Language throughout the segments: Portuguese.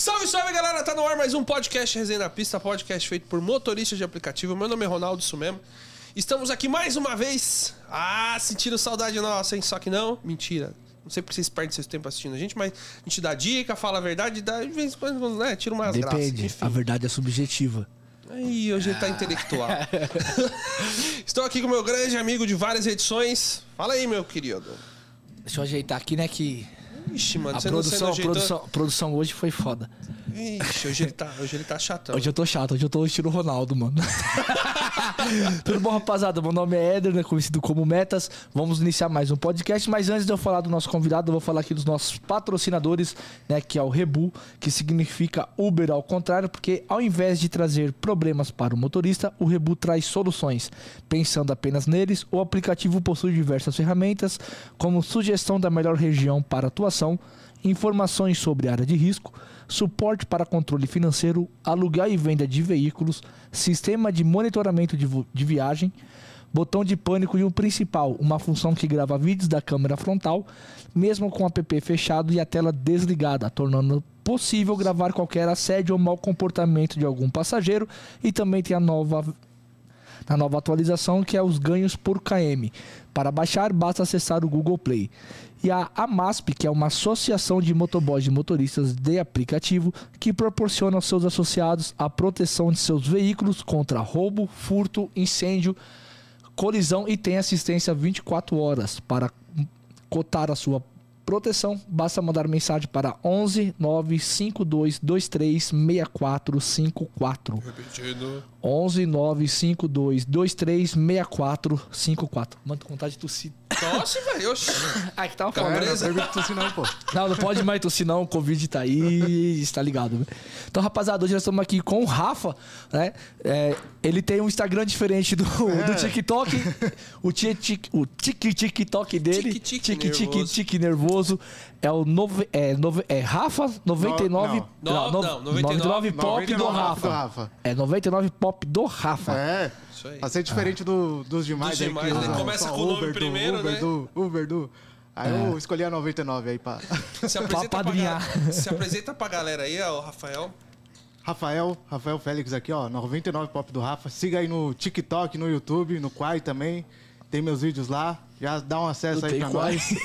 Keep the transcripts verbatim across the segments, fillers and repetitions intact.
Salve, salve, galera! Tá no ar mais um podcast Resenha na Pista, podcast feito por motoristas de aplicativo. Meu nome é Ronaldo, isso mesmo. Estamos aqui mais uma vez. Ah, sentindo saudade nossa, hein? Só que não, mentira. Não sei porque vocês perdem seu tempo assistindo a gente, mas a gente dá dica, fala a verdade, dá, de vez em quando, né? Tira umas Depende, graças. Depende, a verdade é subjetiva. Aí, hoje ele tá intelectual. Estou aqui com meu grande amigo de várias edições. Fala aí, meu querido. Deixa eu ajeitar aqui, né, que... Ixi, mano, a você produção, não, você não produção, produção hoje foi foda. Ixi, hoje ele tá, hoje ele tá chatão. Hoje eu tô chato, hoje eu tô estilo Ronaldo, mano. Tudo bom, rapaziada? Meu nome é Éder, né, conhecido como Metas. Vamos iniciar mais um podcast, mas antes de eu falar do nosso convidado, eu vou falar aqui dos nossos patrocinadores, né, que é o Rebu, que significa Uber ao contrário, porque ao invés de trazer problemas para o motorista, o Rebu traz soluções. Pensando apenas neles, o aplicativo possui diversas ferramentas, como sugestão da melhor região para atuação, informações sobre área de risco, suporte para controle financeiro, aluguel e venda de veículos, sistema de monitoramento de, de viagem, botão de pânico e o principal, uma função que grava vídeos da câmera frontal, mesmo com o app fechado e a tela desligada, tornando possível gravar qualquer assédio ou mau comportamento de algum passageiro. E também tem a nova, a nova atualização, que é os ganhos por quilômetro. Para baixar, basta acessar o Google Play. E a AMASP, que é uma associação de motoboys e motoristas de aplicativo, que proporciona aos seus associados a proteção de seus veículos contra roubo, furto, incêndio, colisão e tem assistência vinte e quatro horas. Para cotar a sua proteção, basta mandar mensagem para onze nove cinco dois dois três seis quatro cinco quatro. Repetindo. onze nove cinco dois dois três seis quatro cinco quatro. Mano, tô com vontade de tossir. Tosse, velho. Ah, que tava Calma, foda. beleza? Não pergunta tossir não, pô. Não, não pode mais tossir não, o Covid tá aí, está ligado, né? Então, rapaziada, hoje nós estamos aqui com o Rafa, né? É, ele tem um Instagram diferente do, É. do TikTok. O tic, o tic, TikTok dele. Tic, tic, tic, tic, nervoso. tic nervoso. É o nove, é, nove, é Rafa noventa e nove. Não, não, não, noventa e nove Pop do noventa e nove Rafa. do Rafa. É noventa e nove Pop do Rafa. É, Isso aí. pra ser diferente do, dos demais. Dos aí demais, que né? usam Começa só com o nome Uber do, primeiro, Uber né? do, Uber do. Aí eu escolhi a noventa e nove aí pra... Se apresenta, pra, padrinhar. ga- se apresenta pra galera aí, ó, o Rafael. Rafael, Rafael Félix aqui, ó, noventa e nove Pop do Rafa. Siga aí no TikTok, no YouTube, no Quai também. Tem meus vídeos lá. Já dá um acesso Não aí tem pra Quai. nós.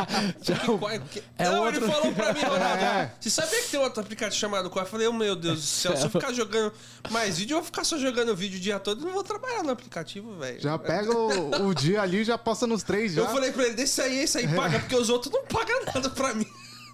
Que Quai- que- É não, outro- ele falou pra mim, Ronaldo. É. Você sabia que tem outro aplicativo chamado Quai? Eu falei, oh, meu Deus do céu, se eu ficar jogando mais vídeo, eu vou ficar só jogando vídeo o dia todo, eu não vou trabalhar no aplicativo, velho. Já pega o, o dia ali e já posta nos três já. Eu falei pra ele, deixa aí, esse aí paga, porque os outros não pagam nada pra mim.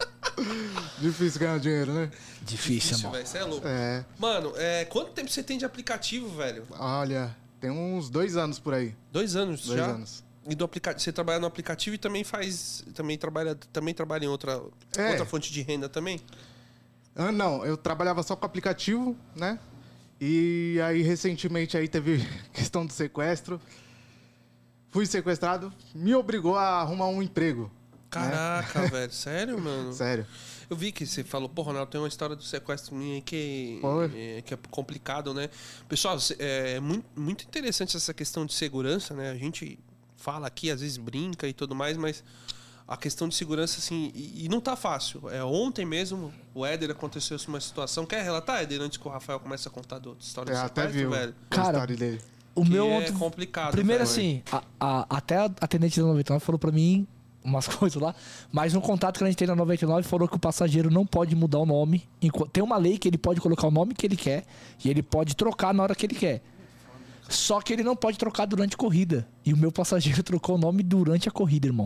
Difícil ganhar dinheiro, né? Difícil, Isso, mano. velho, você é louco. É, Mano, é, quanto tempo você tem de aplicativo, velho? olha, tem uns dois anos por aí. Dois anos Dois já? anos. E do aplicativo, você trabalha no aplicativo e também faz, também trabalha, também trabalha em outra, É. outra fonte de renda também? Ah, não, eu trabalhava só com aplicativo, né? E aí, recentemente, aí teve questão do sequestro. Fui sequestrado, me obrigou a arrumar um emprego. Caraca, velho, sério, mano? Sério. Eu vi que você falou, pô, Ronaldo, tem uma história do sequestro minha aí que, Foi. é, que é complicado, né? Pessoal, cê- é muito, muito interessante essa questão de segurança, né? A gente fala aqui, às vezes brinca e tudo mais, mas a questão de segurança, assim, e, e não tá fácil. É, ontem mesmo, o Éder aconteceu uma situação. Quer relatar, Éder, antes que o Rafael comece a contar da outra história É, do até sequestro, viu velho? a Cara, história dele. O Que meu é ontem... complicado, Primeiro, velho. assim, a, a, até a atendente da noventa e nove falou pra mim umas coisas lá, mas no contato que a gente tem na noventa e nove falou que o passageiro não pode mudar o nome. enqu- Tem uma lei que ele pode colocar o nome que ele quer e ele pode trocar na hora que ele quer. Só que ele não pode trocar durante a corrida. E o meu passageiro trocou o nome durante a corrida, irmão.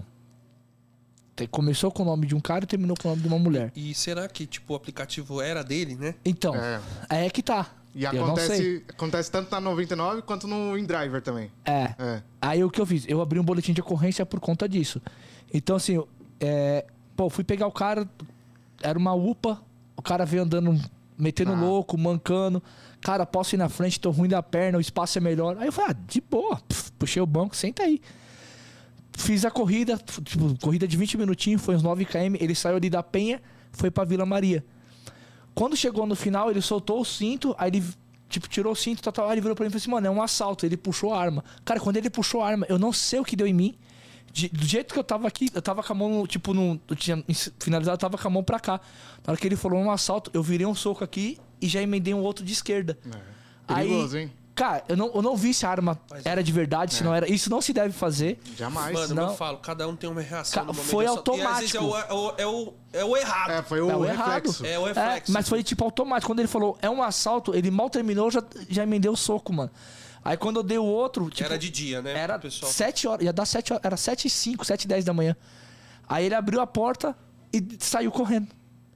Te- Começou com o nome de um cara e terminou com o nome de uma mulher. E será que, tipo, o aplicativo era dele, né? Então, É. é que tá. E Eu não sei. acontece, acontece tanto na noventa e nove quanto no InDriver também. É. É. Aí o que eu fiz? Eu abri um boletim de ocorrência por conta disso. Então, assim, eu- é, pô, fui pegar o cara, era uma UPA, o cara veio andando, metendo Ah. louco, mancando. Cara, posso ir na frente, tô ruim da perna, o espaço é melhor. Aí eu falei, ah, de boa, pf, puxei o banco, senta aí. Fiz a corrida, tipo, corrida de vinte minutinhos, foi uns nove quilômetros, ele saiu ali da Penha, foi pra Vila Maria. Quando chegou no final, ele soltou o cinto, aí ele, tipo, tirou o cinto, tal, tal, aí ele virou pra mim e falou assim, mano, é um assalto. Ele puxou a arma. Cara, quando ele puxou a arma, eu não sei o que deu em mim. De- do jeito que eu tava aqui, eu tava com a mão, tipo, no, eu tinha finalizado, eu tava com a mão pra cá. Na hora que ele falou um assalto, eu virei um soco aqui e já emendei um outro de esquerda. É. Perigoso, Aí, hein? cara, eu não, eu não vi se a arma Mas- era de verdade, se É. não era. Isso não se deve fazer. Jamais. Mano, Não. eu falo, cada um tem uma reação Ca- no momento foi do assalto. E às vezes é o, automático. é o, é o, é o errado. É, foi o, É o errado. reflexo. É o É, reflexo. mas foi tipo automático. Quando ele falou, é um assalto, ele mal terminou, já, já emendei o soco, mano. Aí quando eu dei o outro, tipo, Era de dia, né? era pessoal. sete horas, ia dar sete horas, era sete e cinco, sete e dez da manhã. Aí ele abriu a porta e saiu correndo.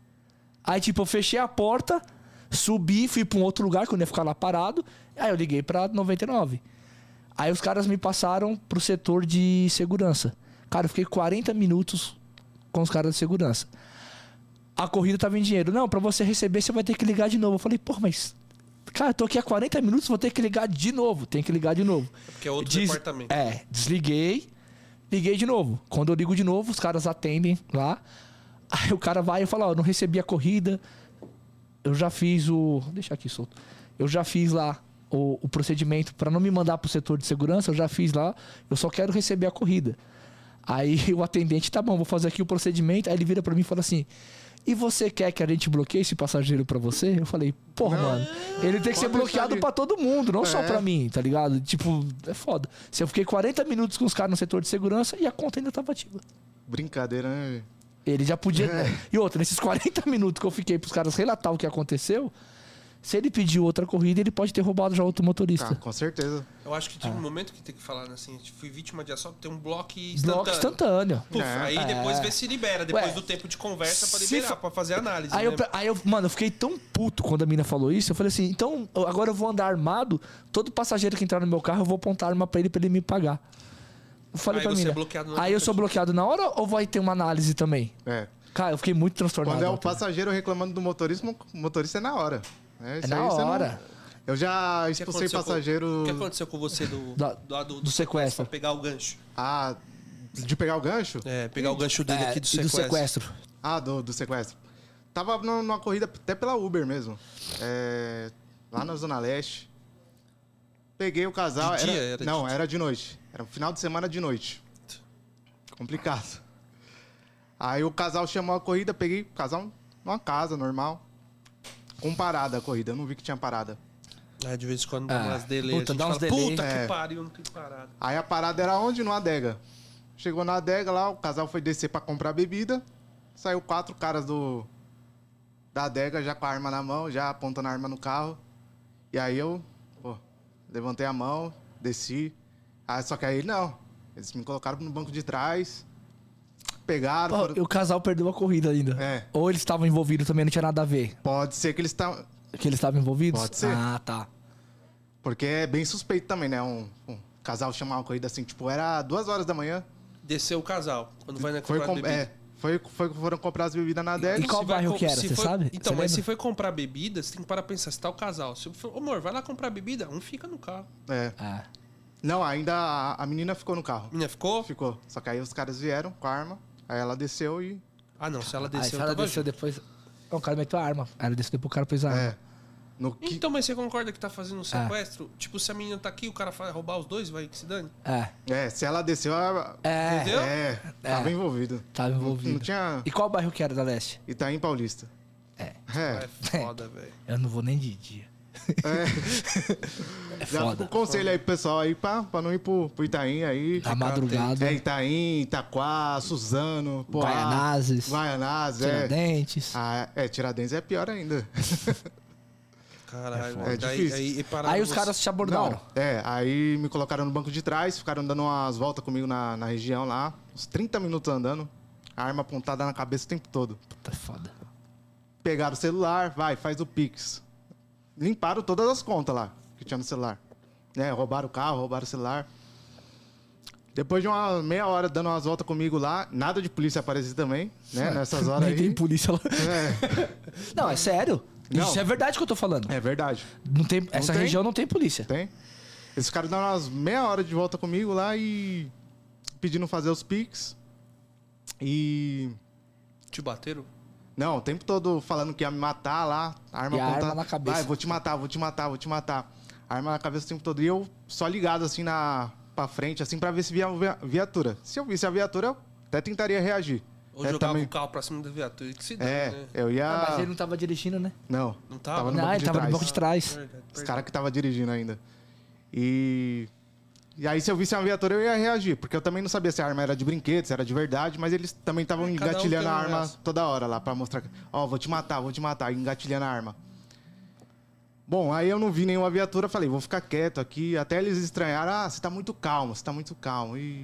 Aí, tipo, eu fechei a porta, subi, fui pra um outro lugar, que eu não ia ficar lá parado. Aí eu liguei pra noventa e nove. Aí os caras me passaram pro setor de segurança. Cara, eu fiquei quarenta minutos com os caras de segurança. A corrida tava em dinheiro. Não, pra você receber, você vai ter que ligar de novo. Eu falei, pô, mas... Cara, eu tô aqui há quarenta minutos, vou ter que ligar de novo. Tem que ligar de novo. Porque é outro Des- departamento. É, desliguei, liguei de novo. Quando eu ligo de novo, os caras atendem lá. Aí o cara vai e fala, ó, eu não recebi a corrida. Eu já fiz o... Deixa aqui solto. Eu já fiz lá o, o procedimento pra não me mandar pro setor de segurança. Eu já fiz lá. Eu só quero receber a corrida. Aí o atendente, tá bom, vou fazer aqui o procedimento. Aí ele vira pra mim e fala assim... E você quer que a gente bloqueie esse passageiro pra você? Eu falei, porra, Não. mano. Ele tem que ser Pode bloqueado deixar pra todo mundo, não só É. pra mim, tá ligado? Tipo, é foda. Se eu fiquei quarenta minutos com os caras no setor de segurança e a conta ainda tava ativa. Brincadeira, né? Ele já podia. É. E outra, nesses quarenta minutos que eu fiquei pros caras relatar o que aconteceu, se ele pediu outra corrida, ele pode ter roubado já outro motorista. Tá, com certeza. Eu acho que tem Ah. um momento que tem que falar assim, fui vítima de assalto, tem um bloco instantâneo. Bloco instantâneo. Puf, É. aí depois É. vê se libera, depois Ué, do tempo de conversa pra se liberar, for- pra fazer análise. Aí, né? eu, aí eu, mano, eu fiquei tão puto quando a mina falou isso. Eu falei assim, então eu- agora eu vou andar armado. Todo passageiro que entrar no meu carro, eu vou apontar a arma pra ele pra ele me pagar. Eu falei Aí pra você mina. é bloqueado na Aí eu sou bloqueado na hora ou vai ter uma análise também? É. Cara, eu fiquei muito transtornado. Quando é o ontem. passageiro reclamando do motorista, o motorista é na hora. É, isso É na aí você não- hora. Eu já O que expulsei aconteceu passageiro. Com, o que aconteceu com você do, Da- do, do, do sequestro. Pra pegar o gancho. Ah, de pegar o gancho? É, pegar o gancho dele É, aqui do e sequestro. sequestro. Ah, do, do sequestro. Tava no- numa corrida até pela Uber mesmo. É, lá na Zona Leste. Peguei o casal. De era, dia? Era não, de- era de noite. Era um final de semana de noite. Complicado. Aí o casal chamou a corrida, peguei o casal numa casa normal. Com parada a corrida. Eu não vi que tinha parada. É, de vez em quando dá Ah, umas delay. puta, a gente dá uns fala, delay. Puta É. que pariu, não tem parada. Aí a parada era onde? No Adega. Chegou na Adega lá, o casal foi descer pra comprar bebida. Saiu quatro caras do da Adega já com a arma na mão, já apontando a arma no carro. E aí eu, pô, levantei a mão, desci. Ah, só que aí não. Eles me colocaram no banco de trás. Pegaram. Pô, foram- e o casal perdeu a corrida ainda. É. Ou eles estavam envolvidos também, não tinha nada a ver. Pode ser que eles estão. Que eles estavam envolvidos? Pode ser. Ah, tá. Porque é bem suspeito também, né? Um, um casal chamar uma corrida assim, tipo, era duas horas da manhã. Desceu o casal. Quando vai na Foi, comprar com- bebida. é, foi, foi, foram comprar as bebidas na Adega. E qual Se vai bairro com- que era, se você foi- sabe? Então, Você mas se lembra? foi comprar bebida, você tem que parar pra pensar. Se tá o casal. Se for, amor, vai lá comprar bebida, um fica no carro. É. Ah. Não, ainda a, a menina ficou no carro. A menina ficou? Ficou. Só que aí os caras vieram com a arma, aí ela desceu e. Ah, não. Se ela Aí desceu, se eu ela tava desceu junto. depois... Não, o cara meteu a arma. Aí ela desceu depois o cara pôs a arma. É. No que... Então, mas você concorda que tá fazendo um sequestro? Tipo, se a menina tá aqui, o cara vai roubar os dois, vai que se dane? É. É, se ela desceu, ela... É. Entendeu? É, tava É. envolvido. Tava Não, envolvido. não tinha. E qual bairro que era da Leste? Itaim Paulista. É. É. É foda, velho. Eu não vou nem de dia. é. É Já foda. fica o conselho aí pro pessoal aí pra, pra não ir pro, pro Itaim aí. Na madrugada. É, Itaim, Itaquá, Suzano, Poá, Guaianazes. Guaianazes, é. Tiradentes. Ah, é, Tiradentes é pior ainda. Caralho, É velho. difícil. Aí, aí, pararam Aí os você- caras te abordaram. Não, é, aí me colocaram no banco de trás, ficaram dando umas voltas comigo na, na região lá, uns trinta minutos andando, a arma apontada na cabeça o tempo todo. Puta foda. Pegaram o celular, vai, faz o Pix. Limparam todas as contas lá que tinha no celular. É, roubaram o carro, roubaram o celular. Depois de uma meia hora dando umas voltas comigo lá, nada de polícia aparecer também, né? Nessas horas Nem aí. tem polícia lá. É, Não, é sério. Não. Isso é verdade que eu tô falando. é verdade. Não tem, essa tem? região não tem polícia. Tem. Eles ficaram dando umas meia hora de volta comigo lá e pedindo fazer os Pix. E. Te bateram? Não, o tempo todo falando que ia me matar lá, a arma E a apontada. arma na cabeça. Vai, vou te matar, vou te matar, vou te matar. A arma na cabeça o tempo todo. E eu só ligado assim na pra frente, assim, pra ver se via via- viatura. Se eu visse a viatura, eu até tentaria reagir. Ou É, jogava também- o carro pra cima da viatura, que se dá, É, né? eu ia... Ah, mas ele não tava dirigindo, né? Não, Não tava? no Não, banco ele de tava trás. no banco de trás. Verdade, Os verdade. caras que tava dirigindo ainda. E... E aí, se eu visse uma viatura, eu ia reagir. Porque eu também não sabia se a arma era de brinquedo, se era de verdade. Mas eles também estavam É, cada um engatilhando tem a um arma braço. toda hora lá, pra mostrar... Ó, vou te matar, vou te matar. E engatilhando a arma. Bom, aí eu não vi nenhuma viatura. Falei, vou ficar quieto aqui. Até eles estranharam. Ah, você tá muito calmo, você tá muito calmo. E...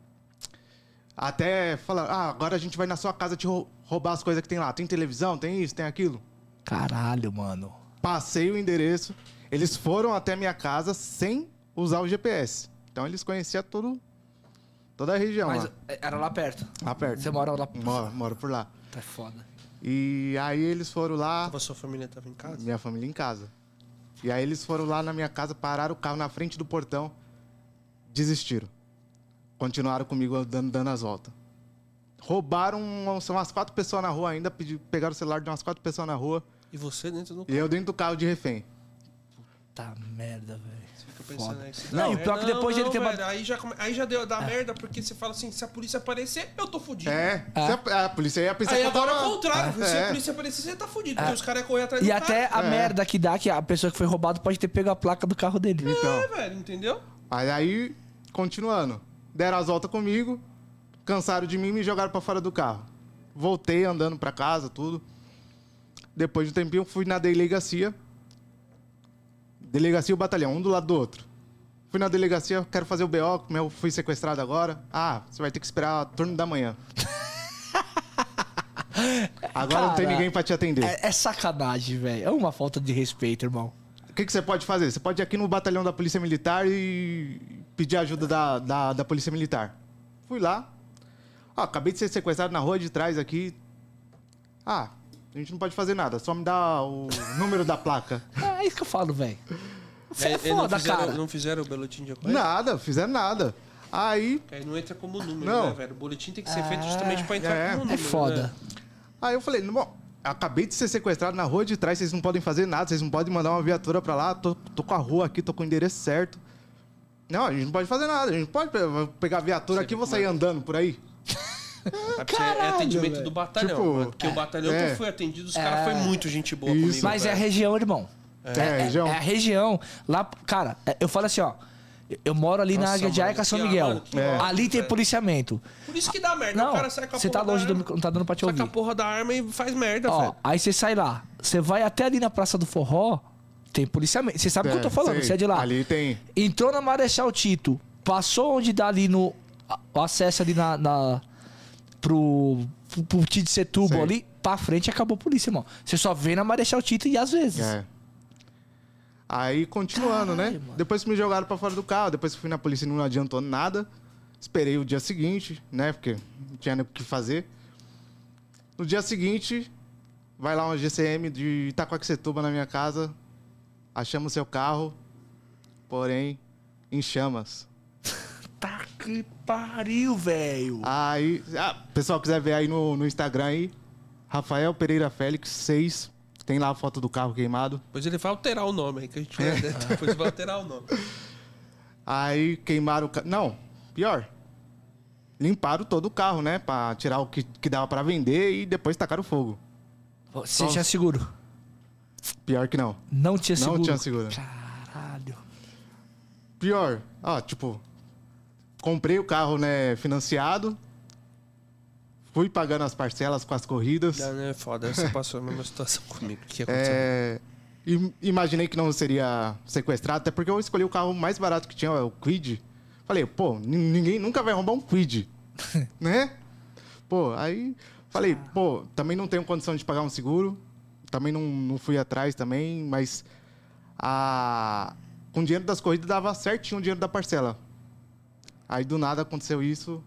Até falaram, ah, agora a gente vai na sua casa te rou- roubar as coisas que tem lá. Tem televisão, tem isso, tem aquilo. Caralho, mano. Passei o endereço. Eles foram até minha casa sem usar o G P S. Então eles conheciam tudo, toda a região Mas lá. era lá perto. Lá perto. Você mora lá? Moro, moro por lá. Tá foda. E aí eles foram lá, Tava sua família tava em casa? minha família em casa. E aí eles foram lá na minha casa, pararam o carro na frente do portão, desistiram. Continuaram comigo dando, dando as voltas. Roubaram um- são umas quatro pessoas na rua ainda, pedi- pegaram o celular de umas quatro pessoas na rua. E você dentro do E eu dentro do carro de refém. Tá merda, velho. Fica pensando aí, se dá Não, e o merda. pior que depois de ele ter velho, batido- aí já, come- aí já deu da merda, porque você fala assim, se a polícia aparecer, eu tô fudido. É, se a, a polícia ia pensar Aí que eu agora é tava- o contrário, se a É. polícia aparecer, você tá fudido, porque os caras iam correr atrás E do até cara. a merda que dá, que a pessoa que foi roubada pode ter pego a placa do carro dele. Então, É, velho, entendeu? aí, aí, continuando. Deram as voltas comigo, cansaram de mim e me jogaram pra fora do carro. Voltei andando pra casa, tudo. Depois de um tempinho, fui na delegacia. Delegacia e o batalhão, um do lado do outro. Fui na delegacia, quero fazer o B O, meu fui sequestrado agora. Ah, você vai ter que esperar o turno da manhã. Agora não tem Cara, ninguém pra te atender. É, é sacanagem, velho. É uma falta de respeito, irmão. O que, que você pode fazer? Você pode ir aqui no batalhão da Polícia Militar e pedir ajuda da, da, da Polícia Militar. Fui lá. Ó, acabei de ser sequestrado na rua de trás aqui. Ah, a gente não pode fazer nada, só me dá o número da placa. É isso que eu falo, velho. É, É, eles não foda, fizeram, cara. não fizeram o boletim de ocorrência? Nada, fizeram nada. Aí, Aí não entra como número, Não. né, velho? O boletim tem que ser feito justamente pra entrar é, como é número. É foda. Né? aí eu falei, bom, acabei de ser sequestrado na rua de trás, vocês não podem fazer nada, vocês não podem mandar uma viatura pra lá, tô, tô com a rua aqui, tô com o endereço certo. Não, a gente não pode fazer nada, a gente pode pe- vou pegar a viatura Você aqui e vê vou como sair é. andando por aí. É porque é atendimento velho. do batalhão. Tipo, mano, porque o batalhão que é. eu fui atendido, os caras foi muito gente boa Isso. comigo. Mas é a velho. região, irmão. É, é, região. É a região. Lá, cara, é- eu falo assim, ó. Eu moro ali na Nossa, Águia de mano, Aica, São que- Miguel. mano, que É. ótimo, Ali tem velho. policiamento. Por isso que dá merda. Não, o cara sai com a você porra tá longe da do arma, micro, não tá dando pra te sai com a ouvir. porra da arma e faz merda, Ó, velho. aí você sai lá. Você vai até ali na Praça do Forró, tem policiamento. Você sabe o que eu tô falando, sei. você é de lá. Ali tem. Entrou na Marechal Tito, passou onde dá ali no... O acesso ali na... na pro... Pro, pro Tito Setúbal Sei. ali, pra frente acabou a polícia, irmão. Você só vê na Marechal Tito e às vezes. É. Aí, continuando, Caralho, né? mano. Depois que me jogaram pra fora do carro, depois que fui na polícia não adiantou nada. Esperei o dia seguinte, né? Porque não tinha nem o que fazer. No dia seguinte, vai lá uma G C M de Itacoaxetuba na minha casa. Achamos seu carro, porém, em chamas. Tá que pariu, velho. Aí, ah, pessoal quiser ver aí no, no Instagram aí, Rafael Pereira Félix seis, tem lá a foto do carro queimado. Depois ele vai alterar o nome aí, que a gente vai... É. Depois vai alterar o nome. Aí queimaram o carro. Não, pior. Limparam todo o carro, né? Pra tirar o que, que dava pra vender e depois tacaram fogo. Você Nossa. tinha seguro? Pior que não. Não tinha seguro? Não tinha seguro. Caralho. Pior, ó, tipo, comprei o carro, né, financiado. Fui pagando as parcelas com as corridas. Não, não é foda. Você passou a mesma situação comigo. O que aconteceu? É, im- imaginei que não seria sequestrado, até porque eu escolhi o carro mais barato que tinha, o Kwid. Falei, pô, n- ninguém nunca vai roubar um Kwid, né? Pô, aí falei, pô, também não tenho condição de pagar um seguro, também não, não fui atrás também, mas a... com o dinheiro das corridas dava certinho o dinheiro da parcela. Aí do nada aconteceu isso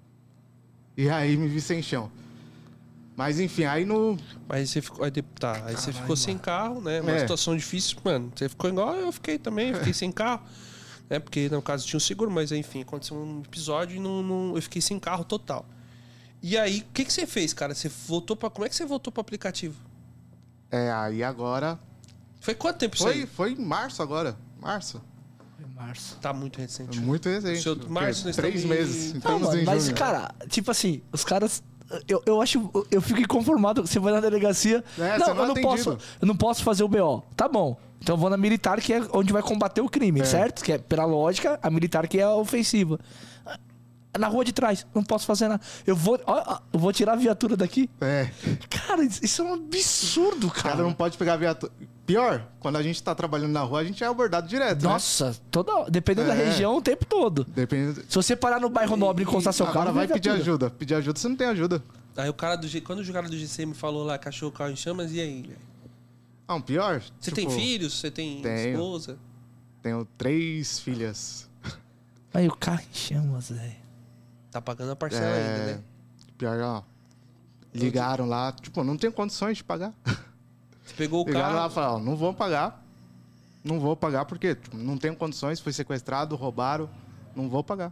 e aí me vi sem chão. Mas enfim, aí no... Mas você ficou. Aí, de- tá, aí você ficou sem carro, né? Uma É. situação difícil, mano. Você ficou igual eu fiquei também, eu fiquei sem carro. Né? Porque no caso tinha um seguro, mas enfim, aconteceu um episódio e não, não- eu fiquei sem carro total. E aí, o que, que você fez, cara? Você voltou pra. Como é que você voltou pro aplicativo? É, aí agora... Foi quanto tempo isso Foi, aí? foi em março agora, março. Março. Tá muito recente. Muito recente. Seu- Porque março, nós três estamos em- meses. Não, Estamos mano, em mas, junho. cara, tipo assim, os caras. Eu, eu acho. Eu fico inconformado. Você vai na delegacia. É, não, você não eu não é posso. atendido. Eu não posso fazer o B O. Tá bom. Então eu vou na militar, que é onde vai combater o crime, É. certo? Que é, pela lógica, a militar que é a ofensiva. Na rua de trás, não posso fazer nada. Eu vou, ó, ó, eu vou tirar a viatura daqui. É. Cara, isso é um absurdo, O cara. cara não pode pegar a viatura. Pior, quando a gente tá trabalhando na rua, a gente é abordado direto, né? Nossa, toda, dependendo da É. região, o tempo todo. Depende. Se você parar no bairro nobre e encostar seu Agora carro, vai vem pedir viatura. ajuda. Pedir ajuda, você não tem ajuda. Aí o cara do G... Quando o cara do G C me falou lá, cachorro, carro em chamas, e aí? velho? Não, pior. Você tipo, tem filhos? Você tem tenho. esposa? Tenho três filhas. Aí o carro em chamas, velho. Tá pagando a parcela É, ainda, né? Pior, ó. Ligaram lá, tipo, não tenho condições de pagar. Você pegou o Ligaram lá e carro... falaram, ó, não vou pagar. Não vou pagar porque tipo, não tenho condições, fui sequestrado, roubaram. Não vou pagar.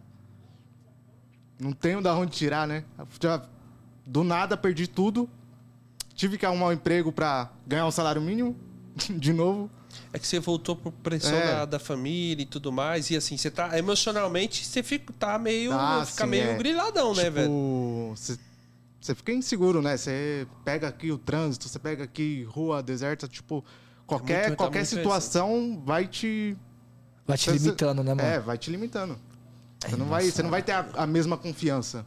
Não tenho da onde tirar, né? Já, do nada perdi tudo. Tive que arrumar um emprego pra ganhar um salário mínimo. De novo. É que você voltou por pressão É. da, da família e tudo mais. E assim, você tá... Emocionalmente, você fica, tá meio... Ah, fica sim, meio é. griladão, né, velho? Tipo, você você fica inseguro, né? Você pega aqui o trânsito, você pega aqui rua deserta, tipo, qualquer, muito- tá qualquer muito situação vai te. Vai te Você- limitando, né, mano? É, vai te limitando. Você, É não, vai, você embaçado. não vai ter a, a mesma confiança.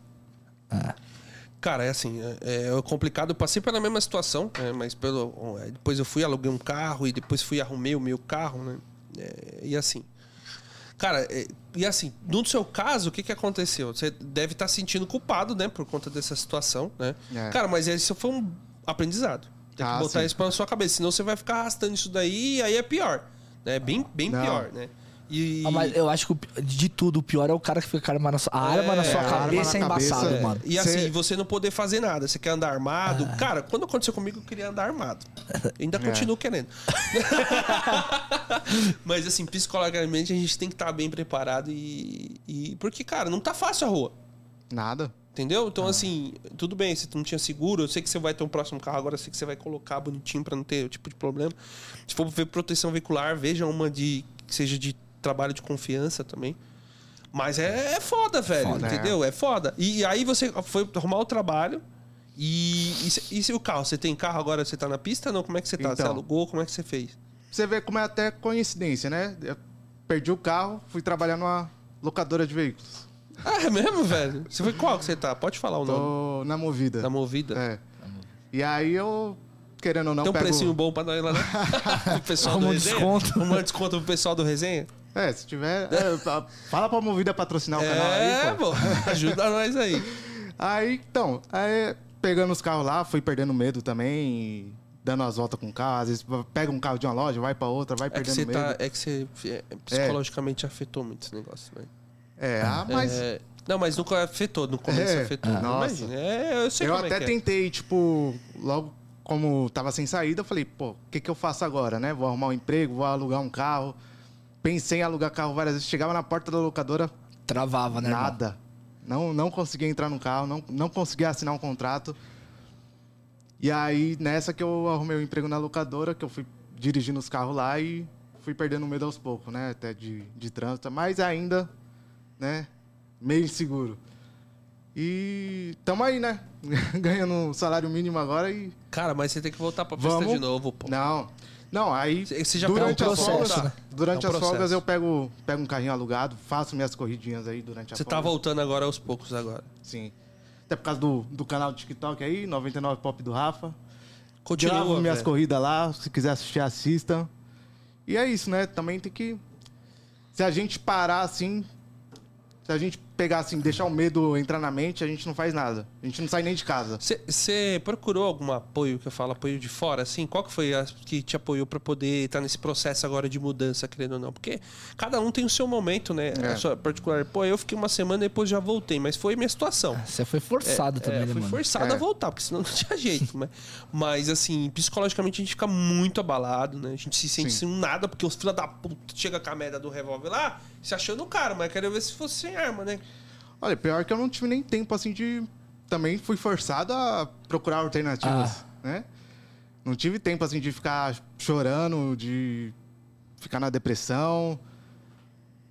Cara, é assim, é, é complicado. Eu passei pela mesma situação, né, mas pelo, é, depois eu fui, aluguei um carro e depois fui arrumei o meu carro, né? É, e assim. Cara, é, e assim, no seu caso, o que, que aconteceu? Você deve estar se sentindo culpado, né, por conta dessa situação, né? É. Cara, mas isso foi um aprendizado. Tem que Ah, botar sim. isso pra sua cabeça, senão você vai ficar arrastando isso daí e aí é pior. Né? Bem, bem Não. pior, né? E... Ah, mas eu acho que o pi- de tudo, o pior é o cara que fica com a arma na sua, a arma na É, sua a arma cabeça é na cabeça, embaçado, é. mano. E assim, Cê- você não poder fazer nada. Você quer andar armado. Ah. Cara, quando aconteceu comigo, eu queria andar armado. Ainda É. continuo querendo. Mas assim, psicologicamente, a gente tem que estar bem preparado e, e... Porque, cara, não tá fácil a rua. Nada. Entendeu? Ah. Então, assim, tudo bem, se tu não tinha seguro, eu sei que você vai ter um próximo carro, agora eu sei que você vai colocar bonitinho pra não ter o tipo de problema. Se for ver proteção veicular, veja uma de que seja de trabalho de confiança também. Mas é, é foda, velho, Foda, entendeu? É. foda. E, aí você foi arrumar o trabalho e, e, se- e se o carro? Você tem carro agora, você tá na pista? Não, como é que você tá? Você Então. alugou? Como é que você fez? Você vê como é até coincidência, né? Eu perdi o carro, fui trabalhar numa locadora de veículos. Ah, é mesmo, velho? Você foi qual que você tá? Pode falar o nome. Tô na Movida. Da Movida. É. E aí eu, querendo ou não, Tem um pego... precinho bom pra nós lá, né? O pessoal do Arruma um resenha? desconto. Arruma um desconto pro pessoal do resenha? É, se tiver... é, fa- fala pra Movida patrocinar o canal aí, É, pô. pô. Ajuda nós aí. Aí, então, aí, pegando os carros lá, fui perdendo medo também, dando as voltas com o carro. Às vezes pega um carro de uma loja, vai pra outra, vai É que perdendo você medo. tá, é que você é, psicologicamente afetou muito esse negócio, velho. É, ah, mas É, não, mas nunca afetou, no começo É, afetou. ah. Nossa. Imagina. É, eu sei eu como até é que é. tentei, tipo, logo como tava sem saída, eu falei, pô, o que que eu faço agora, né? Vou arrumar um emprego, vou alugar um carro. Pensei em alugar carro várias vezes, chegava na porta da locadora, Travava, né, irmão? nada. Não, não conseguia entrar no carro, não, não conseguia assinar um contrato. E aí, nessa que eu arrumei um emprego na locadora, que eu fui dirigindo os carros lá e fui perdendo medo aos poucos, né? Até de, de trânsito, mas ainda, né? Meio inseguro. E tamo aí, né? Ganhando um salário mínimo agora e... Cara, mas você tem que voltar pra pista Vamos. de novo, pô. Não, não, aí Você já durante pegou o as processo, folgas, né? durante É um as folgas processo. eu pego, pego um carrinho alugado, faço minhas corridinhas aí durante a Você folga. tá voltando agora aos poucos agora. Sim. Até por causa do, do canal do TikTok aí, noventa e nove Pop do Rafa. Continua, Gravo minhas velho. corridas lá, se quiser assistir, assista. E é isso, né? Também tem que... Se a gente parar assim... Se a gente pegar assim, deixar o medo entrar na mente, a gente não faz nada. A gente não sai nem de casa. Você procurou algum apoio, que eu falo apoio de fora, assim? Qual que foi a que te apoiou pra poder estar nesse processo agora de mudança, querendo ou não? Porque cada um tem o seu momento, né? É. A sua particular. Pô, eu fiquei uma semana e depois já voltei, mas foi minha situação. Você foi forçado também, É, né, fui mano? forçado É. a voltar, porque senão não tinha jeito, né? Mas, assim, psicologicamente a gente fica muito abalado, né? A gente se sente Sim. sem nada, porque os filha da puta chega com a merda do revólver lá, se achando o cara, mas quero ver se fosse sem arma, né? Olha, pior que eu não tive nem tempo assim de... Também fui forçado a procurar alternativas, Ah. né? Não tive tempo assim de ficar chorando, de ficar na depressão.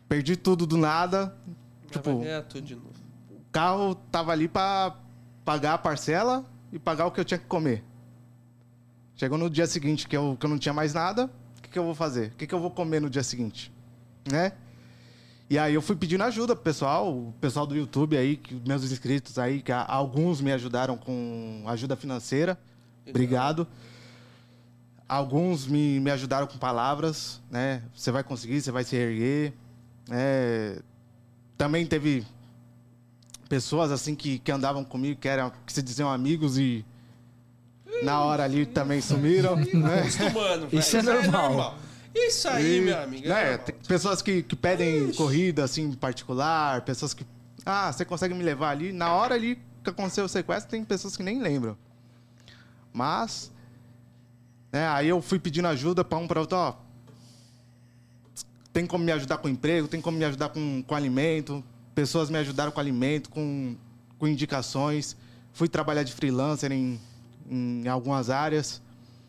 perdi tudo do nada. Mas Tipo, vai ganhar tudo de novo. o carro tava ali pra pagar a parcela e pagar o que eu tinha que comer. Chegou no dia seguinte que eu, que eu não tinha mais nada, o que, que eu vou fazer? O que, que eu vou comer no dia seguinte? Né? E aí eu fui pedindo ajuda pro pessoal, o pessoal do YouTube aí, que, meus inscritos aí, que a- alguns me ajudaram com ajuda financeira. Obrigado. Alguns me, me ajudaram com palavras, né? Você vai conseguir, você vai se erguer. É, também teve pessoas assim que, que andavam comigo, que, eram, que se diziam amigos e na hora ali também sumiram. Né? Acostumando, velho. Isso é normal. Isso aí, E, meu amigo. é né, normal. tem pessoas que, que pedem corrida assim em particular, pessoas que. Ah, você consegue me levar ali? Na hora ali que aconteceu o sequestro, tem pessoas que nem lembram. Mas. Né, aí eu fui pedindo ajuda para um para outro, ó. Tem como me ajudar com emprego, tem como me ajudar com, com alimento. Pessoas me ajudaram com alimento, com, com indicações. Fui trabalhar de freelancer em, em algumas áreas.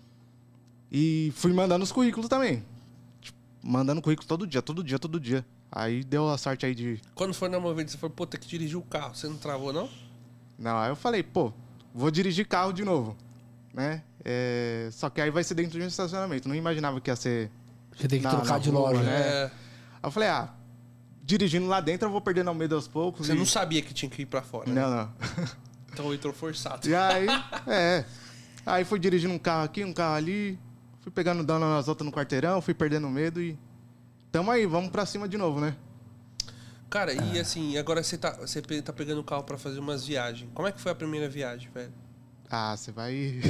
E fui mandando os currículos também. Tipo, mandando currículo todo dia, todo dia, todo dia. Aí deu a sorte aí de... Quando foi na movida, você falou, pô, tem que dirigir o carro. Você não travou, não? Não, aí eu falei, pô, vou dirigir carro de novo. Né? É, só que aí vai ser dentro de um estacionamento. Não imaginava que ia ser... Você tem que Na- trocar na de rua, loja. né? É. Aí eu falei, ah, dirigindo lá dentro eu vou perdendo ao medo aos poucos. Você e... não sabia que tinha que ir pra fora, né? Não, não. Então entrou forçado. E aí, é. Aí fui dirigindo um carro aqui, um carro ali. Fui pegando dano nas outras no quarteirão, fui perdendo medo e... Tamo aí, vamos pra cima de novo, né? Cara, e assim, agora você tá, você pe- tá pegando o carro pra fazer umas viagens. Como é que foi a primeira viagem, velho? Ah, você vai...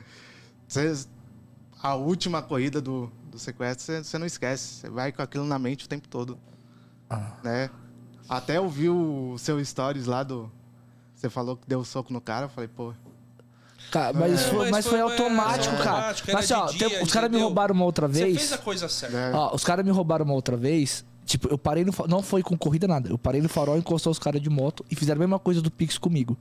Cê- A última corrida do, do sequestro, você- você não esquece. Você vai com aquilo na mente o tempo todo. Ah. Né? Até eu vi o seu stories lá do... Você falou que deu um soco no cara, eu falei, pô... Cara, mas, É, foi, mas mas foi- foi automático, é, cara. automático, era Mas assim, ó, de dia, tem- os caras me entendeu? roubaram uma outra Você vez. fez a coisa certa. É. Ó, os caras me roubaram uma outra vez. Tipo, eu parei no. fa- Não foi com corrida nada. Eu parei no farol, encostou os caras de moto e fizeram a mesma coisa do Pix comigo.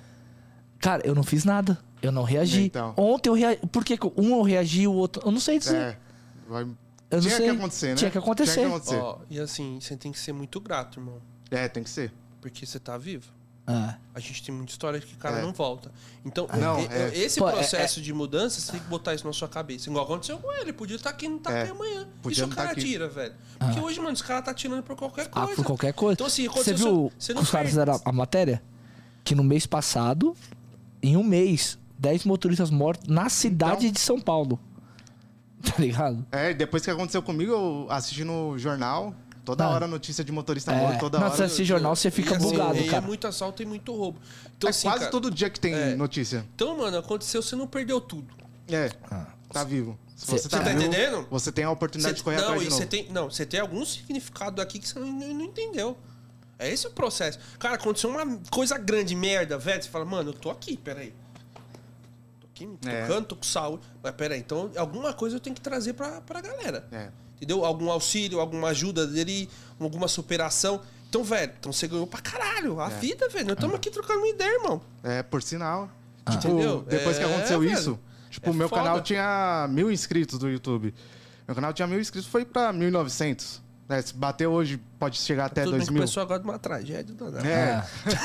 Cara, eu não fiz nada. Eu não reagi. Então. Ontem eu reagi. Por que que um eu reagi e o outro. Eu não sei dizer. É, vai... Eu não Tinha sei. que acontecer, né? Tinha que acontecer. Tinha que acontecer. Ó, e assim, você tem que ser muito grato, irmão. É, tem que ser. Porque você tá vivo. Ah. A gente tem muita história que o cara É. não volta. Então, Não, e- é. esse Pô, é- processo de mudança, você tem que botar isso na sua cabeça. Igual aconteceu com ele. Podia estar aqui, não tá É. aqui amanhã. Podia e se o não cara tá aqui. tira, velho? Porque hoje, mano, os caras tá tirando por qualquer Ah, coisa. por qualquer coisa. Então, assim, Você aconteceu... viu você que não os caras perde. fizeram a matéria? Que no mês passado, em um mês, dez motoristas mortos na cidade Então- de São Paulo. Tá ligado? É, depois que aconteceu comigo, eu assisti no jornal, toda Ah. hora notícia de motorista É. morto, toda Não, hora. você assiste jornal, você fica E, assim, bugado, e cara. é muito assalto e muito roubo. Então, É assim, quase cara, todo dia que tem É. notícia. Então, mano, aconteceu, você não perdeu tudo. É, tá vivo. Se Cê- você Você tá vivo, entendendo? Você tem a oportunidade Cê- de correr não, atrás e de você novo. tem, não, você tem algum significado aqui que você não, não entendeu. É esse o processo. Cara, aconteceu uma coisa grande, merda, velho. Você fala, mano, eu tô aqui, peraí. Tô aqui, me É. tocando, tô com saúde. Mas peraí, então alguma coisa eu tenho que trazer pra, pra galera. É. Entendeu? Algum auxílio, alguma ajuda dele, alguma superação. Então, velho, então você ganhou pra caralho. A É. vida, velho. Nós estamos aqui trocando uma ideia, irmão. É, por sinal. Ah. Tipo, Entendeu? depois que É, aconteceu velho. isso, tipo, É o meu foda. canal tinha mil inscritos do YouTube. Meu canal tinha mil inscritos, foi pra mil e novecentos. Né? Se bater hoje, pode chegar até Tudo bem dois que mil. o pessoal gosta de uma tragédia, danada. É,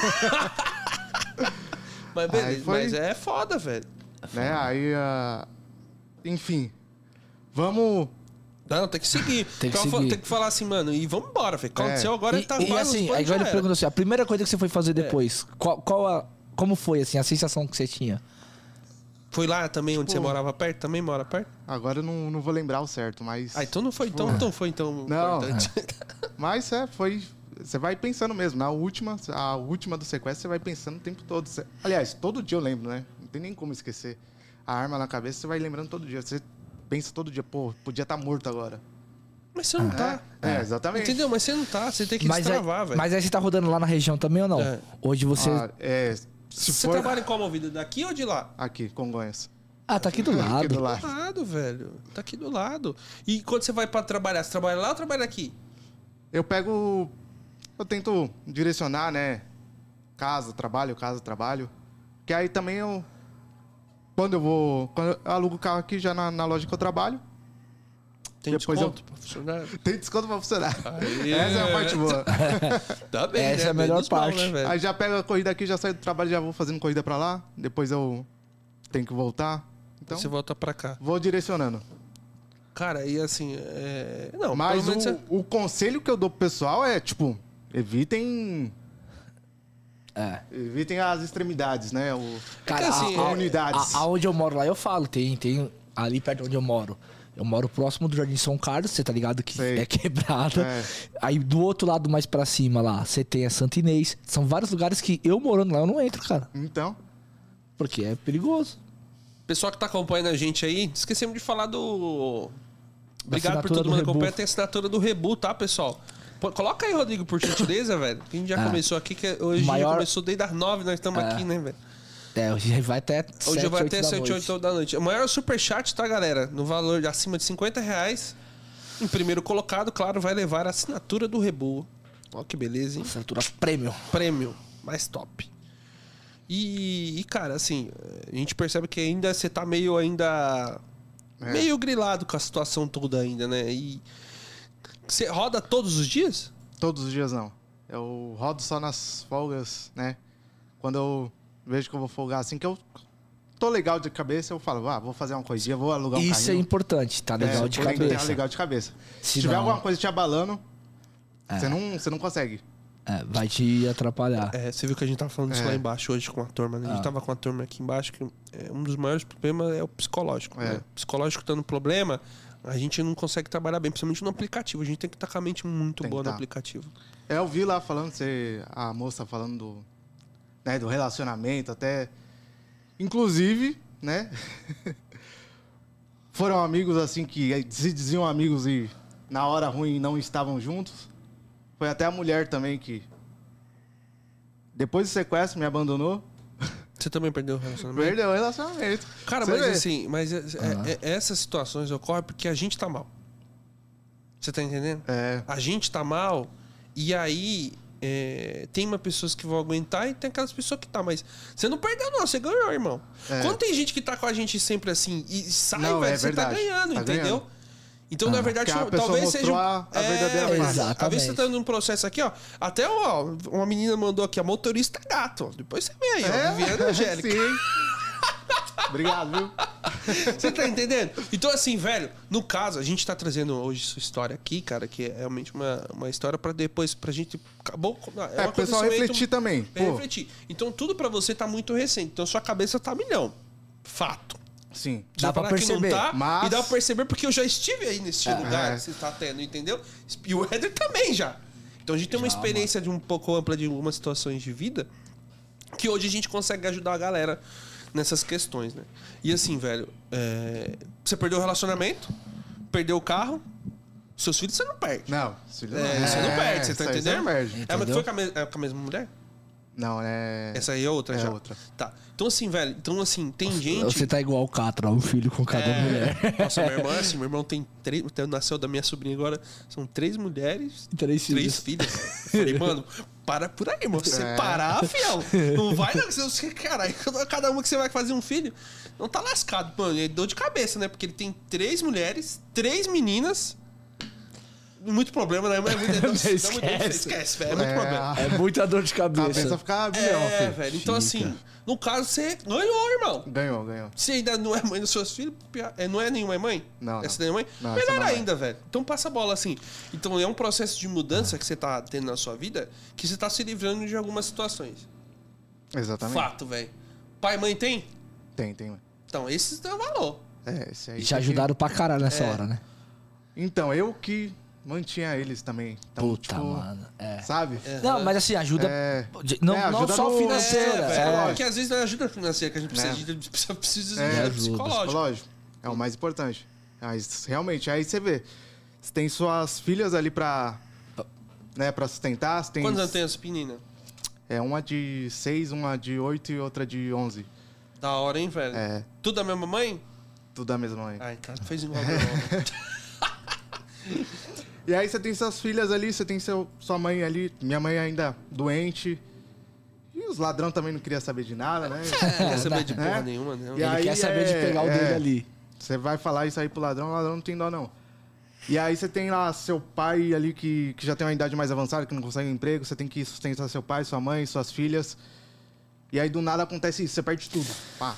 Mas beleza, Aí foi- mas é foda, velho. né? Aí, ah, enfim, vamos... Não, tem que seguir. Tem que Então, seguir. tem que falar assim, mano, e vamos embora, velho. Aconteceu agora, E, tá e vai, assim, os aí planos já agora ele era. pergunta assim, a primeira coisa que você foi fazer depois, qual, qual a, como foi, assim, a sensação que você tinha? Foi lá também onde Tipo- você morava perto? Também mora perto? Agora eu não, não vou lembrar o certo, mas... Ah, então não foi então, então foi então Não. importante. Mas é, foi... Você vai pensando mesmo. Na última, a última do sequestro, você vai pensando o tempo todo. Você- aliás, todo dia eu lembro, né? Não tem nem como esquecer. A arma na cabeça, você vai lembrando todo dia. Você pensa todo dia, pô, podia estar morto agora. Mas você não tá. É, exatamente. Entendeu? Mas você não tá, você tem que Mas aí, destravar, velho. mas aí você tá rodando lá na região também ou não? É. Hoje você... Ah, é, se Você for... trabalha em qual movida? Daqui ou de lá? Aqui, Congonhas. Ah, tá aqui do lado. Aqui do Do lado. lado, velho. Tá aqui do lado. E quando você vai pra trabalhar, você trabalha lá ou trabalha aqui? Eu pego... Eu tento direcionar, né? Casa, trabalho, casa, trabalho. Que aí também eu... Quando eu vou... Quando eu alugo o carro aqui já na, na loja que eu trabalho. Tem Depois desconto eu... pra funcionário? Tem desconto pra funcionar. Aí, Essa é a parte boa. Tá bem, Essa né? é a melhor Menos mal, parte. né, velho? Aí já pego a corrida aqui, já saio do trabalho, já vou fazendo corrida pra lá. Depois eu tenho que voltar. Então, Você volta pra cá. vou direcionando. Cara, e assim, é... Não, Mas pelo o, menos você... o conselho que eu dou pro pessoal é, tipo, evitem... É. Evitem as extremidades, né? O... Cara, assim, a- a- comunidades. a- aonde eu moro lá, eu falo, tem, tem ali perto onde eu moro. Eu moro próximo do Jardim São Carlos, você tá ligado que Sei. é quebrada. É. Aí do outro lado, mais pra cima lá, você tem a Santa Inês. São vários lugares que eu morando lá, eu não entro, cara. Então, Porque é perigoso. Pessoal que tá acompanhando a gente aí, esquecemos de falar do... Obrigado por assinatura todo do mundo Rebu. acompanhar. Tem a assinatura do Rebu, tá, pessoal? Pô, coloca aí, Rodrigo, por gentileza, velho. Que a gente já É. começou aqui, que hoje Maior- começou desde as nove, nós estamos É. aqui, né, velho? É, hoje vai até Hoje sete, vai oito até da sete, noite. oito da noite. O maior superchat, tá, galera? No valor de acima de cinquenta reais. Em primeiro colocado, claro, vai levar a assinatura do Rebu. Ó, que beleza, hein? Assinatura prêmio. Prêmio, mais top. E, e, cara, assim, a gente percebe que ainda você tá meio ainda... É. Meio grilado com a situação toda ainda, né? E você roda todos os dias? todos os dias não. Eu rodo só nas folgas, né? Quando eu vejo que eu vou folgar assim, que eu tô legal de cabeça, eu falo, ah, vou fazer uma coisinha, vou alugar um Isso é carrinho. importante, tá legal É, de tem que cabeça. estar legal de cabeça. Se Se tiver não- alguma coisa te abalando, É. você, não, você não consegue. É, vai te atrapalhar. É, você viu que a gente tava falando disso É. lá embaixo hoje com a turma, né? A gente Ah. tava com a turma aqui embaixo, que é, um dos maiores problemas é o psicológico, É. né? O psicológico tendo problema, a gente não consegue trabalhar bem, principalmente no aplicativo. A gente tem que estar com a mente muito Tem boa que no tá. aplicativo. É, eu vi lá falando, você, a moça falando do, né, do relacionamento, até. Inclusive, né? Foram amigos assim que se diziam amigos e na hora ruim não estavam juntos. Foi até a mulher também que. Depois do sequestro me abandonou. Você também perdeu o relacionamento? Perdeu o relacionamento. Cara, Você mas vê. assim, mas é- Ah. é- é- essas situações ocorrem porque a gente tá mal. Você tá entendendo? É. A gente tá mal e aí é, tem uma pessoas que vão aguentar e tem aquelas pessoas que tá, mas você não perdeu não, você ganhou, irmão. É. Quando tem gente que tá com a gente sempre assim e sai, Não, velho, é você tá verdade. ganhando, Tá entendeu? ganhando. Então, na verdade, Porque a pessoa talvez mostrou seja... um- a- a verdadeira velho, face. Às vezes você tá Exatamente. num processo aqui, ó. Até, ó, uma menina mandou aqui, a motorista é gato. Ó. Depois você vê aí, ó. Viviane Angélica. Sim. Obrigado, viu? Você tá entendendo? Então, assim, velho, no caso, a gente tá trazendo hoje sua história aqui, cara, que é realmente uma, uma história pra depois, pra gente. Acabou. É, um o pessoal acontecimento- refletir também. É, Pô, refletir. Então, tudo pra você tá muito recente. Então, sua cabeça tá milhão. Fato. sim. Você Dá vai pra falar que perceber, não tá, mas- e dá pra perceber porque eu já estive aí nesse lugar é. que você tá tendo, entendeu? E o Éder também já. Então a gente tem uma Já, experiência de um pouco ampla de algumas situações de vida que hoje a gente consegue ajudar a galera nessas questões, né? E assim, velho, é, você perdeu o relacionamento, perdeu o carro, seus filhos você não perde. Não, se não, É, você não perde, você tá isso aí entendendo? não perde. É, mas Entendeu? foi com a, me- é com a mesma mulher? Não, é. Essa aí é outra é já? outra. Tá. Então assim, velho, então assim, tem gente... Você tá igual o Catra, um filho com cada É. mulher. Nossa, meu irmão é assim, meu irmão tem três. Nasceu da minha sobrinha agora. São três mulheres, Três três filhos. filhas. Eu falei, mano, para por aí, irmão. Se você É. parar, fiel. Não vai, não. Você, caralho, cada uma que você vai fazer um filho, não tá lascado, mano. É dor de cabeça, né? Porque ele tem três mulheres, três meninas. Muito problema, né? Mas é muito, dá muito- Esquece. esquece, velho. É muito É, problema. É muita dor de A cabeça. cabeça fica milhão, É, filho. velho. Então, Fica. assim, no caso, você ganhou, irmão. Ganhou, ganhou. Se ainda não é mãe dos seus filhos, pior- é, não é nenhuma mãe? Não, não. Essa daí é mãe? Não, essa Melhor não é. ainda, velho. Então passa a bola assim. Então é um processo de mudança que você tá tendo na sua vida que você tá se livrando de algumas situações. Exatamente. Fato, velho. Pai e mãe tem? Tem, tem. Então, esses dão valor. É, esse aí. E te tem que- ajudaram pra caralho nessa É. hora, né? Então, eu que mantinha eles também. Então, Puta, tipo, mano. É. Sabe? Não, mas assim, ajuda. É. de- Não, É, não ajuda só no- financeira. É, É, velho. Porque às vezes não é ajuda financeira que a gente precisa, É. a gente precisa, precisa de É, ajuda ajuda. psicológica. Lógico. É o mais importante. Mas realmente, aí você vê. Você tem suas filhas ali pra. Né, pra sustentar. Você tem. Quantos anos tem essa menina? É uma de seis, uma de oito e outra de onze. Da hora, hein, velho? É. Tudo da mesma mãe? Tudo da mesma mãe. Ai, tá. Fez igual meu irmão. E aí você tem suas filhas ali, você tem seu, sua mãe ali, minha mãe ainda doente. E os ladrão também não queria saber de nada, né? Não quer saber de porra É. nenhuma, não. E Ele aí quer saber de é- pegar o é. dele ali. Você vai falar isso aí pro ladrão, o ladrão não tem dó, não. E aí você tem lá seu pai ali que, que já tem uma idade mais avançada, que não consegue um emprego, você tem que sustentar seu pai, sua mãe, suas filhas. E aí do nada acontece isso, você perde tudo. Pá.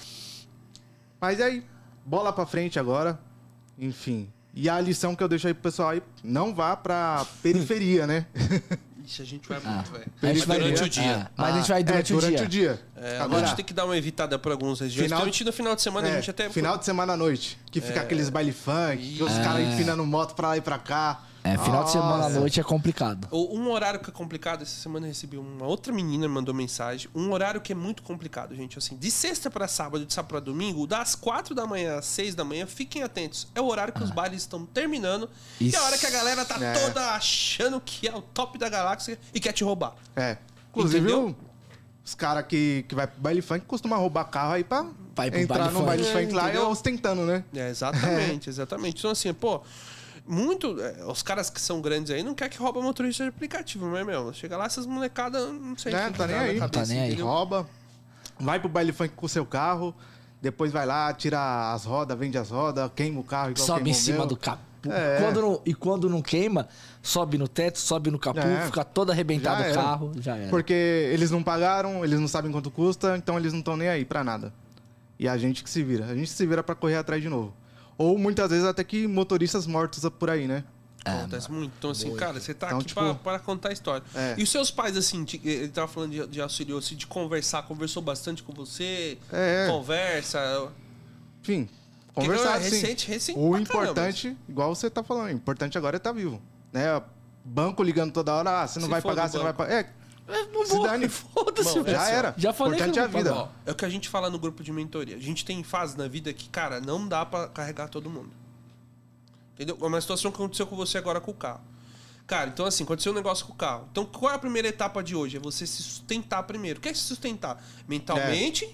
Mas aí, bola pra frente agora. Enfim. E a lição que eu deixo aí pro pessoal aí, não vá pra periferia, né? Ixi, a gente vai muito, velho. A gente vai durante ver- o dia. é, mas a gente vai durante, é, durante o o dia. dia. É, Agora, a gente tem que dar uma evitada por algumas regiões. Final- Final... no final de semana é, a gente até... final de semana à noite, que fica aqueles baile funk, que os É. caras empinando moto pra lá e pra cá. É, final de semana à Nossa. noite é complicado. Ou um horário que é complicado, essa semana eu recebi uma outra menina, me mandou mensagem. Um horário que é muito complicado, gente. Assim, de sexta pra sábado, de sábado pra domingo, das quatro da manhã às seis da manhã, fiquem atentos. É o horário que os bailes estão terminando. E Isso. é a hora que a galera tá É. toda achando que é o top da galáxia e quer te roubar. É. Inclusive, Entendeu? o- os caras que, que vai pro baile funk costumam roubar carro aí pra Vai pro entrar baile no funk. baile É, funk lá e entendeu? ostentando, né? É, exatamente, exatamente. Então, assim, pô, muito. é, os caras que são grandes aí não querem que rouba motorista de aplicativo, não é mesmo? Chega lá, essas molecadas, não sei o É, que tá que nem dá na aí. cabeça, Tá nem aí. entendeu? Rouba, vai pro baile funk com o seu carro, depois vai lá, tira as rodas, vende as rodas, queima o carro igual Sobe em queimou o cima meu. do capô. É. Quando não- e quando não queima, sobe no teto, sobe no capô, É. fica todo arrebentado Já o era. carro, já era. Porque eles não pagaram, eles não sabem quanto custa, então eles não estão nem aí pra nada. E a gente que se vira. A gente se vira pra correr atrás de novo. Ou muitas vezes até que motoristas mortos por aí, né? Acontece muito. Então, assim, cara, você tá Então, aqui tipo, pra, pra contar a história. é. E os seus pais, assim, de- ele tava falando de, de auxílio, assim, de conversar, conversou bastante com você, É. conversa. Enfim, Porque conversar é sim. recente, recente O pra importante, igual você tá falando, o importante agora é estar vivo. Né? Banco ligando toda hora, ah, você não Se vai foda pagar, o você não vai banco. pagar. É, É, não se vou, dane. foda-se, Bom, velho. já assim, ó, era. Já falei importante que é eu a não vou vida. pagar. É o que a gente fala no grupo de mentoria. A gente tem fases na vida que, cara, não dá pra carregar todo mundo. Entendeu? Uma situação que aconteceu com você agora com o carro. Cara, então assim, aconteceu um negócio com o carro. Então qual é a primeira etapa de hoje? É você se sustentar primeiro. O que é se sustentar? Mentalmente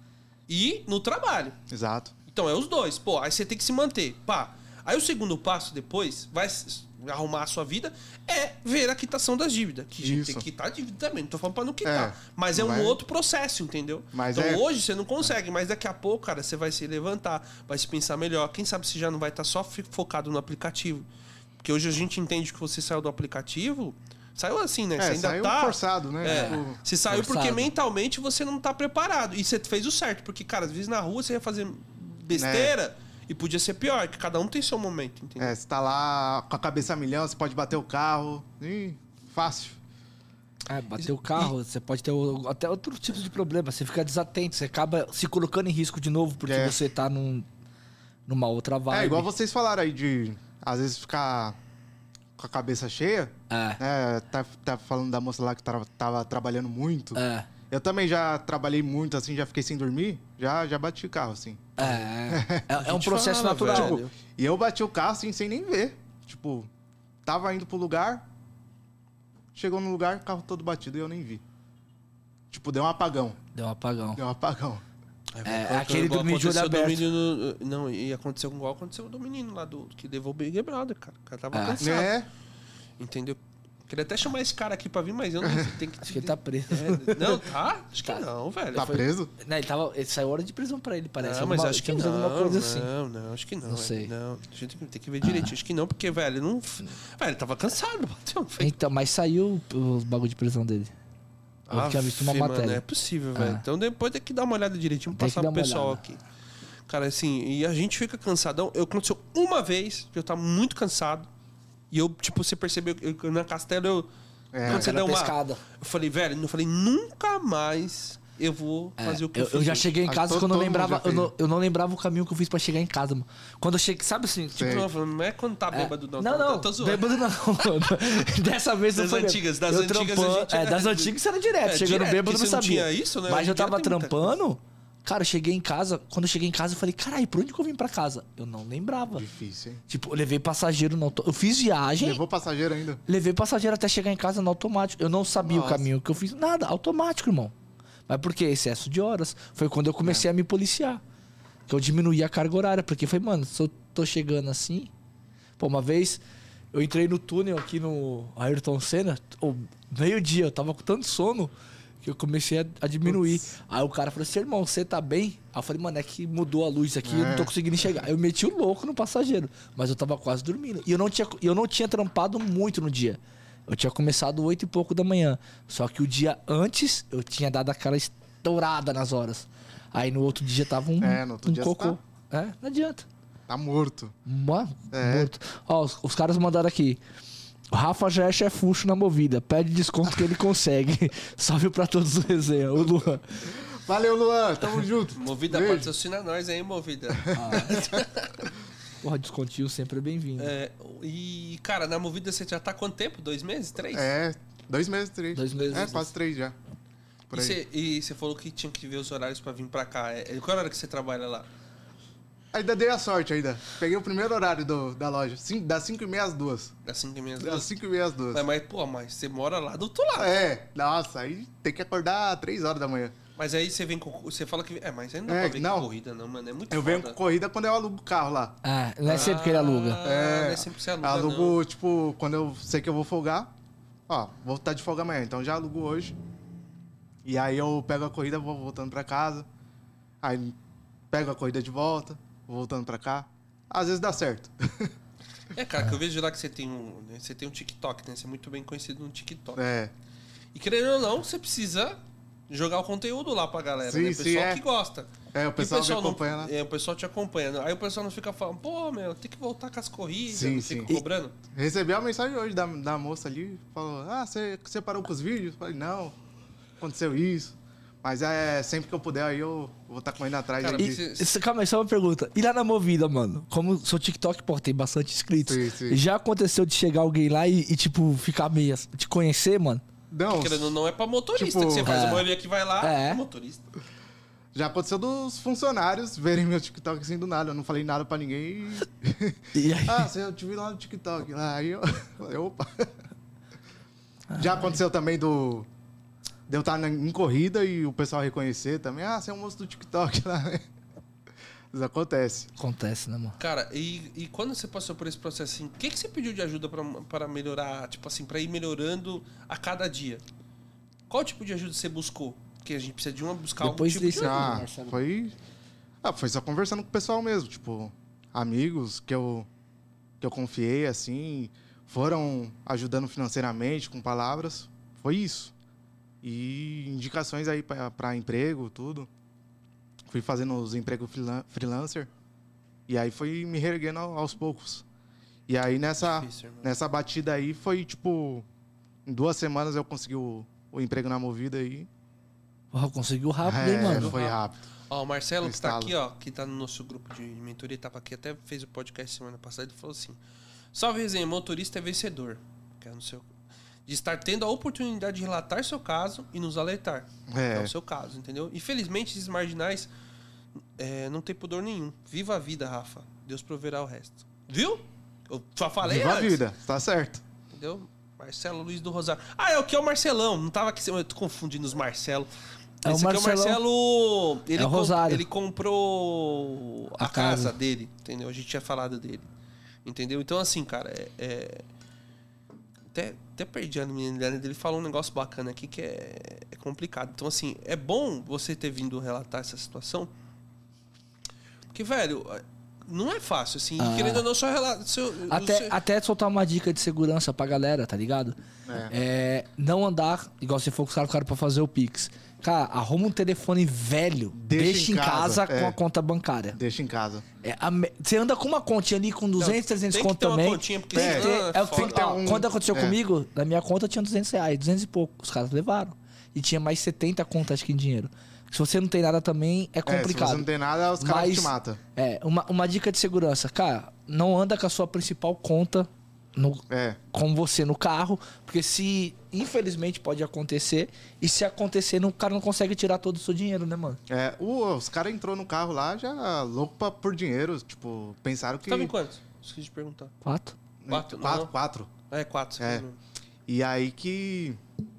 e no trabalho. Exato. Então é os dois. Pô, aí você tem que se manter. Pá. Aí o segundo passo depois, vai s- arrumar a sua vida, é ver a quitação das dívidas. Que gente, Isso. tem que quitar a dívida também. Não tô falando pra não quitar. É, Mas é um vai- outro processo, entendeu? Mas então é- hoje você não consegue, mas daqui a pouco, cara, você vai se levantar, vai se pensar melhor. Quem sabe você já não vai estar só fi- focado no aplicativo. Porque hoje a gente entende que você saiu do aplicativo. Saiu assim, né? É, você ainda saiu tá. forçado, né? É, Tipo, você saiu forçado. porque mentalmente você não tá preparado. E você fez o certo, porque, cara, às vezes na rua você ia fazer besteira e podia ser pior, que cada um tem seu momento, entendeu? é, você tá lá com a cabeça a milhão, você pode bater o carro. Ih, fácil. É, bater o carro, você pode ter o- até outro tipo de problema. Você fica desatento, você acaba se colocando em risco de novo porque É. você tá num, numa outra vibe. É, igual vocês falaram aí de, às vezes, ficar com a cabeça cheia. É, Né? Tá, tá falando da moça lá que tava, tava trabalhando muito. é, Eu também já trabalhei muito, assim, já fiquei sem dormir. Já, já bati o carro, assim. é. É, é um gente processo fala, natural. velho. E eu bati o carro, assim, sem nem ver. Tipo, tava indo pro lugar, chegou no lugar, carro todo batido e eu nem vi. Tipo, deu um apagão. Deu um apagão. Deu um apagão. Aí, É, igual- aquele igual do vídeo aconteceu olho do aberto. menino- não, e aconteceu igual aconteceu do menino lá do que levou o Big Brother, cara. O cara tava Ah. cansado. É, Entendeu? Queria até chamar esse cara aqui pra vir, mas eu não tem que. Acho que ele tá preso. É, não, tá? Acho que Tá. não, velho. tá Foi- preso? Não, ele, tava, ele saiu hora de prisão pra ele, parece. Não, mas Alguma- acho que tínhamos não. alguma coisa assim. Não, não, acho que não. Não velho. sei. Não, a gente tem que- tem que ver direito. Acho que não, porque, velho, não. Velho, ele tava cansado, bateu. Não fez. Então, mas saiu os bagulho de prisão dele. Eu tinha visto uma Aff, mano, matéria. é possível, velho. Ah. Então depois tem que dar uma olhada direitinho, Tem que passar dar pro uma pessoal olhada. aqui. Cara, assim, e a gente fica cansadão. Eu aconteceu uma vez que eu tava muito cansado. E eu, tipo, você percebeu, eu, eu na Castelo, eu. É. quando você Aquela deu uma. pescada. Eu falei, velho, eu falei, nunca mais eu vou É, fazer o que eu, eu, fiz. eu já hoje. cheguei em Acho casa que quando eu todo mundo lembrava. já Eu fez. não, eu não lembrava o caminho que eu fiz pra chegar em casa, mano. Quando eu cheguei, sabe assim? Tipo, Sei. Não, não é quando tá é, bêbado, não. não, tá, não, tá, tô zoando. bêbado não, mano. Dessa vez não Das foi antigas, das eu antigas trampando- a gente É, era- das antigas era direto. É, Chegando direto, bêbado porque não você não sabia. tinha isso, né? Mas Hoje eu em dia tava tem muita trampando. Cara, eu cheguei em casa. Quando eu cheguei em casa, eu falei, caralho, por onde que eu vim pra casa? Eu não lembrava. Difícil, hein? Tipo, eu levei passageiro no auto... Eu fiz viagem. Levou passageiro ainda. Levei passageiro até chegar em casa no automático. Eu não sabia Nossa. o caminho que eu fiz. Nada, automático, irmão. Mas por quê? Excesso de horas. Foi quando eu comecei É. a me policiar. Que eu diminuí a carga horária. Porque foi, mano, se eu tô chegando assim... Pô, uma vez eu entrei no túnel aqui no Ayrton Senna. ô, meio-dia, eu tava com tanto sono que eu comecei a, a diminuir. Putz. Aí o cara falou assim, irmão, você tá bem? Aí eu falei, mano, é que mudou a luz aqui, é. eu não tô conseguindo enxergar. Eu meti o louco no passageiro, mas eu tava quase dormindo. E eu não tinha, eu não tinha trampado muito no dia. Eu tinha começado oito e pouco da manhã. Só que o dia antes, eu tinha dado aquela estourada nas horas. Aí no outro dia tava um, é, no outro um dia cocô. Tá... É, não adianta. Tá morto. Mano, é. morto. Ó, os, os caras mandaram aqui. O Rafa já é chefucho na Movida. Pede desconto que ele consegue. Salve pra todos do resenha. O Luan. Valeu, Luan. Tamo junto. Movida Beijo. Patrocina nós aí, Movida. Ah. Porra, descontinho sempre é bem-vindo. É, e, cara, na Movida você já tá há quanto tempo? Dois meses? Três? É, dois meses, três. Dois meses. É, quase três já. E você, e você falou que tinha que ver os horários pra vir pra cá. É, qual hora que você trabalha lá? Ainda dei a sorte ainda. Peguei o primeiro horário do, da loja. Cinco, das cinco e meia às duas. Das cinco e meia às Das duas? cinco e meia às duas. Mas, mas, pô, mas você mora lá do outro lado. É, nossa, aí tem que acordar três horas da manhã. Mas aí você vem com... Você fala que... É, mas aí não dá É, pra ver não. com corrida, não, mano. É muito Eu foda. venho com corrida quando eu alugo o carro lá. Ah, não é sempre que ele aluga. Ah, É, não é sempre que você aluga, alugo, não. tipo, quando eu sei que eu vou folgar. Ó, vou estar de folga amanhã, então já alugo hoje. E aí eu pego a corrida, vou voltando pra casa. Aí pego a corrida de volta, vou voltando pra cá. Às vezes dá certo. É, cara, que eu vejo lá que você tem um... Né, você tem um TikTok, né? Você é muito bem conhecido no TikTok. É. E querendo ou não, você precisa jogar o conteúdo lá pra galera, Sim, né? O sim, pessoal é. que gosta. É, o pessoal, E me não- acompanha lá. É, o pessoal te acompanha. Aí o pessoal não fica falando, pô, meu, tem que voltar com as corridas, Sim, não sim. fica cobrando. Recebi uma mensagem hoje da, da moça ali, falou, ah, você, você parou com os vídeos? Falei, não, aconteceu isso. Mas é sempre que eu puder, aí eu vou estar correndo atrás. Cara, aí E, de- isso- calma aí, só uma pergunta. E lá na Movida, mano? Como seu TikTok, pô, tem bastante inscritos. Sim, sim. Já aconteceu de chegar alguém lá e, e, tipo, ficar meio... assim, te conhecer, mano? Não, Querendo ou não, é pra motorista Tipo, que você faz. é. A maioria que vai lá É. é motorista. já aconteceu dos funcionários verem meu TikTok assim do nada. Eu não falei nada pra ninguém e... E aí? ah, você, eu te vi lá no TikTok. Aí eu falei, opa. Já aconteceu também do... De eu estar na- em corrida e o pessoal reconhecer também. Ah, você é um moço do TikTok lá. Isso acontece. Acontece, né, mano? Cara, e, e quando você passou por esse processo assim, o que, que você pediu de ajuda pra, pra melhorar, tipo assim, pra ir melhorando a cada dia? Qual tipo de ajuda você buscou? Porque a gente precisa de uma buscar Depois algum tipo desse- de ajuda. Ah, Marcelo. foi... Ah, foi só conversando com o pessoal mesmo. Tipo, amigos que eu, que eu confiei, assim, foram ajudando financeiramente, com palavras. Foi isso. E indicações aí pra, pra emprego, tudo. Fui fazendo os empregos freelan- freelancer. E aí foi me reerguendo ao- aos poucos. E aí nessa, Difícil, irmão. nessa batida aí foi tipo... Em duas semanas eu consegui o, o emprego na Movida aí. Porra, conseguiu rápido, É, hein, mano? foi rápido. Ó, o Marcelo, No que tá estalo. aqui, ó, que tá no nosso grupo de mentoria, tava aqui, até fez o podcast semana passada, ele falou assim: salve resenha, motorista é vencedor. Que é no seu... De estar tendo a oportunidade de relatar seu caso e nos alertar. É. É o seu caso, entendeu? Infelizmente, esses marginais é, não tem pudor nenhum. Viva a vida, Rafa. Deus proverá o resto. Viu? Eu só falei Viva a antes. vida, tá certo. Entendeu? Marcelo Luiz do Rosário. Ah, é o que é o Marcelão. Não tava aqui. Eu tô confundindo os Marcelo. É o Esse aqui é o Marcelão. Marcelo. Ele, É o com- Rosário. ele comprou a, A casa. casa. dele. Entendeu? A gente tinha falado dele. Entendeu? Então, assim, cara, é. é- Até, até perdi a menina dele. Ele falou um negócio bacana aqui que é, é complicado. Então, assim, é bom você ter vindo relatar essa situação. Porque, velho, não é fácil, assim. Ah. Querendo ou não, só relatar. Seu, Até, seu- até soltar uma dica de segurança pra galera, tá ligado? É. É, não andar, igual você for com os caras cara pra fazer o Pix. Cara, arruma um telefone velho, Deixa deixa, em em casa, casa, com é. a conta bancária. Deixa em casa. É, a me- você anda com uma continha ali com duzentos, trezentos tem que conto ter uma também. continha, porque tem que senão ter, é é o que foda. tem que Tem ter. que ter um- Quando aconteceu é. comigo, na minha conta tinha duzentos reais, duzentos e pouco. Os caras levaram. E tinha mais setenta contas, acho que em dinheiro. Se você não tem nada também, é É, se complicado. você não tem nada, os caras Mas- te matam. É, uma, uma dica de segurança. Cara, não anda com a sua principal conta no, É. com você no carro, porque se, infelizmente, pode acontecer, e se acontecer, o cara não consegue tirar todo o seu dinheiro, né, mano? É, o- os caras entrou no carro lá já louco pra, por dinheiro. Tipo, pensaram que. Tava em quantos? Esqueci de perguntar. Fato. Quatro? Quatro, Não. quatro. É, quatro. você É. falou. E aí que.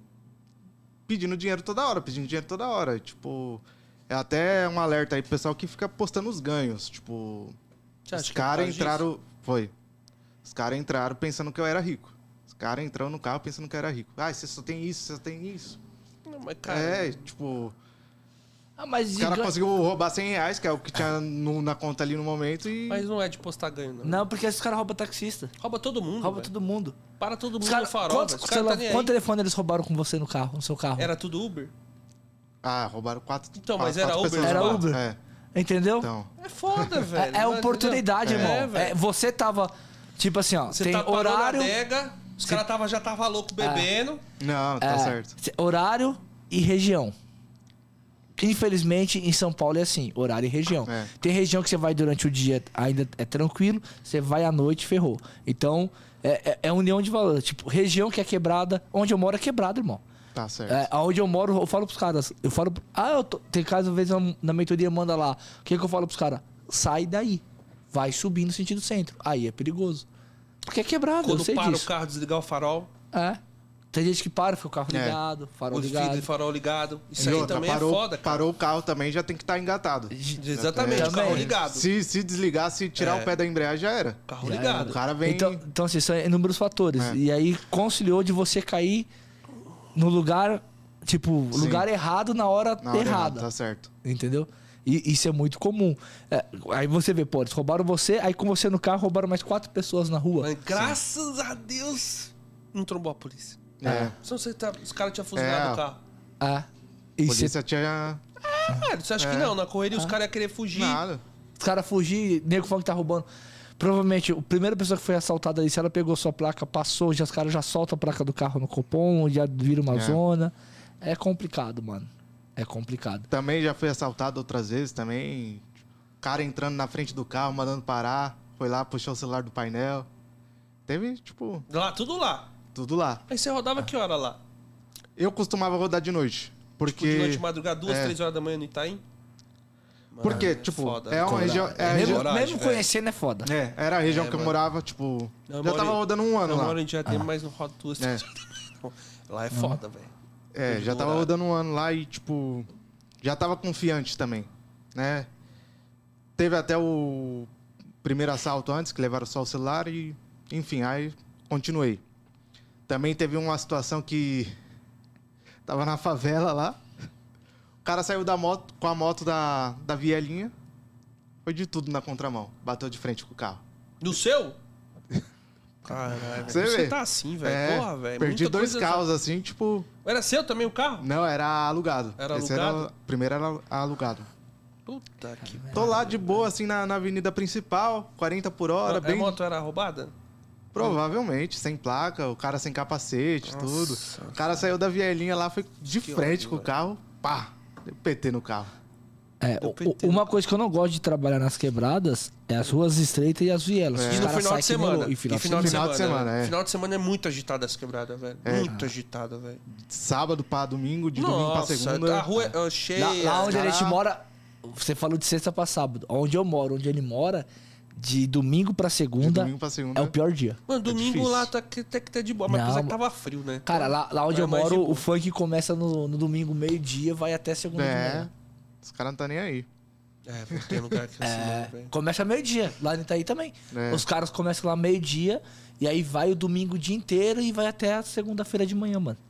Pedindo dinheiro toda hora, pedindo dinheiro toda hora. Tipo, é até um alerta aí pro pessoal que fica postando os ganhos. Tipo, Você acha os que é por caras causa entraram. Foi. Os caras entraram pensando que eu era rico. Os caras entraram no carro pensando que eu era rico. Ah, você só tem isso, você só tem isso. Não, mas, cara... É, tipo... Ah, mas O cara ganha- conseguiu roubar cem reais, que é o que tinha no- na conta ali no momento, e... Mas não é de postar ganho, não. Não, porque esses caras roubam taxista. Rouba todo mundo, Rouba velho. todo mundo. Para todo mundo Os cara, no farol, quantos, velho. Os caras tá nem aí. quanto telefone eles roubaram com você no carro, no seu carro? Era tudo Uber? Ah, roubaram quatro... Então, quatro, mas era quatro Uber, pessoas. Era roubar? Uber. É, Entendeu? então... É foda, velho. É, é Mas, oportunidade, entendeu? irmão. É, velho. É, você tava, tipo assim, ó, Você tem tá parou horário, na adega, os caras tava, já tava louco bebendo. Não, tá é, certo. cê- horário e região. Infelizmente, em São Paulo é assim, horário e região. É. Tem região que você vai durante o dia, ainda é tranquilo, você vai à noite, ferrou. Então, é, é, é união de valor. Tipo, região que é quebrada, onde eu moro é quebrado, irmão. Tá certo. É, onde eu moro, eu falo pros caras, eu falo, ah, eu tô, tem caso, às vezes, na- na mentoria manda lá, o que que eu falo pros caras? Sai daí, vai subir no sentido centro, aí é perigoso. Porque é quebrado, eu Quando sei para disso. o carro, desligar o farol. É, tem gente que para, fica o carro É. ligado, farol O ligado. vidro, farol ligado. Isso E aí outra, também parou, é foda, cara. Parou o carro também, já tem que estar engatado. Exatamente, É. o carro Também. ligado. Se, se desligar, se tirar É. o pé da embreagem, já era. Carro Já ligado. O cara vem... Então, então, assim, são inúmeros fatores. É. E aí conciliou de você cair no lugar, tipo, Sim. lugar errado na hora na hora errada. Tá certo. Entendeu? E isso é muito comum. É, aí você vê, pô, eles roubaram você, aí com você no carro roubaram mais quatro pessoas na rua. Mas graças a Deus não trombou a polícia. É. Senão você tá, os caras tinham fuzilado É. o carro. Ah. A E polícia cê, tinha... É, você acha que É. não? Na correria os caras iam querer fugir. Nada. os caras fugir, nego falando que tá roubando. Provavelmente, a primeira pessoa que foi assaltada ali, se ela pegou sua placa, passou, já os caras já soltam a placa do carro no Copom, já vira uma É. zona. É complicado, mano. É complicado. Também já fui assaltado outras vezes também. Cara entrando na frente do carro, mandando parar. Foi lá, puxou o celular do painel. Teve, tipo, Lá, tudo lá. tudo lá. Aí você rodava que hora lá? Eu costumava rodar de noite. Porque... Tipo, de noite, de madrugada, duas, É. três horas da manhã no Itaim? Porque, Mano, tipo, foda, é uma coragem. região... É a mesmo região... coragem, mesmo velho. conhecendo é foda. É, era a região É, que eu mano. morava, tipo... Eu já moro tava em- rodando um ano Eu lá. moro em Diadema, mas não rodo duas, É. três horas. Lá é foda, velho. É, Tudo já no tava horário. rodando um ano lá e, tipo... Já tava confiante também, né? Teve até o primeiro assalto antes, que levaram só o celular e... Enfim, aí continuei. Também teve uma situação que... Tava na favela lá. O cara saiu da moto, com a moto da, da vielinha. Foi de tudo na contramão. Bateu de frente com o carro. No seu? Caralho, Você você vê. tá assim, velho. É, Porra, velho. perdi muita dois coisa- carros assim, tipo... Era seu também o carro? Não, era alugado. Era Esse alugado? Era, primeiro era alugado. Puta que Tô lá de boa, assim, na, na avenida principal, quarenta por hora, A bem... moto era roubada? Provavelmente, sem placa, o cara sem capacete, Nossa. tudo. O cara saiu da vielinha lá, foi de Que frente ódio, com o velho. carro, pá, deu P T no carro. É, Deu o- P T, uma né? coisa que eu não gosto de trabalhar nas quebradas é as ruas estreitas e as vielas. É. Os E no caras final saem de que nem semana. louco. E E final de final de Final de semana. semana, é. Final de semana é muito agitada as quebradas, velho. É. Muito agitada, velho. Sábado pra domingo, de domingo pra Nossa, segunda. a rua é cheia. Lá, lá onde cara- a gente mora, você falou de sexta pra sábado. Onde eu moro, onde ele mora, de domingo pra de segunda, domingo pra segunda. é o pior dia. Mano, domingo difícil. lá tá, que- até que tá de boa, mas Não, apesar que mas- tava frio, né? Cara, lá, lá onde É eu mais de moro, boa. o funk começa no, no domingo meio-dia, vai até segunda de É, manhã. os caras não tá nem aí. É, não tem lugar que é assim, É, não, velho. começa meio-dia, lá em Itaí também. É. Os caras começam lá meio-dia, e aí vai o domingo o dia inteiro e vai até a segunda-feira de manhã, mano.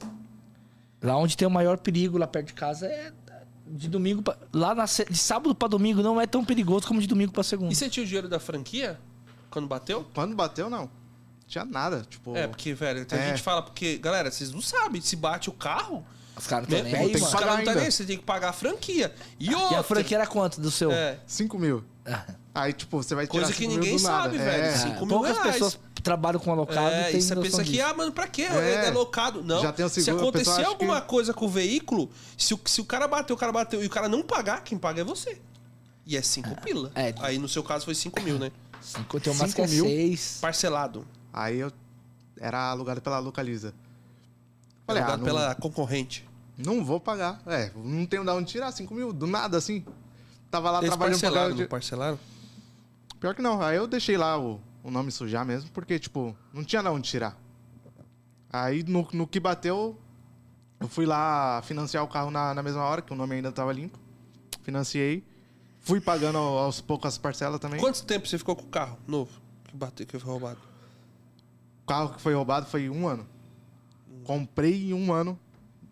Lá onde tem o maior perigo, lá perto de casa, é de domingo pra... Lá na se- de sábado pra domingo não é tão perigoso como de domingo pra segunda. E você tinha o dinheiro da franquia? Quando bateu? Quando bateu, não. Tinha nada, tipo... É, porque, velho, tem É. gente que fala, porque, galera, vocês não sabem, se bate o carro, Os caras né, estão nem tem aí, que os mano. pagar caras não tá ainda. nem aí, você tem que pagar a franquia. E outra, E a franquia era quanto do seu? é, cinco mil. Aí, tipo, você vai tirar Coisa que cinco mil ninguém do nada. sabe, velho. É. Sim. É, cinco mil poucas reais. pessoas trabalham com alocado É, e tem e você noção pensa que, disso. ah, mano, pra quê? É. É locado. Não. Já tem o se seguro, a pessoa acontecer acha alguma que- coisa com o veículo, se o, se o cara bateu, o cara bateu e o cara não pagar, quem paga é você. E é cinco pila. é. Aí no seu caso foi cinco mil, né? Cinco, tem umas Cinco que é mil? seis. Parcelado. Aí eu... Era alugado pela Localiza. Falei, ah, Alugado não, pela concorrente. não vou pagar. É, não tenho de onde tirar cinco mil, do nada, assim. Tava lá Eles trabalhando pra parcelaram, ganhar não parcelaram? Pior que não. Aí eu deixei lá o, o nome sujar mesmo, porque, tipo, não tinha de onde tirar. Aí, no, no que bateu, eu fui lá financiar o carro na, na mesma hora, que o nome ainda tava limpo. Financiei. Fui pagando aos poucos as parcelas também. Quanto tempo você ficou com o carro novo? Que bateu, que foi roubado? O carro que foi roubado foi um ano. Comprei em um ano.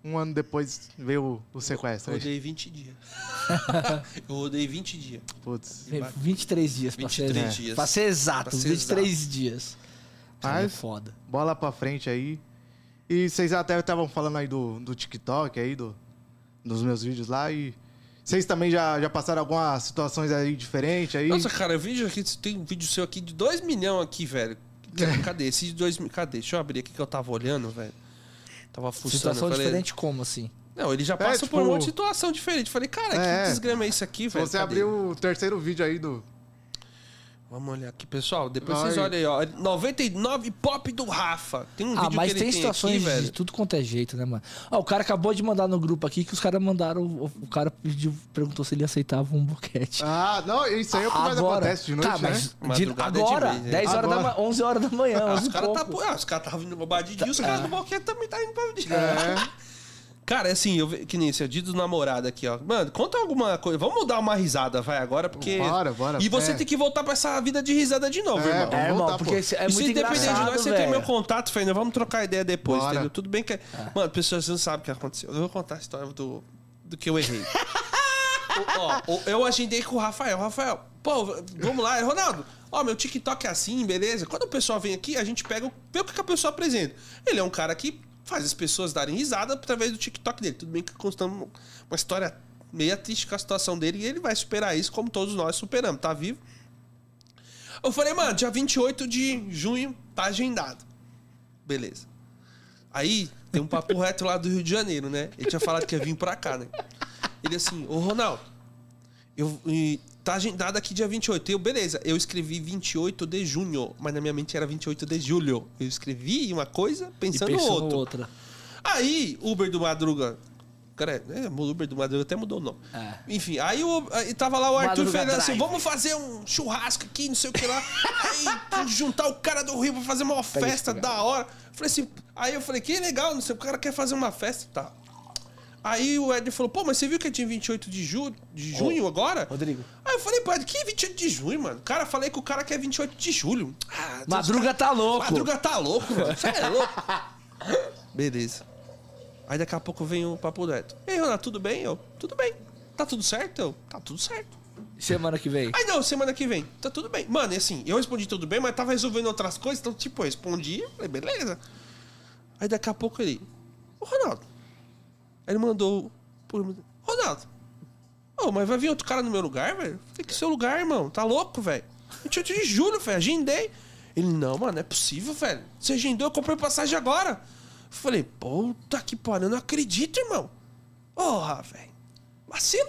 um ano depois veio o, o sequestro. Eu rodei vinte dias. Eu rodei vinte dias. Putz. vinte e três dias pra ser, vinte e três né? dias. Pra ser exato, Pra ser vinte e três exato. dias. Cara, é Mas, foda. bola pra frente aí. E vocês até estavam falando aí do, do TikTok aí, do, dos meus vídeos lá e... Vocês também já, já passaram algumas situações aí diferentes aí? Nossa, cara, vídeo aqui, tem um vídeo seu aqui de dois milhões aqui, velho. Cadê? Esse de dois mil? Cadê? Deixa eu abrir aqui que eu tava olhando, velho. Tava fuçando. Situação eu falei, diferente como, assim? Não, ele já passa tipo, por um monte de situação diferente. Falei, cara, É. que desgrama é isso aqui, Se velho? você Cadê? abrir o terceiro vídeo aí do... Vamos olhar aqui, pessoal. Depois Vai. vocês olham aí, ó. noventa e nove Pop do Rafa. Tem um Ah, vídeo mas que tem ele tem situações aqui, velho. de tudo quanto é jeito, né, mano? Ó, o cara acabou de mandar no grupo aqui que os caras mandaram. O, o cara pediu, perguntou se ele aceitava um boquete. Ah, não, isso aí é o que mais acontece de noite, tá, né? mas de- Madrugada é de agora, vez, né? dez horas da Agora. manhã, onze horas da manhã, Ah, onze os e caras tá, pouco. ah, os caras estavam vindo badidinho, os caras do boquete também tá indo pra badidinho. É. Cara, é assim, eu, ve- que nem esse, é dia do namorado aqui, ó. Mano, conta alguma coisa. Vamos dar uma risada, vai, agora, porque... Bora, bora. E você É. tem que voltar pra essa vida de risada de novo, É, irmão. É, Vamos irmão, voltar, porque pô. esse- é E muito se depender de engraçado, nós, você tem meu velho. contato, Fernando. Vamos trocar ideia depois, Bora. entendeu? Tudo bem que... Mano, pessoas não sabem o que aconteceu. Eu vou contar a história do, do que eu errei. O- ó, o- eu agendei com o Rafael. Rafael, pô, vamos lá, Ronaldo. Ó, meu TikTok é assim, beleza? Quando o pessoal vem aqui, a gente pega, o- vê o que que a pessoa apresenta. Ele é um cara que faz as pessoas darem risada através do TikTok dele. Tudo bem que constamos uma história meio triste com a situação dele e ele vai superar isso como todos nós superamos, tá vivo? Eu falei, mano, dia vinte e oito de junho tá agendado. Beleza. Aí tem um papo reto lá do Rio de Janeiro, né? Ele tinha falado que ia vir pra cá, né? Ele assim, ô Ronaldo, eu, e, tá agendado aqui dia vinte e oito. Eu, beleza, eu escrevi vinte e oito de junho, mas na minha mente era vinte e oito de julho. Eu escrevi uma coisa E pensando pensou no outro. outra. Aí, Uber do Madruga. Cara, é, o Uber do Madruga até mudou o nome. É. Enfim, aí, o, aí tava lá o Arthur Madruga Fernandes assim: Drive. vamos fazer um churrasco aqui, não sei o que lá. Aí, juntar o cara do Rio pra fazer uma festa da hora. Falei assim, aí eu falei: que legal, não sei, o cara quer fazer uma festa e tal. Aí o Ed falou: pô, mas você viu que é dia vinte e oito de, ju de junho agora? Rodrigo. Aí eu falei: pô, Ed, que vinte e oito de junho, mano? Cara, falei que o cara quer vinte e oito de julho. Ah, Deus, Madruga cara- tá louco. Madruga tá louco, mano. Você é louco. Beleza. Aí daqui a pouco vem o papo reto. Ei, Ronaldo, tudo bem? Eu, tudo bem. Tá tudo certo? Eu, tá tudo certo. Semana que vem. Aí não, semana que vem. Tá tudo bem. Mano, e assim, eu respondi tudo bem, mas tava resolvendo outras coisas, então, tipo, eu respondi, falei, beleza. Aí daqui a pouco ele, ô Ronaldo. Aí ele mandou, por... Ronaldo, ô, mas vai vir outro cara no meu lugar, velho? Falei, que seu lugar, irmão? Tá louco, velho? vinte e oito de julho, velho, agendei. Ele, não, mano, não é possível, velho. Você agendou, eu comprei passagem agora. Falei, puta que pariu, eu não acredito, irmão. Porra, velho. Vacilou.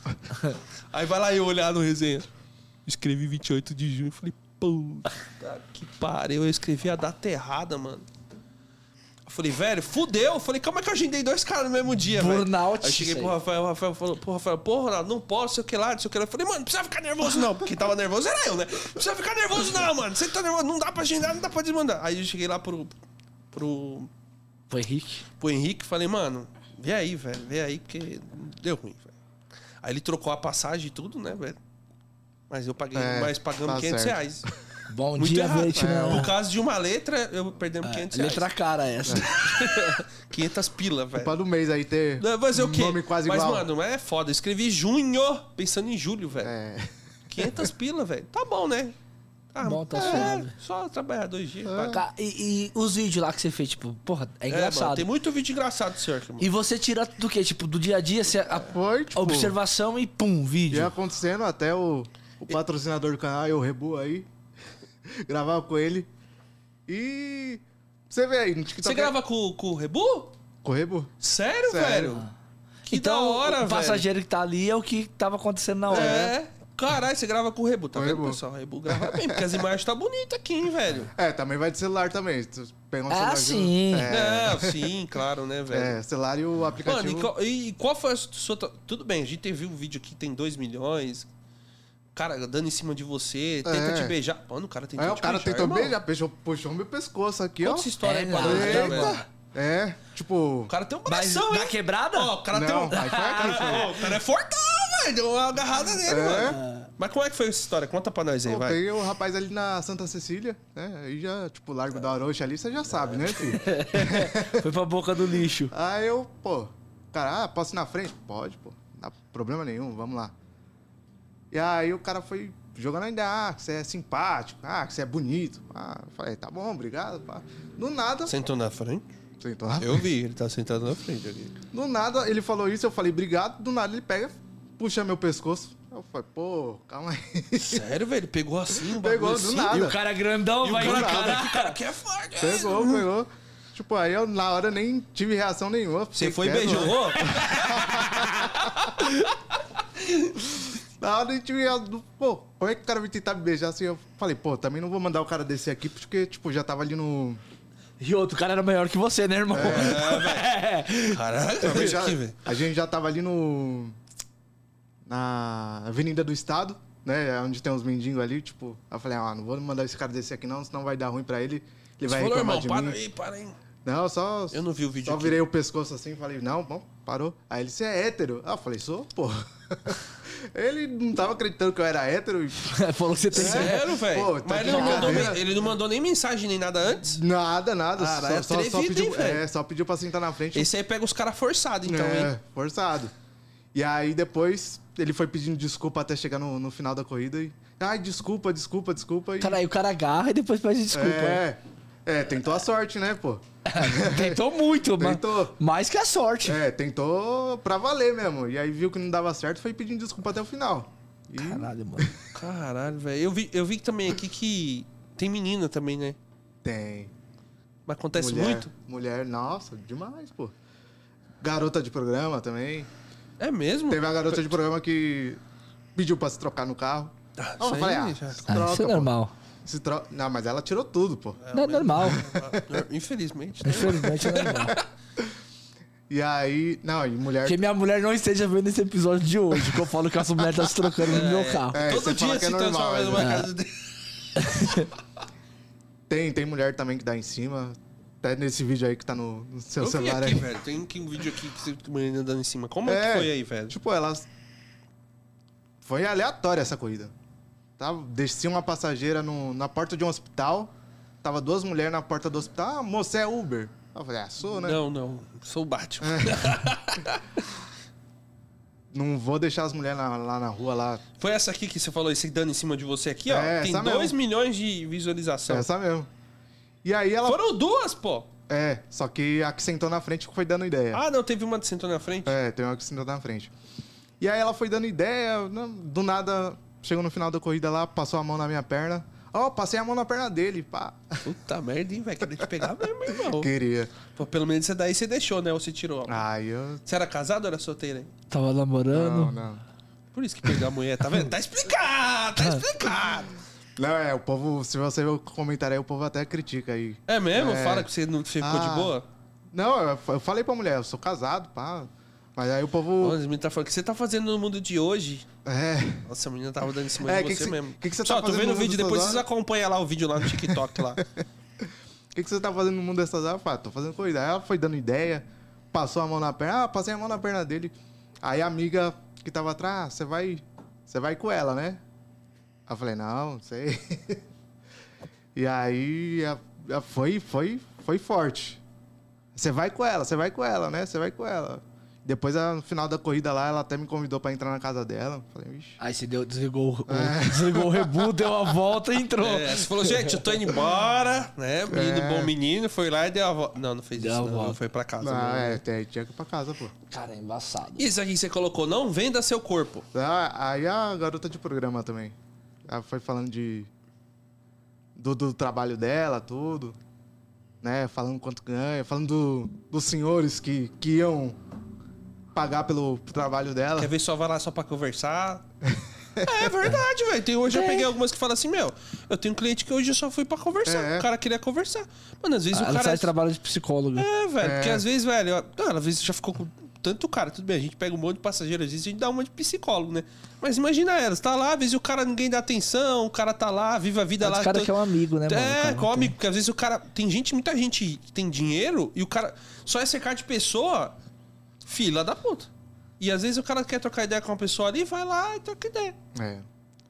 Aí vai lá eu olhar no resenha. Escrevi vinte e oito de junho. Falei, puta que pariu. Eu escrevi a data errada, mano. Eu falei, velho, fudeu. Eu falei, como é que eu agendei dois caras no mesmo dia, velho? Burnout, Aí eu cheguei isso pro aí. Rafael, o Rafael falou, pô, Rafael, pô, Ronaldo, não posso, sei o que lá, sei o que lá. Eu falei, mano, não precisa ficar nervoso não. Porque tava nervoso era eu, né? Não precisa ficar nervoso não, mano. Você tá nervoso, não dá pra agendar, não dá pra desmandar. Aí eu cheguei lá pro... pro Foi Henrique. pro Henrique e falei, mano, vê aí, velho, vê aí, porque deu ruim, velho. Aí ele trocou a passagem e tudo, né, velho? Mas eu paguei, É, mas pagamos tá quinhentos certo. reais. Bom Muito dia, errado. noite, né? Por causa de uma letra, eu perdemos quinhentos reais. Letra cara essa. quinhentas pila, velho. Culpa do mês aí ter Não, Fazer o quê? nome quase Mas, igual. mano, é foda. Eu escrevi junho, pensando em julho, velho. É. quinhentas pila, velho. Tá bom, né? Ah, Bom, tá é, suave. só trabalhar dois dias. paga. Ca- E, e os vídeos lá que você fez, tipo, porra, é É, engraçado. mano, tem muito vídeo engraçado do senhor, mano. E você tira do quê? Tipo, do dia a dia, você, a, Foi, tipo, a observação e pum, vídeo. ia acontecendo até o, o patrocinador do canal, eu, o Rebu aí, gravava com ele. E você vê aí no TikTok. Você grava com, com o Rebu? com o Rebu? Sério, Sério. velho? Que Então, da hora, o velho. passageiro que tá ali é o que tava acontecendo na hora. É. Caralho, você grava com o Rebu, tá Com o vendo, Rebu. pessoal? O Rebu grava bem, porque as imagens tá bonitas aqui, hein, velho? É, também vai de celular também. Se tu pegar um Ah, celular sim. É, É, sim, claro, né, velho? é, celular e o aplicativo. Mano, e qual, e qual foi a sua... Tudo bem, a gente teve um vídeo aqui que tem dois milhões... Cara, dando em cima de você, tenta É. te beijar. Mano, o cara tentou Aí o te cara beijar, tentou irmão. beijar, puxou, puxou meu pescoço aqui, ó. Conta essa história É aí pra nada, nós, né, mano. velho? Eita. É, tipo... O cara tem um Mas bração, na hein? quebrada? Ó, o cara tem Não, um... aí foi aqui, foi. Ó, o cara é fortão, velho. Deu uma agarrada nele, É. mano. Mas como é que foi essa história? Conta pra nós aí, Pô, vai. peguei o rapaz ali na Santa Cecília, né? Aí já, tipo, Largo da Orocha ali, você já sabe, né, filho? Foi pra boca do lixo. Aí eu, pô, cara, ah, posso ir na frente? Pode, pô. Não dá problema nenhum, vamos lá. E aí o cara foi jogando ainda, ah, que você é simpático, ah, que você é bonito. Ah, eu falei, tá bom, obrigado. Pá. Do nada... Sentou na frente? Sentou na Eu vi, ele tá sentado na frente ali. Do nada, ele falou isso, eu falei, obrigado. Do nada, ele pega, puxa meu pescoço. Eu falei, pô, calma aí. Sério, velho? Pegou assim o Pegou, bagulho do assim? nada. E o cara grandão E o vai cara, encarar. cara, que cara que é forte. é. Pegou, pegou. Tipo, aí eu, na hora, nem tive reação nenhuma. Você fiquei foi e quieto. beijou? Na hora, nem tive reação. Pô, como é que o cara vai tentar me beijar assim? Eu falei, pô, também não vou mandar o cara descer aqui, porque, tipo, já tava ali no... E outro cara era maior que você, né, irmão? É, velho. Caralho, A veja gente, já, aqui, velho. a gente já tava ali no... Na Avenida do Estado, né? Onde tem uns mendigos ali, tipo... Aí eu falei, ah, não vou mandar esse cara descer aqui não, senão vai dar ruim pra ele. Ele vai Você falou, reclamar irmão, de para mim. aí, para aí. Não, só... Eu não vi o vídeo Só aqui. virei o pescoço assim e falei, não, bom, parou. Aí ele, você é hétero? Ah, eu falei, sou, pô. Ele não tava acreditando que eu era hétero. E... Falou que você tem... Sério, velho? Pô, tá Mas ele de não, mandou, brincadeira. ele não mandou nem mensagem nem nada antes? Nada, nada. Caralho, só, só, só, atrevido, pediu, hein, velho? é, só pediu pra sentar na frente. Esse aí pega os caras forçados, então, é, hein? forçado. E aí depois ele foi pedindo desculpa até chegar no, no final da corrida e... Ai, desculpa, desculpa, desculpa. E... Cara, aí o cara agarra e depois pede desculpa. É, é, tentou a sorte, né, pô? Tentou muito, mano. Tentou. Mais que a sorte. É, tentou pra valer mesmo. E aí viu que não dava certo, foi pedindo desculpa até o final. E... Caralho, mano. Caralho, velho. Eu vi, eu vi também aqui que tem menina também, né? Tem. Mas acontece mulher, muito? Mulher, nossa, demais, pô. Garota de programa também. É mesmo? Teve uma garota de programa que pediu pra se trocar no carro. Ah, Não, eu isso falei, aí ah, já- se Ah, troca, isso é pô. normal. Se tro... Não, mas ela tirou tudo, pô. Não é normal. Infelizmente. Né? Infelizmente é normal. E aí... Não, e mulher... Que minha mulher não esteja vendo esse episódio de hoje, que eu falo que essa mulher tá se trocando no meu carro. É, Todo você dia fala que é se normal, transforma numa né? casa dele. Tem, tem mulher também que dá em cima. Até nesse vídeo aí que tá no, no seu Eu vi celular aqui, aí. velho. Tem aqui um vídeo aqui que você menina dando em cima. Como é, É, que foi aí, velho? Tipo, elas... Foi aleatória essa corrida. Tava, desci uma passageira no, na porta de um hospital. Tava duas mulheres na porta do hospital. Ah, moça, é Uber. Eu falei, ah, sou, né? Não, não. Sou o Batman. Não vou deixar as mulheres lá, lá na rua, lá. Foi essa aqui que você falou, esse dando em cima de você aqui, ó. É, Tem essa dois mesmo. milhões de visualização. Essa mesmo. E aí ela... Foram duas, pô. É, só que a que sentou na frente foi dando ideia. Ah, não, teve uma que sentou na frente. É, tem uma que sentou na frente. E aí ela foi dando ideia, não- do nada, chegou no final da corrida lá, passou a mão na minha perna. Ó, oh, passei a mão na perna dele, pá. Puta merda, hein, velho. Queria te pegar mesmo, irmão. Queria. Pô, pelo menos você daí você deixou, né? Ou você tirou. Aí eu... Você era casado ou era solteiro, hein? Tava namorando. Não, não. Por isso que perdeu a mulher, tá vendo? Tá explicado, tá explicado. Não, é, o povo, se você ver o comentário aí, o povo até critica aí. É mesmo? É. Fala que você não você ficou Ah. de boa? Não, eu, eu falei pra mulher, eu sou casado, pá. Mas aí o povo... Olha, as meninas tá falando, o que você tá fazendo no mundo de hoje? É, Nossa, a menina tava dando em cima É, de que você que cê- mesmo. que que cê tá Só, tô fazendo vendo o no vídeo, mundo depois dessas vocês acompanham lá o vídeo lá no TikTok lá. o que, que você tá fazendo no mundo dessas horas? Eu falei, ah, tô fazendo corrida. Aí ela foi dando ideia, passou a mão na perna. Ah, passei a mão na perna dele. Aí a amiga que tava atrás, ah, você vai, você vai com ela, né? Aí eu falei, não, não sei. E aí a- a- foi, foi, foi forte. Você vai com ela, você vai com ela, né? Você vai com ela. Depois, a- no final da corrida lá, ela até me convidou pra entrar na casa dela. Falei, vixe. Aí você deu, desligou, o, desligou o reboot, deu a volta e entrou. É, você falou, gente, eu tô indo embora, né? Menino É. bom menino, foi lá e deu a volta. Não, não fez Deu isso, a não, volta. não foi pra casa. Ah, não. é, tem- tinha que ir pra casa, pô. Cara, é embaçado. E isso aqui que você colocou, não venda seu corpo. Ah, aí a garota de programa também. Ela foi falando de... Do, do trabalho dela, tudo. Né? Falando quanto ganha. Falando do, dos senhores que, que iam pagar pelo trabalho dela. Quer ver só vai lá só pra conversar? É verdade, velho. Tem- Hoje eu peguei algumas que falam assim, meu, eu tenho um cliente que hoje eu só fui pra conversar. É. O cara queria conversar. Mano, às vezes Ah, o ela cara... faz trabalho de psicólogo. É, velho, É. porque às vezes, velho, eu- não, às vezes já ficou com tanto cara, tudo bem, a gente pega um monte de passageiro, às vezes a gente dá uma de psicólogo, né? Mas imagina ela, você tá lá, às vezes o cara ninguém dá atenção, o cara tá lá, vive a vida lá. Os caras to- que é um amigo, né, mano? O É, cara não come, tem- porque às vezes o cara. Tem gente, muita gente que tem dinheiro e o cara só é cercar de pessoa, fila da puta. E às vezes o cara quer trocar ideia com uma pessoa ali, vai lá e troca ideia. É.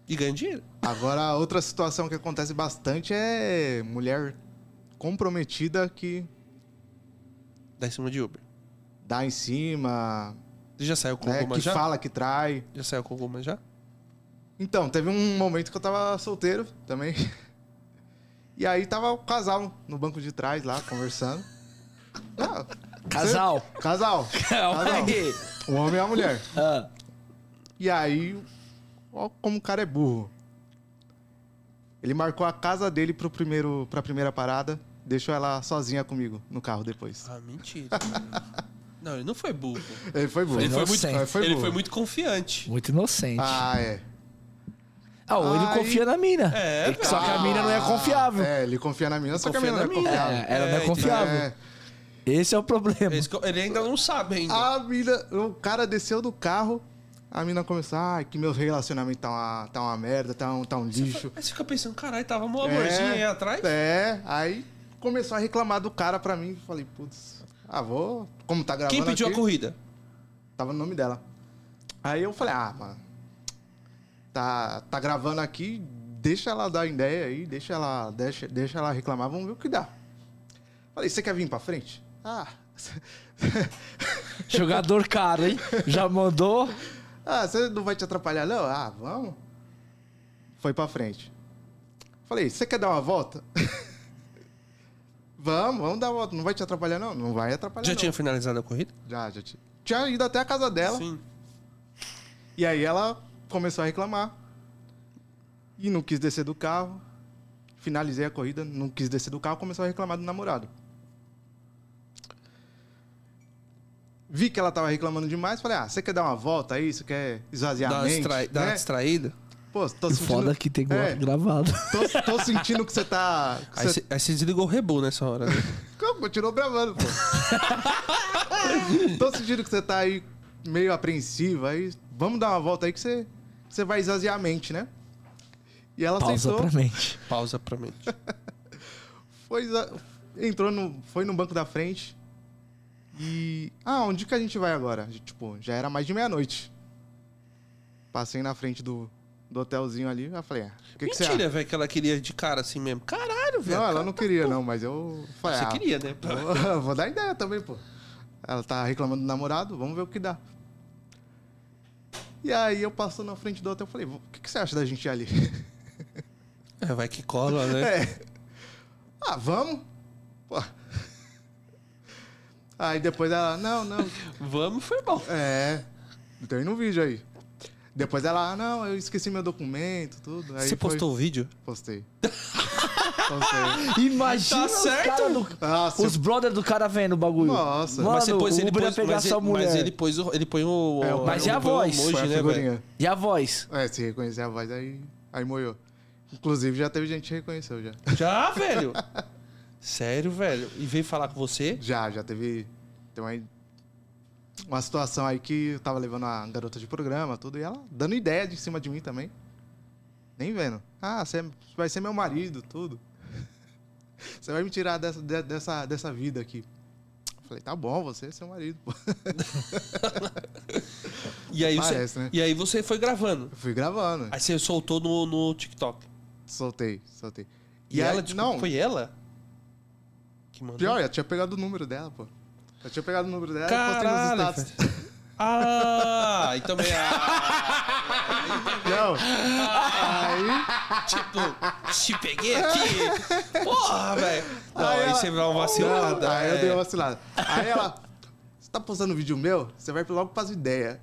E ganha dinheiro. Agora, outra situação que acontece bastante é mulher comprometida que Dá em cima de Uber. dá em cima, Você já saiu com né, alguma que já? fala que trai. Já saiu com alguma já? Então, teve um momento que eu tava solteiro também. E aí tava o casal no banco de trás lá, conversando. Ah, Casal. você- Casal. Calma Casal. aí. O homem e a mulher. Ah, E aí, ó como o cara é burro. Ele marcou a casa dele pro primeiro, pra primeira parada, deixou ela sozinha comigo no carro depois. Ah, mentira. Não, ele não foi burro. Ele foi burro. Ele foi muito, inocente. Foi ele burro. foi muito confiante. muito inocente. Ah, Ah, é. ou ele Ai. confia na mina. É, Só que a mina não é confiável. É, ele confia na mina, só que a Confia mina não é na mina. confiável. É, ela não é É, confiável. É. Esse é o problema. É isso que eu- Ele ainda não sabe ainda. A mina, o cara desceu do carro, a mina começou, ai, que meu relacionamento tá uma, tá uma merda, tá um, tá um lixo. Aí você fica pensando, caralho, tava um amorzinho aí atrás. É, aí começou a reclamar do cara pra mim. Falei, putz, ah, vou. Como tá gravando Quem pediu aqui, a corrida? tava no nome dela. Aí eu falei, ah, mano, tá, tá gravando aqui, deixa ela dar ideia aí, deixa ela, deixa, deixa ela reclamar, vamos ver o que dá. Falei, você quer vir pra frente? Ah, Jogador caro, hein? Já mandou. ah, você não vai te atrapalhar, não? Ah, vamos. Foi pra frente. Falei, você quer dar uma volta? Vamos, vamos dar uma volta. Não vai te atrapalhar, não? Não vai atrapalhar, Já não. tinha finalizado a corrida? Já, já tinha. Tinha ido até a casa dela. Sim. E aí ela começou a reclamar. E não quis descer do carro. Finalizei a corrida, não quis descer do carro, começou a reclamar do namorado. Vi que ela tava reclamando demais, falei, ah, você quer dar uma volta aí? Você quer esvaziar Dá a uma, mente? distra... Dá uma né? distraída. Pô, tô E sentindo... foda que tem É. gravado. Tô, tô sentindo que você tá... que Aí você- você aí você desligou o rebu nessa hora. Né? Como? Continuou gravando, pô. Tô sentindo que você tá aí meio apreensiva aí. Vamos dar uma volta aí que você, você vai esvaziar a mente, né? E ela Pausa aceitou. pra mente. Pausa pra mim. Foi, exa- entrou no, foi no banco da frente. E... Ah, onde que a gente vai agora? Tipo, já era mais de meia-noite. Passei na frente do, do hotelzinho ali. Eu falei, ah, o que, que você acha? Mentira, velho, que ela queria de cara assim mesmo. Caralho, velho. Não, ela cara, não queria, não, mas eu falei, Você ah, queria, né? Vou, vou dar ideia também, pô. Ela tá reclamando do namorado, vamos ver o que dá. E aí eu passo na frente do hotel e falei, o que, que você acha da gente ir ali? É, vai que cola, né? É. Ah, vamos? Pô. Aí depois ela, não, não. Vamos, foi bom. É. Tem no vídeo aí. Depois ela, ah, não, eu esqueci meu documento, tudo. Aí Você postou o vídeo? Foi... Postei. Postei. Imagina Tá os certo? cara do- Nossa, os brothers do cara vendo o bagulho. Nossa. Mano, mas depois o ele Uber ia pôs, pegar mas, sua ele, mulher. mas ele pôs o, ele põe o, É, o- Mas ele e a põe o voz? emoji, foi a né, velho? figurinha. E a voz? É, se reconhecer a voz, aí, aí moiou. Inclusive, já teve gente que reconheceu, já. Já, velho? Sério, velho? E veio falar com você? Já, já teve... Tem uma, uma situação aí que eu tava levando a garota de programa, tudo, e ela dando ideia de cima de mim também. Nem vendo. Ah, você vai ser meu marido, tudo. Você vai me tirar dessa, de- dessa, dessa vida aqui. Falei, tá bom, você é seu marido, pô. E aí, Parece, você, né? e aí você foi gravando. Eu fui gravando. Aí você soltou no, no TikTok. Soltei, soltei. E, aí- ela, desculpa, não, foi ela? Que mandou? pior, eu tinha pegado o número dela, pô. Eu tinha pegado o número dela e Caralho, postei nos status. Ah, e também ah, Não. Aí... tipo, te peguei aqui. Porra, velho. Não, aí, ela- você vai uma vacilada. Não, aí eu é. dei uma vacilada. Aí ela... Você tá postando vídeo meu? Você vai logo pras ideias.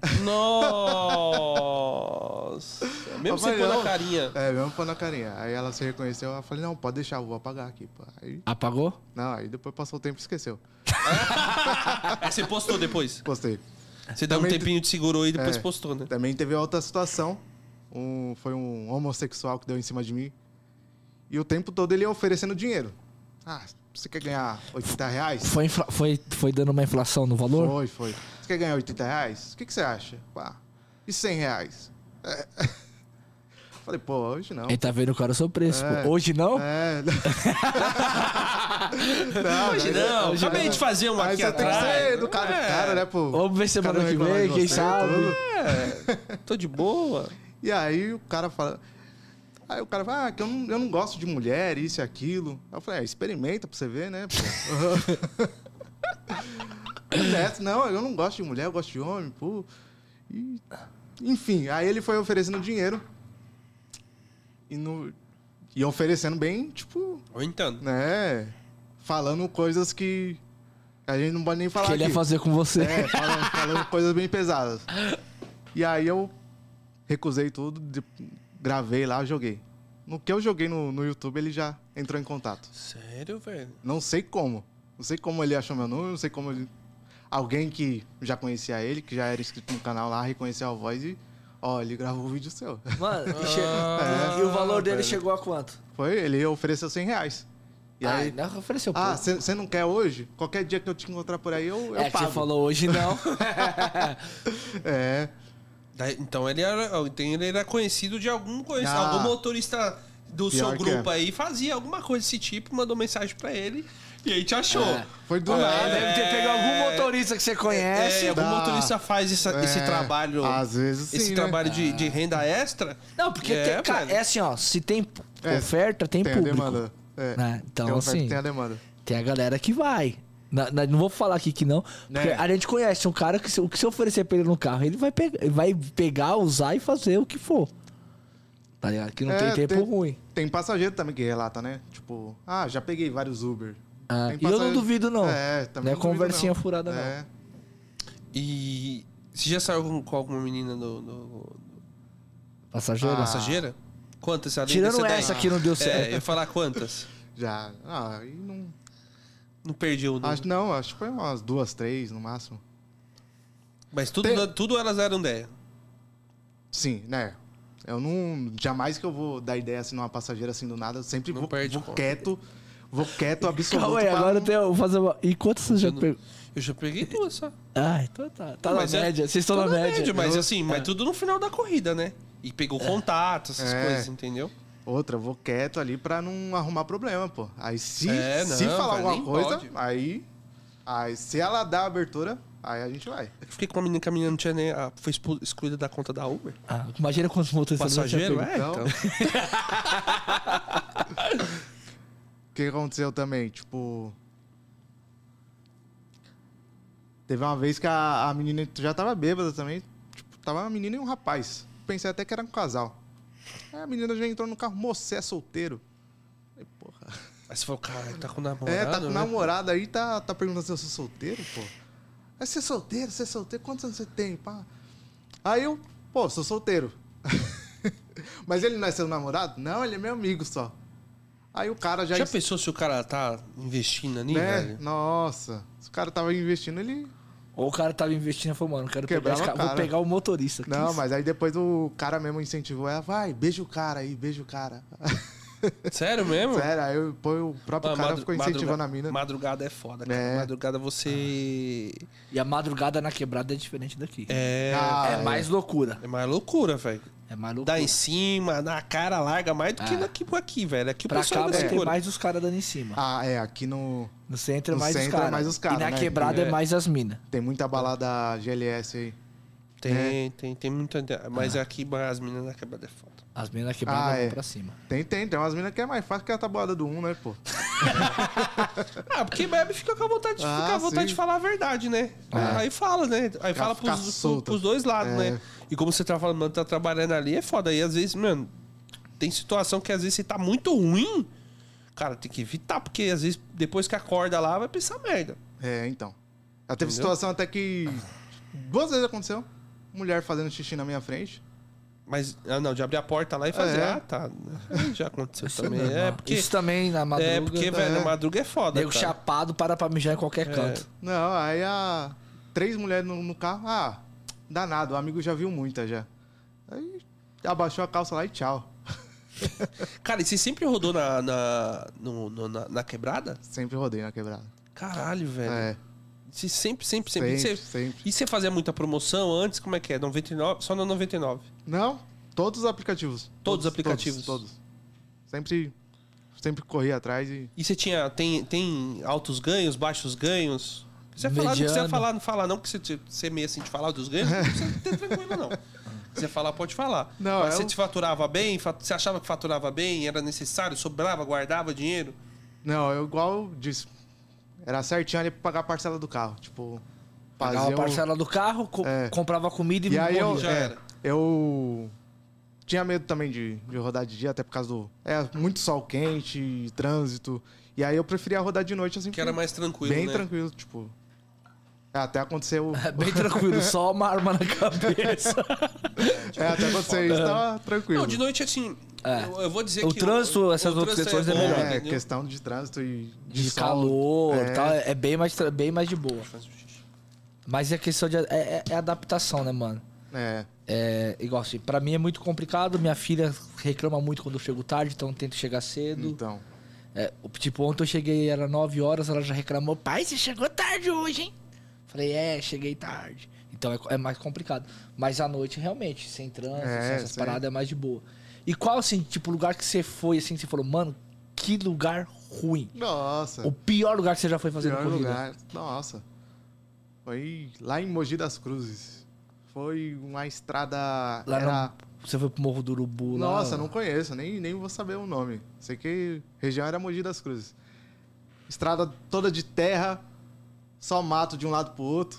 Nossa. Mesmo Eu você falei, pôr na não. carinha. É, mesmo pôr na carinha. Aí ela se reconheceu, eu falei, não, pode deixar, eu vou apagar aqui, pô. Aí, Apagou? não, aí depois passou o tempo e esqueceu. Aí você postou depois. Postei. Você deu um Também tempinho, te segurou e depois É. postou, né? Também teve outra situação. Um, foi um homossexual que deu em cima de mim. E o tempo todo ele ia oferecendo dinheiro. Ah, você quer ganhar oitenta reais? Foi, infla- foi, foi dando uma inflação no valor? Foi, foi. Você quer ganhar oitenta reais? O que, que você acha? Pá. E cem reais? É. Falei, pô, hoje não. Ele tá vendo qual era o seu preço. É. pô. Hoje não? É. não, Hoje daí- não, hoje acabei não. de fazer uma Aí aqui você tem que atrás. ser educado com o É. cara, né, pô? Vamos ver semana Cara que reclamando vem, de quem você, sabe. tudo. É, tô de boa. E aí o cara fala... Aí o cara fala, ah, que eu não, eu não gosto de mulher, isso e aquilo. Aí eu falei, é, experimenta pra você ver, né? Pô. Nessa, não, eu não gosto de mulher, eu gosto de homem, pô. E, enfim, aí ele foi oferecendo dinheiro. E, no, e oferecendo bem, tipo... Eu entendo. Né? Falando coisas que a gente não pode nem falar que ele aqui. ia fazer com você. É, falando, falando coisas bem pesadas. E aí eu recusei tudo, de, gravei lá, joguei. No que eu joguei no, no YouTube, ele já entrou em contato. Sério, velho? Não sei como. Não sei como ele achou meu número, não sei como ele... Alguém que já conhecia ele, que já era inscrito no canal lá, reconheceu a voz e... Ó, ele gravou o vídeo seu. Mano, e, che... Ah, e o valor dele velho. chegou a quanto? Foi, ele ofereceu cem reais. E Ah, aí... não ofereceu pouco. Ah, você não quer hoje? Qualquer dia que eu te encontrar por aí, eu, eu é que pago. você falou hoje não. É. Daí- Então ele era, então ele era conhecido de algum conhecido, Ah. algum motorista do Pior seu que grupo é. aí fazia alguma coisa desse tipo, mandou mensagem pra ele e aí te achou. É. Foi do Ah, nada. Deve ter pegado algum motorista que você conhece. É, algum Dá. motorista faz essa- esse É, trabalho, às vezes sim, esse né? trabalho de, de renda extra. Não, porque É, tem, cara, velho. é assim, ó, se tem É, oferta, tem, Tem a público. demanda. É. Né? Então, tem a oferta, assim, tem a demanda. tem a galera que vai. Na- na- não vou falar aqui que não, porque É. a gente conhece um cara que se, o que se oferecer pra ele no carro, ele vai, pegar, ele vai pegar, usar e fazer o que for. Tá ligado? Que não É, tem tempo tem- ruim. Tem passageiro também que relata, né? Tipo, ah, já peguei vários Uber. Ah, Tem e eu não passageiro- duvido, não. É, também Não é não duvido, conversinha não. furada, não. É. E você já saiu com, com alguma menina do, do- Passageiro? Ah. passageira? Quantas? Além Tirando dessa daí? essa que não deu É, certo. eu ia falar quantas. Já. Ah, aí não. Não perdi o Acho, não, acho que foi umas duas, três no máximo. Mas tudo, Tem- tudo elas eram ideia. Sim, né? Eu não. Jamais que eu vou dar ideia assim numa passageira assim do nada. Eu sempre Não vou, perde vou conta. quieto. Vou quieto, absoluto. Calma aí, pra agora não- eu tenho, vou fazer uma... E quantos você já Eu não- pegou? Eu já peguei duas só. Ah, então tá. Tá Não, na mas é- média. Vocês estão Tô na média. mas Eu- assim, mas tudo no final da corrida, né? E pegou contato, essas É. coisas, entendeu? Outra, eu vou quieto ali pra não arrumar problema, pô. Aí se, É, se não, falar vai, alguma nem coisa, pode. aí, aí. Se ela dá a abertura, aí a gente vai. Eu fiquei com uma menina que a menina não tinha nem. a- Foi expu- excluída da conta da Uber. Ah, imagina quantos motoristas você já Passageiro, pegou. é, Então. então. O que aconteceu também? Tipo. Teve uma vez que a, a menina já tava bêbada também. Tipo, tava uma menina e um rapaz. Pensei até que era um casal. Aí a menina já entrou no carro, moço, você é solteiro? Falei, porra. Aí você falou, cara, tá com namorado. É, tá com né? namorada aí, tá, tá perguntando se eu sou solteiro, pô. Aí você é solteiro, você é solteiro? Quantos anos você tem, pá? Aí eu, pô, sou solteiro. Mas ele não é seu namorado? Não, ele é meu amigo só. Aí o cara já... Já pensou se o cara tá investindo ali, né? velho? Nossa, se o cara tava investindo, ele... Ou o cara tava investindo e falou, mano, quero pegar Quebrava esse cara. a cara. Vou pegar o motorista. aqui. Não, mas aí depois o cara mesmo incentivou ela, vai, beija o cara aí, beija o cara. Sério mesmo? Sério, aí eu- pô, o próprio Ah, cara madru- ficou incentivando madruga- a mina. Madrugada é foda, cara. É. Madrugada você. E a madrugada na quebrada é diferente daqui. É. Ah, É mais loucura. É mais loucura, velho. É mais loucura. Dá em cima, na cara, larga mais do que Ah. daqui por aqui, velho. Aqui o Pra pessoal cá ainda vai ter segura. mais os caras dando em cima. Ah, é, aqui no... No centro é No mais os centro é caras. mais os caras, E na né? quebrada é. É. mais as minas. Tem muita balada G L S aí. Tem, tem, tem muita. Mas aqui as meninas na quebrada é foda. As minas na quebrada Ah, vão é. pra cima. Tem, tem, tem umas minas que é mais fácil que a tabuada do um, né, pô? Ah, porque bebe fica com a vontade, de- Ah, fica à vontade sim. de falar a verdade, né? É. Aí fala, né? Aí fala ficar pros, solta. pros dois lados, É. né? E como você tá falando, mano, tá trabalhando ali, é foda. E às vezes, mano, tem situação que às vezes você tá muito ruim, cara, tem que evitar, porque às vezes depois que acorda lá, vai pensar merda. É, então. Já teve Entendeu? situação até que... Duas vezes aconteceu. Mulher fazendo xixi na minha frente. Mas, ah, não, de abrir a porta lá e fazer, É. ah, tá. Já aconteceu Isso também. é, É, normal. porque. Isso também na madruga. É, porque, velho, é. na madruga é foda. Nego cara. chapado para pra mijar em qualquer É. canto. Não, aí a... Três mulheres no, no carro. Ah, danado. O amigo já viu muita já. Aí abaixou a calça lá e tchau. Cara, e você sempre rodou na, na, no- no- na, na quebrada? Sempre rodei na quebrada. Caralho, velho. É, Você sempre, sempre, sempre. E sempre, você, sempre. e você fazia muita promoção antes? Como é que é? noventa e nove? Só na noventa e nove? Não, todos os aplicativos. Todos os aplicativos? Todos, todos. Sempre, sempre corri atrás e... E você tinha. Tem, tem altos ganhos, baixos ganhos? Se você falar, não Mediano. quiser falar, não falar, não, porque você, você é meio assim de falar dos ganhos, não precisa ter tranquilo, não. quiser falar, pode falar. Não, Mas eu- você te faturava bem? Fa- Você achava que faturava bem? Era necessário? Sobrava? Guardava dinheiro? Não, eu igual eu disse. Era certinho ali pra pagar a parcela do carro. Tipo, Pagava fazer a o- parcela do carro, co- É. comprava comida e, E aí eu, morria. Já é, era. eu tinha medo também de, de rodar de dia, até por causa do... É, muito sol quente, trânsito. E aí eu preferia rodar de noite, assim. Que era mais tranquilo, Bem né? tranquilo, tipo... Até aconteceu... É bem tranquilo, só uma arma na cabeça. É, até acontecer isso, tava tranquilo. Não, de noite, assim, É. eu, eu vou dizer O que... trânsito, essas o outras trânsito questões é bom, melhor. É, entendeu? questão de trânsito e de, De sol. calor É. e tal, é bem mais, tra- bem mais de boa. Mas é questão de... É, é- é adaptação, né, mano? É, É, igual assim, pra mim é muito complicado. Minha filha reclama muito quando eu chego tarde, então eu tento chegar cedo. então... É, o- tipo, ontem eu cheguei, era nove horas, ela já reclamou. Pai, você chegou tarde hoje, hein? Falei, é, cheguei tarde. Então é, é mais complicado. Mas à noite, realmente, sem trânsito, É, sem essas sim. paradas, é mais de boa. E qual, assim, tipo, lugar que você foi, assim, você falou, mano, que lugar ruim. Nossa. O pior lugar que você já foi fazendo pior corrida. lugar. Nossa. Foi lá em Mogi das Cruzes. Foi uma estrada... Lá era... no- Você foi pro Morro do Urubu lá. Nossa, não conheço, nem, nem vou saber o nome. Sei que região era Mogi das Cruzes. Estrada toda de terra, só mato de um lado pro outro.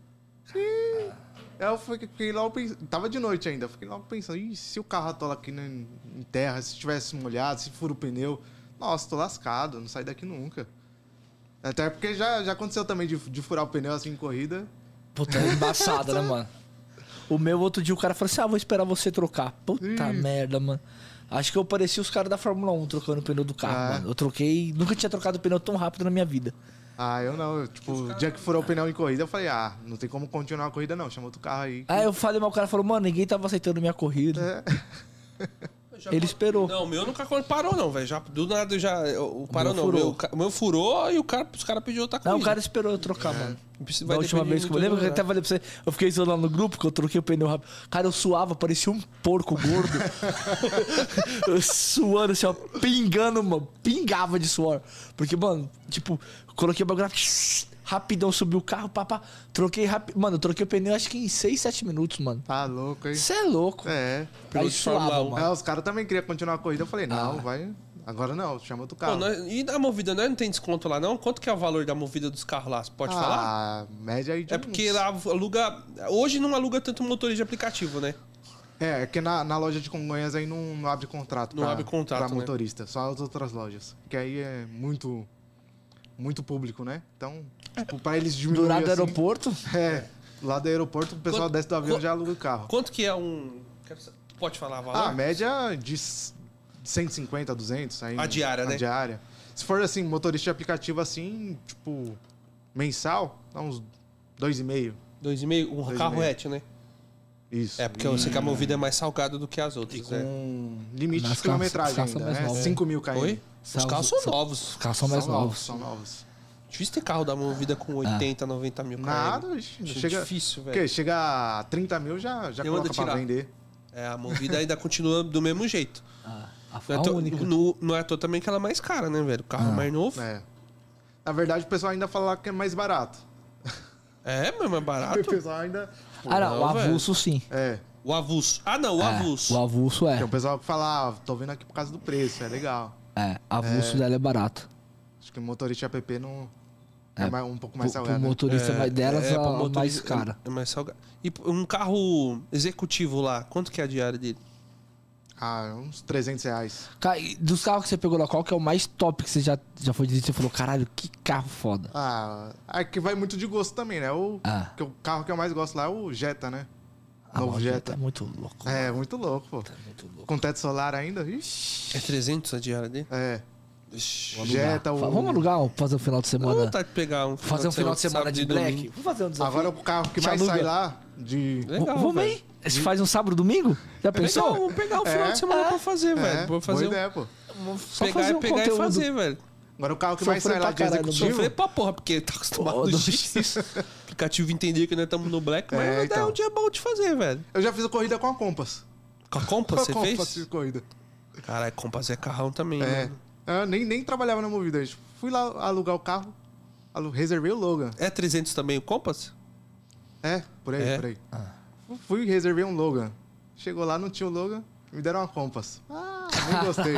E eu fiquei, fiquei logo pensando, tava de noite ainda, fiquei logo pensando, e se o carro atola aqui na- em terra, se tivesse molhado, se fura o pneu, nossa, tô lascado, não saio daqui nunca. Até porque já, já aconteceu também de, de furar o pneu assim em corrida. Puta, é embaçado, né, mano? O meu outro dia o cara falou assim: ah, vou esperar você trocar. Puta Ih. merda, mano. Acho que eu parecia os caras da Fórmula um trocando o pneu do carro, Ah. mano. Eu troquei. Nunca tinha trocado pneu tão rápido na minha vida. Ah, eu não, eu, tipo, o dia que furou o pneu em corrida, eu falei, ah, não tem como continuar a corrida não, chama outro carro aí. que- Aí eu falei, mas o cara falou, mano, ninguém tava aceitando minha corrida. É. Já Ele pa- esperou. Não, o meu nunca parou, não, velho. Já, do nada já. O parou, meu não. O furou. meu, ca- o meu furou e o cara, os caras pediram outra coisa. Não, o cara esperou eu trocar, mano. Vai Da última depender vez que eu muito lembro, do que eu lugar. até falei pra você, eu fiquei isolando no grupo, que eu troquei o pneu rápido. Cara, eu suava, parecia um porco gordo. Eu suando assim, ó, pingando, mano. Pingava de suor. Porque, mano, tipo, coloquei o bagulho rapidão, subi o carro, papá. Troquei rápido. Mano, eu troquei o pneu acho que em seis, sete minutos, mano. Tá louco, hein? Você é louco. É. Piloto Aí de Fórmula suava, um. mano. Ah, os caras também queriam continuar a corrida. Eu falei, não, Ah. vai. Agora não, chama outro Pô, carro. nós- e a Movida, nós não tem desconto lá, não? Quanto que é o valor da Movida dos carros lá? Você pode falar? Ah, média aí de É uns- porque lá aluga. Hoje não aluga tanto motorista de aplicativo, né? É, é que na, na loja de Congonhas aí não, não abre contrato Não pra, abre contrato, pra né? motorista. Só as outras lojas. Que aí é muito... Muito público, né? Então, tipo, pra eles Do diminuir lado do assim, aeroporto. É, lá do aeroporto o pessoal Quanto- desce do avião e quanto- já aluga o carro. Quanto que é um. quero sa- Pode falar a valor? Ah, a média de s- cento e cinquenta, duzentos. Aí, A diária, a né? diária. Se for assim, motorista de aplicativo assim, tipo, mensal, dá uns dois e meio. Dois e meio? Um Dois e carro meio. hatch, né? Isso. É, porque eu sei que a Movida é mais salgada do que as E outras, com né? limite Nas de quilometragem carros- carros ainda, são mais né? novos. cinco mil km. Oi? Os São- carros são são- novos. Os carros são mais novos. São novos. Difícil ter carro da Movida com oitenta, noventa mil km. Nada, ixi, Acho chega, difícil, que, velho. chega a trinta mil já, já Eu ando coloca pra tirar. vender. É, a Movida ainda continua do mesmo jeito. Ah, a, Não é, a to- única. no- não é à toa também que ela é mais cara, né, velho? O carro Ah. mais novo. É. Na verdade, o pessoal ainda fala que é mais barato. É, mas é mais O barato. pessoal ainda... Ah, não, Não, o avulso sim. É. O avulso. Ah, não, o É, avulso. o avulso é. Tem o pessoal que fala, ah, tô vendo aqui por causa do preço, é legal. É, avulso dela é barato. Acho que o motorista app não... É, É, mais- um pouco mais Pro, pro salgado. né? motorista vai delas, é, a, pra a mais motorista cara. É, é mais salgado. E p- um carro executivo lá, quanto que é a diária dele? Ah, uns trezentos reais. Cara, e dos carros que você pegou lá, qual que é o mais top que você já, já foi dirigir? Você falou, caralho, que carro foda. Ah, é que vai muito de gosto também, né? O, Ah. que o carro que eu mais gosto lá é o Jetta, né? A Novo Jetta Jetta. é muito louco. É, muito louco, pô. É muito louco. Com teto solar ainda, ixi. É trezentos a diária dele? É, Ixi. Vamos alugar. Jetta, o... Fa- Vamos alugar, um- fazer um final de Dá semana. vontade de pegar um Fazer um final de semana sábado de e black. domingo. Vamos fazer um desafio. Agora o carro que Te mais aluga. sai lá, de... Legal, V- Vamos velho. aí? Você faz um sábado, domingo? Já pensou? Legal, vamos pegar o final É. de semana pra fazer, velho. É, Vou fazer boa um- ideia, pô. Só pegar fazer e um pegar e conteúdo. fazer, velho. Agora o carro que Sofrer mais sai lá pra de caralho, executivo... Sofrer pra porra, porque tá acostumado Pô, no do X. O aplicativo entender que nós estamos no Black, mas É, é, então. um dia bom de fazer, velho. Eu já fiz a corrida com a Compass. Com a Compass, Com a você Compass fez? fiz corrida. Caralho, Compass é carrão também, É. mano. Eu nem, nem trabalhava na Movida. Eu fui lá alugar o carro, alu- reservei o Logan. É trezentos também o Compass? É, por aí, É? por aí. Fui e reservei um Logan. Chegou lá, não tinha o Logan, me deram uma Compass. Ah, nem gostei.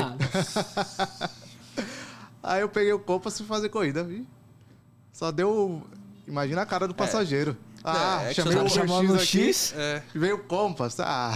Aí eu peguei o Compass e fui fazer corrida. Vi? Só deu... Imagina a cara do passageiro. É. Ah, é, chamei o chamando X aqui, X. É. veio o Compass. Ah...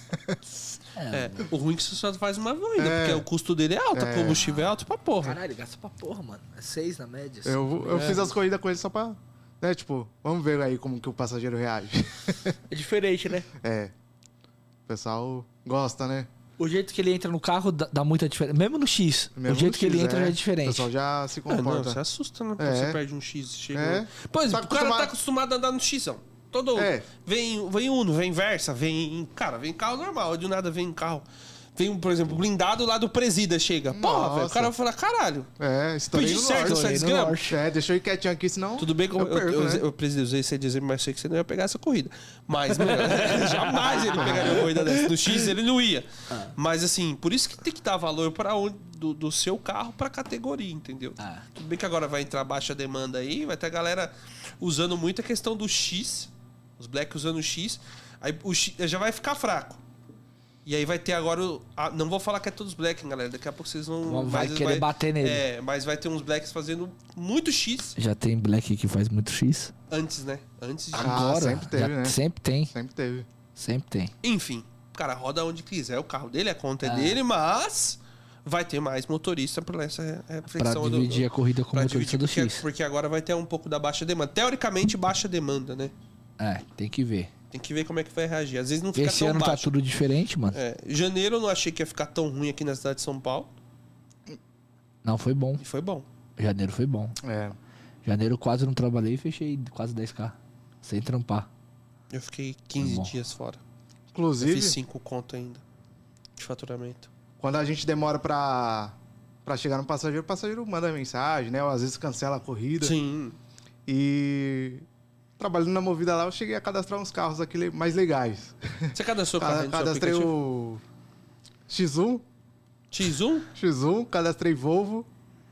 É, o ruim é que você só faz uma corrida, É. porque o custo dele é alto, É. o combustível é alto pra porra. Caralho, gasta pra porra, mano. É seis na média. Eu, eu É. fiz as corridas com ele só pra... Né, tipo, vamos ver aí como que o passageiro reage. É diferente, né? É. O pessoal gosta, né? O jeito que ele entra no carro dá, dá muita diferença. Mesmo no X, Mesmo o jeito no que ele X, entra já é O diferente. pessoal já se É, não, comporta. você assusta, né? É. Você perde um X e chega. É. Por exemplo, Tá o cara acostumado- tá acostumado a andar no Xão. Todo. É. Vem, vem Uno, vem Versa, vem. Cara, vem carro normal, de nada vem carro. Vem, por exemplo, blindado lá do Presida chega. Porra, Nossa. velho. O cara vai falar, caralho. É, estourei Pedi no certo, norte. seis no gramas. norte. É, deixa eu ir quietinho aqui, senão Tudo bem que eu, eu perco, eu, eu, né? eu, presidente, usei esse exemplo, mas achei que você não ia pegar essa corrida. Mas, mano, jamais ele pegaria uma corrida dessa. No X ele não ia. Ah. Mas, assim, por isso que tem que dar valor para onde, do, do seu carro pra categoria, entendeu? Ah. Tudo bem que agora vai entrar baixa demanda aí, vai ter a galera usando muito a questão do X, os Black usando o X, aí o X já vai ficar fraco. E aí vai ter agora... O, ah, não vou falar que é todos Black, galera. Daqui a pouco vocês vão... Vai mas querer bater nele. É, mas vai ter uns Blacks fazendo muito X Já tem Black que faz muito X. antes, né? Antes de... Ah, Agora, sempre teve, já- né? Sempre tem, Sempre teve. sempre tem. Enfim, o cara roda onde quiser. O carro dele, a conta é Ah. dele, mas... Vai ter mais motorista por essa Pra reflexão. do- dividir a corrida com o pra motorista do dividir, X. porque, porque agora vai ter um pouco da baixa demanda. Teoricamente, baixa demanda, né? É, tem que ver. Tem que ver como é que vai reagir. Às vezes não fica Esse tão ano tá baixo. tudo diferente, mano. É, janeiro eu não achei que ia ficar tão ruim aqui na cidade de São Paulo. Não, foi bom. E foi bom. Janeiro foi bom. É. Janeiro quase não trabalhei e fechei quase dez K. Sem trampar. Eu fiquei quinze Bom. dias fora. Eu Inclusive, fiz cinco conto ainda de faturamento. quando a gente demora pra, pra chegar no passageiro, o passageiro manda mensagem, né? Ou às vezes cancela a corrida. Sim. E trabalhando na Movida lá, eu cheguei a cadastrar uns carros aqui le- mais legais. Você cadastrou o carro Ca- no seu Cadastrei aplicativo? o X um, X um? X um, cadastrei Volvo.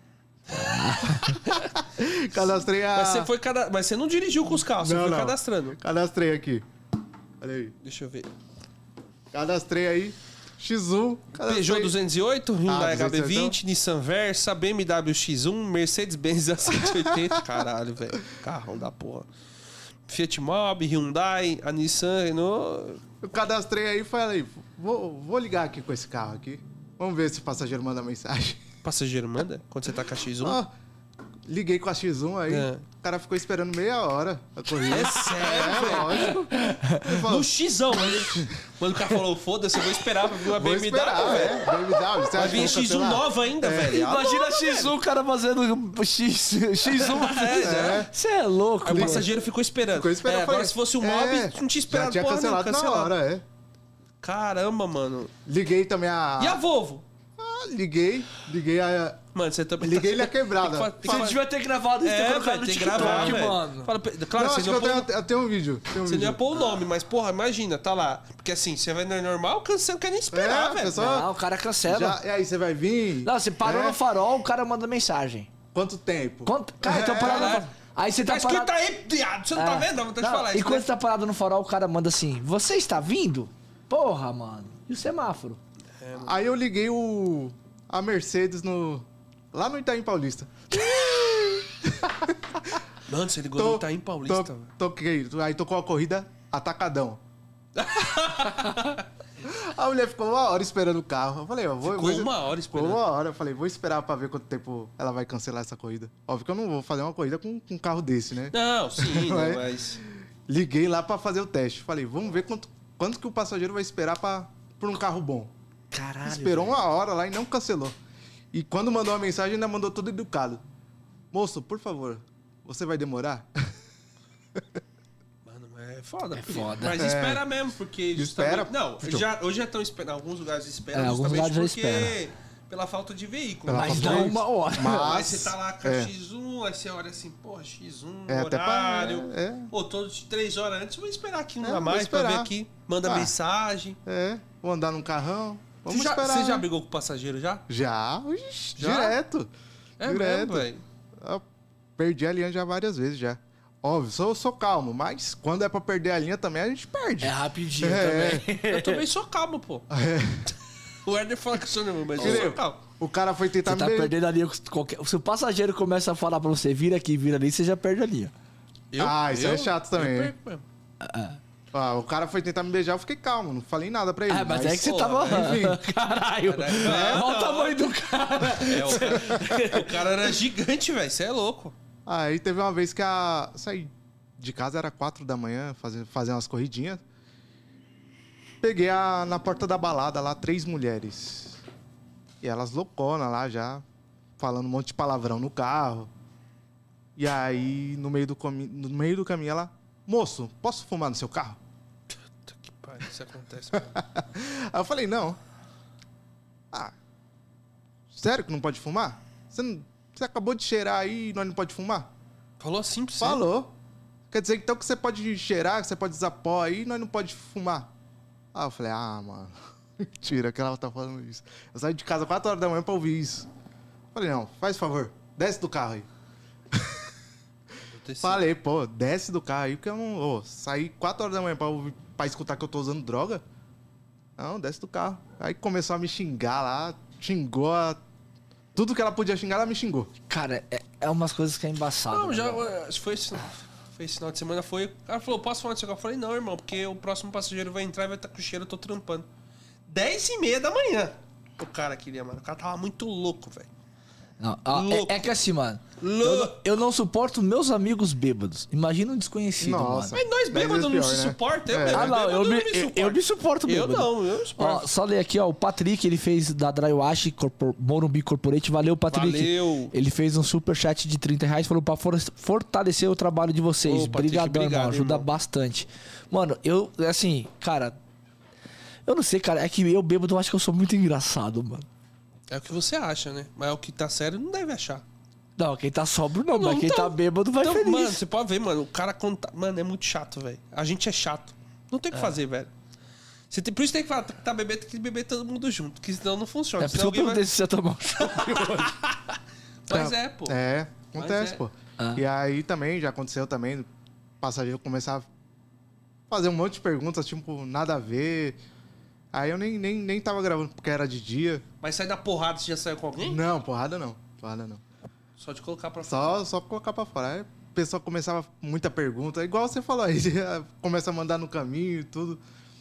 Cadastrei a... Mas você, foi cada... Mas você não dirigiu com os carros, você Não, foi não. cadastrando. Cadastrei aqui. Olha aí. Deixa eu ver. Cadastrei aí. X um. Cadastrei... Peugeot duzentos e oito, Hyundai Ah, H B vinte, duzentos e oito. Nissan Versa, B M W X um, Mercedes-Benz A cento e oitenta. Caralho, velho. Carrão da porra. Fiat Mobi, Hyundai, a Nissan, Renault. Eu cadastrei aí e falei, vou, vou ligar aqui com esse carro aqui. Vamos ver se o passageiro manda mensagem. Passageiro manda? Quando você tá com a X um? Ó, liguei com a X um aí, É. o cara ficou esperando meia hora a corrida. É sério, É, velho? lógico. Ele falou, No Xão, ele... Quando o cara falou, foda-se, eu vou esperar pra vir uma vou B M W, esperar, velho. é, B M W. Você Vai acha que vir eu vou X um cancelar? nova ainda, velho. Imagina Ah, X um, o cara fazendo X, X um. É, Você é louco, Aí o mano. passageiro ficou esperando. Ficou esperando. É, agora falei, se fosse o é, Mob, não tinha esperado Já tinha porra cancelado nenhuma, na cancelado. hora, é. Caramba, mano. Liguei também a... E a Volvo? Ah, liguei, liguei a... Mano, você também Liguei tá... na quebrada. Tem que fa- tem que Você fa- devia ter gravado isso e ter É, colocado velho, no tem que TikTok, gravar, velho. mano. Fala, pe- claro, Não, você acho não, que eu ia pôr, tenho, eu tenho um vídeo. Tenho um você não vídeo. ia pôr o nome, mas, porra, imagina, tá lá. Porque assim, você vai no normal, você não quer nem esperar, É, velho. pessoal- Não, o cara cancela. Já, e aí, você vai vir? Não, você parou É. no farol, o cara manda mensagem. Quanto tempo? Quanto... Cara, eu tô É, parado no caralho. farol. Aí você Tá tá escrito parado... aí, viado, você não tá É. vendo? Dá vontade de Não, falar e isso, quando né? você tá parado no farol, o cara manda assim, você está vindo? Porra, mano. E o semáforo? Aí eu liguei o a Mercedes no lá no Itaim Paulista. Mano, você ligou no Itaim Paulista, to- velho. toquei, aí tocou a corrida atacadão. A mulher ficou uma hora esperando o carro. Eu falei, ó, vou... Ficou vou- uma hora Ficou esperando. uma hora. Eu falei, vou esperar pra ver quanto tempo ela vai cancelar essa corrida. Óbvio que eu não vou fazer uma corrida com, com um carro desse, né? Não, sim, Não né, é? mas... Liguei lá pra fazer o teste. Falei, vamos ver quanto, quanto que o passageiro vai esperar pra, por um carro bom. Caralho. Esperou uma hora lá e não cancelou. E quando mandou a mensagem, ainda mandou todo educado. Moço, por favor, você vai demorar? Mano, é foda. É porque- foda. Mas É. espera mesmo, porque... Espera. justamente- Não, Fechou. já, hoje já estão esperando. Alguns lugares esperam É, alguns justamente lugares já porque... Pela falta de veículo. Pela Mas Mas falta dá de- uma hora. Mas- Aí você tá lá com a é. X um, aí você olha assim, porra, X um, É, até pra- horário. é. Pô, todos de três horas antes, vou esperar aqui um É, a vou mais pra ver esperar. aqui. Manda Ah. mensagem. É, vou andar num carrão. Vamos Você já, esperar. você já brigou com o passageiro já? Já? Ixi, Já? direto. É direto. mesmo, velho. Eu perdi a aliança já várias vezes já. Óbvio, sou, sou calmo, mas quando é pra perder a linha também, a gente perde. É rapidinho É. também. Eu também sou calmo, pô. O Herder fala que eu sou nervoso, mas eu Entendeu? sou calmo. O cara foi tentar Você tá me... perdendo a linha com qualquer... Se o passageiro começa a falar pra você, vira aqui, vira ali, você já perde a linha. Eu, Ah, isso eu, é chato também, eu hein? perco mesmo. Ah, o cara foi tentar me beijar, eu fiquei calmo, não falei nada pra ele. Ah, mas, é que você pô, tava... enfim. Caralho. Caralho. É, olha o tamanho do cara. É, o, cara, o cara era gigante, velho. Você é louco. Aí teve uma vez que a... saí de casa, era quatro da manhã, fazer, fazer umas corridinhas. Peguei a, na porta da balada lá, três mulheres. E elas louconas lá já, falando um monte de palavrão no carro. E aí, no meio do, comi... no meio do caminho, ela... Moço, posso fumar no seu carro? Puta que pariu, isso acontece, mano. Aí eu falei, não. Ah, sério que não pode fumar? Você, não... você acabou de cheirar aí e nós não pode fumar? Falou assim pra você? Falou. Quer dizer, então que você pode cheirar, que você pode usar pó aí e nós não pode fumar? Ah, eu falei, ah, mano, mentira que ela tá falando isso. Eu saí de casa quatro horas da manhã pra ouvir isso. Falei, não, faz favor, desce do carro aí. Falei, pô, desce do carro aí, porque eu não... Ô, saí quatro horas da manhã pra, ouvir, pra escutar que eu tô usando droga. Não, desce do carro. Aí começou a me xingar lá, xingou a... Tudo que ela podia xingar, ela me xingou. Cara, é, é umas coisas que é embaçado. Não, né, já... velho? Acho que foi esse, foi esse final de semana, foi... O cara falou, posso falar do seu carro? Eu falei, não, irmão, porque o próximo passageiro vai entrar e vai estar com cheiro, eu tô trampando. Dez e meia da manhã. O cara queria, mano. O cara tava muito louco, velho. Não, ah, Louco. é, é que assim, mano, eu, Louco. não- eu não suporto meus amigos bêbados. Imagina um desconhecido, Nossa. mano. Mas nós Dez bêbados vezes não se pior, né? suporta. Eu, É. mesmo, Ah, não, bêbado eu me, não eu, suporto. eu me suporto Eu bêbado. não, eu não suporto. Ó, só ler aqui, ó, o Patrick, ele fez da Drywash Corpor- Morumbi Corporate. Valeu, Patrick. Valeu. Ele fez um superchat de trinta reais, falou pra for- fortalecer o trabalho de vocês. Ô, Patrick, Obrigadão, irmão, obrigado, ajuda irmão. bastante. Mano, eu, assim, cara... Eu não sei, cara, é que eu bêbado, eu acho que eu sou muito engraçado, mano. É o que você acha, né? Mas o que tá sério não deve achar. Não, quem tá sóbrio não, Não, mas quem então- tá bêbado vai Então, feliz. mano, você pode ver, mano. O cara conta. Mano, é muito chato, velho. A gente é chato. Não tem o que fazer, velho. Você tem... Por isso tem que falar, tá bebendo, tem que beber todo mundo junto, que senão não funciona. É por isso Senão que eu alguém perguntei se você ia tomar um chopp hoje. vai... Mas Tá. é, pô. É, acontece, Mas é. pô. Ah. E aí também, já aconteceu também, o passageiro começar a fazer um monte de perguntas, tipo, nada a ver. Aí eu nem, nem, nem tava gravando porque era de dia. Mas sai da porrada, você já saiu com alguém? Não, porrada não. Porrada não. Só de colocar pra fora. Só, só colocar pra fora. Aí o pessoal começava muita pergunta, igual você falou aí, começa a mandar no caminho e tudo.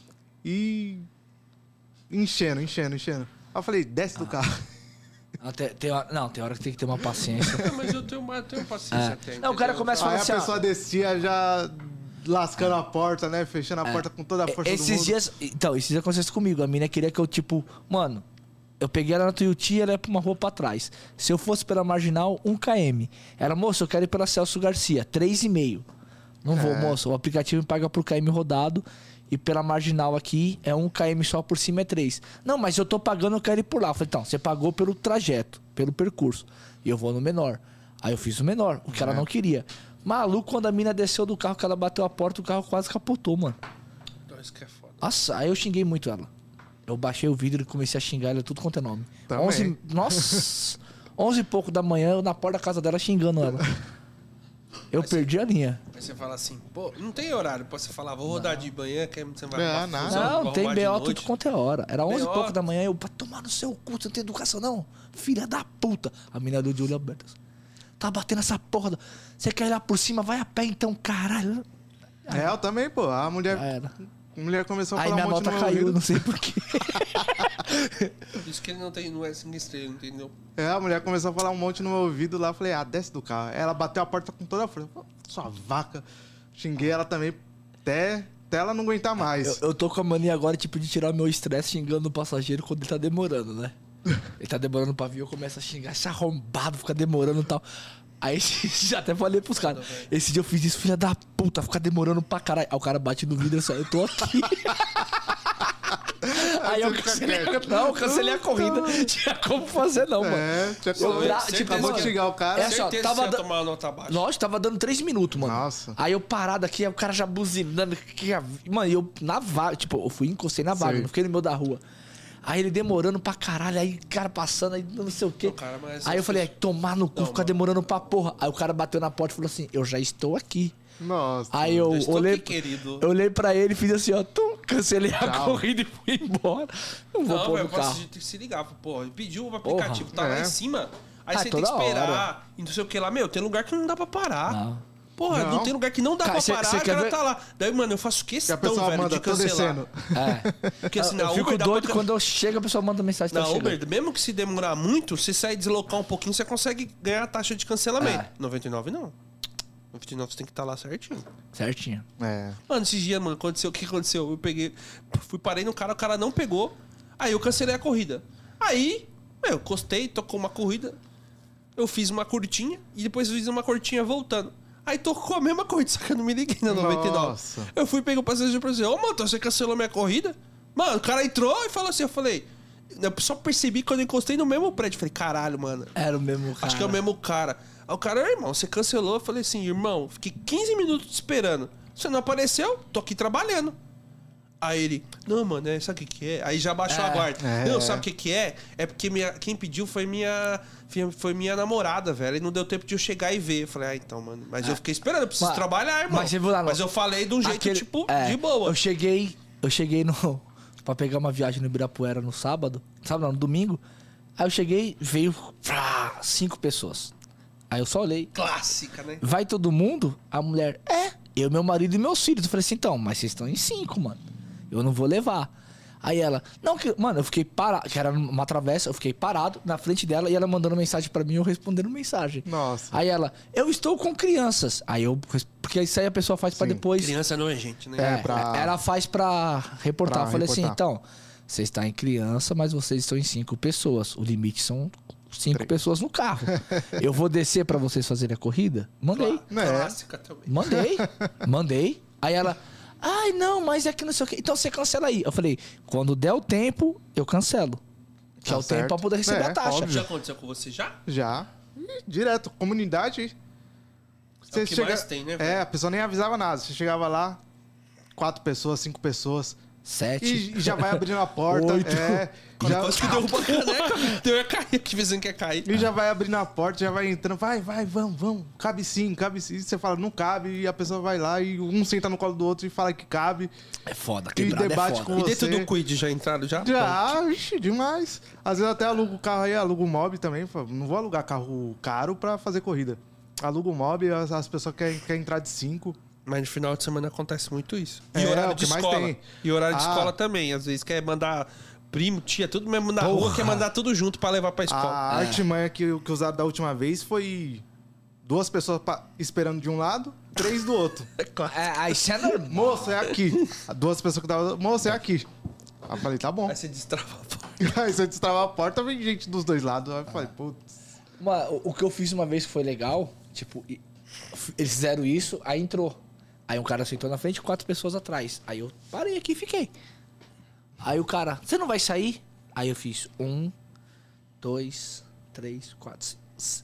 E enchendo, enchendo, enchendo. Aí eu falei, desce do carro. Não, tem, tem hora, não, tem hora que tem que ter uma paciência. É, mas eu tenho, eu tenho paciência É. até. Não, o cara entendeu? começa a Aí falar a assim, ó, pessoa descia já lascando a porta, né? Fechando a porta com toda a força do esses mundo. dias. Então, esses dias aconteceu comigo. A mina queria que eu, tipo, mano, eu peguei ela na Tuiuti e ela ia pra uma rua pra trás. Se eu fosse pela marginal, um quilômetro. Ela, moço, eu quero ir pela Celso Garcia, três e meio. Não vou, É. moço. O aplicativo me paga por quilômetro rodado. E pela marginal aqui é um quilômetro só, por cima é três. Não, mas eu tô pagando, eu quero ir por lá. Eu falei, então, você pagou pelo trajeto, pelo percurso. E eu vou no menor. Aí eu fiz o menor, o que ela É. não queria. Maluco, quando a mina desceu do carro, que ela bateu a porta, o carro quase capotou, mano. Então, isso que é foda. Nossa, aí eu xinguei muito ela. Eu baixei o vidro e comecei a xingar ela tudo quanto é nome. Também. onze, nossa, onze e pouco da manhã, eu na porta da casa dela xingando ela. Eu perdi a linha. Aí você fala assim, pô, não tem horário pra você falar, vou rodar de manhã, que aí você vai É, arrumar nada. confusão, Não, vai tem arrumar de B O noite. tudo quanto é hora. Era onze e B O. pouco da manhã, eu, pra tomar no seu cu, você não tem educação não? Filha da puta. A menina deu de olho aberto. Tá batendo essa porra. Você quer ir lá por cima? Vai a pé então, caralho. É, eu também, pô. A mulher, Já era. a mulher começou a Aí falar minha um monte nota no meu caiu, ouvido. não sei porquê. Por isso que ele não, tem, não é cinco estrelas, entendeu? É, a mulher começou a falar um monte no meu ouvido lá. Eu falei, ah, desce do carro. Ela bateu a porta com toda a força. Falei, sua vaca. Xinguei ela também até, até ela não aguentar mais. Eu, eu tô com a mania agora, tipo, de tirar o meu estresse xingando o passageiro quando ele tá demorando, né? Ele tá demorando pra vir, eu começo a xingar, esse arrombado, fica demorando e tal. Aí já até falei pros caras. Esse dia eu fiz isso, filha da puta, fica demorando pra caralho. Aí o cara bate no vidro e só, eu tô aqui. Aí eu você fica cancelei, quieto. não, eu cancelei a corrida. Não tinha como fazer, não, mano. É, tinha Eu como. tra- Você tipo, acabou mano, de xingar o cara. é só, Certeza tava que você ia da- tomar uma nota baixa. Nossa, tava dando três minutos, mano. Nossa. Aí eu parado aqui, aí o cara já buzinando. que- Mano, eu na vaga, tipo, eu fui e encostei na vaga, Sei. não fiquei no meio da rua. Aí ele demorando pra caralho, aí o cara passando, aí não sei o quê. Não, cara, mas aí eu falei, tomar no cu, Não, ficar mano. demorando pra porra. Aí o cara bateu na porta e falou assim, eu já estou aqui. Nossa. Aí eu Eu estou olhei, aqui, querido. eu olhei pra ele e fiz assim, ó, tum, cancelei a Tchau. corrida e fui embora. Não vou Não, pôr velho, no eu posso carro. ter que se ligar. Pô, pediu o aplicativo, tá lá É. em cima. Aí Ah, você tem que toda esperar. hora. E não sei o que lá. Meu, tem lugar que não dá pra parar. Não. Porra, não. Não. tem lugar que não dá Cara, pra cê- parar, cê o quer cara ver- tá lá. Daí, mano, eu faço Que a questão, pessoa velho, manda, de tô cancelar. descendo. É. Porque assim, na eu Uber fico dá doido pra... quando eu chego, a pessoa manda mensagem, tá Na chegando. Uber, mesmo que se demorar muito, você sai deslocar um pouquinho, você consegue ganhar a taxa de cancelamento. É. noventa e nove não. noventa e nove você tem que estar lá certinho. Certinho. É. Mano, esses dias, mano, aconteceu o que aconteceu? Eu peguei, fui, parei no cara, o cara não pegou. Aí eu cancelei a corrida. Aí, meu, costei, tocou uma corrida. Eu fiz uma curtinha e depois eu fiz uma curtinha voltando. Aí tocou a mesma corrida, só que eu não me liguei na noventa e nove. Nossa. Eu fui, peguei o passageiro pra dizer, ô, mano, você cancelou minha corrida? Mano, o cara entrou e falou assim, eu falei... Eu só percebi quando eu encostei no mesmo prédio. Falei, caralho, mano. Era o mesmo cara. Acho que é o mesmo cara. Aí o cara, irmão, você cancelou. Eu falei assim, irmão, fiquei quinze minutos te esperando. Você não apareceu? Tô aqui trabalhando. Aí ele, não, mano, é, sabe o que que é? Aí já baixou É, a guarda. é. Não, sabe o que que é? É porque minha, quem pediu foi minha, foi minha namorada, velho. E não deu tempo de eu chegar e ver. Eu falei, ah, então, mano. Mas eu fiquei esperando, eu preciso Mas- trabalhar, irmão. mas você viu lá no- Mas eu falei de um jeito, Aquele- tipo, é, de boa. Eu cheguei, eu cheguei no pra pegar uma viagem no Ibirapuera no sábado, sábado não, no domingo. Aí eu cheguei, veio frá, cinco pessoas. Aí eu só olhei, Clássica, né? vai todo mundo? A mulher, é, eu, meu marido e meus filhos. Eu falei assim, então, mas vocês estão em cinco, mano. Eu não vou levar. Aí ela, não, que, mano, eu fiquei parado, que era uma travessa, eu fiquei parado na frente dela e ela mandando mensagem pra mim, eu respondendo mensagem. Nossa. Aí ela, eu estou com crianças. Aí eu, porque isso aí a pessoa faz pra Sim. depois. Criança não é gente, né? É, É, pra- ela faz pra reportar. pra eu falei assim, reportar. então, você está em criança, mas vocês estão em cinco pessoas. O limite são cinco pessoas no carro. Eu vou descer pra vocês fazerem a corrida? Mandei. Né? Clássica também. Mandei. Mandei. Aí ela, ai, não, mas é que não sei o quê. Então você cancela aí. Eu falei, quando der o tempo, eu cancelo. Que Tá é o tempo certo. pra poder receber É, a taxa. óbvio. Já aconteceu com você já? Já. Ih, direto. Comunidade. É o que mais tem, né, velho? É, a pessoa nem avisava nada. Você chegava lá, quatro pessoas, cinco pessoas. Sete. E, e já vai abrindo a porta. Oito. É. Já, Quase que derruba a caneca. Eu ia cair aqui, vizinho quer cair. e já vai abrindo a porta, já vai entrando. Vai, vai, vamos, vamos. Cabe sim, cabe sim. E você fala, não cabe. E a pessoa vai lá e um senta no colo do outro e fala que cabe. É foda, E quebrada é debate foda. com E dentro você. do Quid já entraram já? Já, ixi, demais. Às vezes até alugo o carro aí, alugo o mob também. Falo, não vou alugar carro caro pra fazer corrida. Alugo o mob, as, as pessoas querem, querem entrar de cinco. Mas no final de semana acontece muito isso. E É, horário o de que mais escola. tem. E horário de Ah. escola também. Às vezes quer mandar primo, tia, tudo mesmo na Porra. rua, quer mandar tudo junto pra levar pra escola. A artimanha que, que usaram da última vez foi duas pessoas pa- esperando de um lado, três do outro. É, aí isso é normal. Moço, é aqui. Duas pessoas que estavam. Moço, é aqui. Aí eu falei, tá bom. Aí você destrava a porta. Aí você destrava a porta, vem gente dos dois lados. Aí eu falei, putz. Uma- o, o que eu fiz uma vez que foi legal, tipo, e- f- eles fizeram isso, aí entrou. Aí um cara sentou na frente, quatro pessoas atrás. Aí eu parei aqui e fiquei. Aí o cara, você não vai sair? Aí eu fiz um, dois, três, quatro. cinco, seis.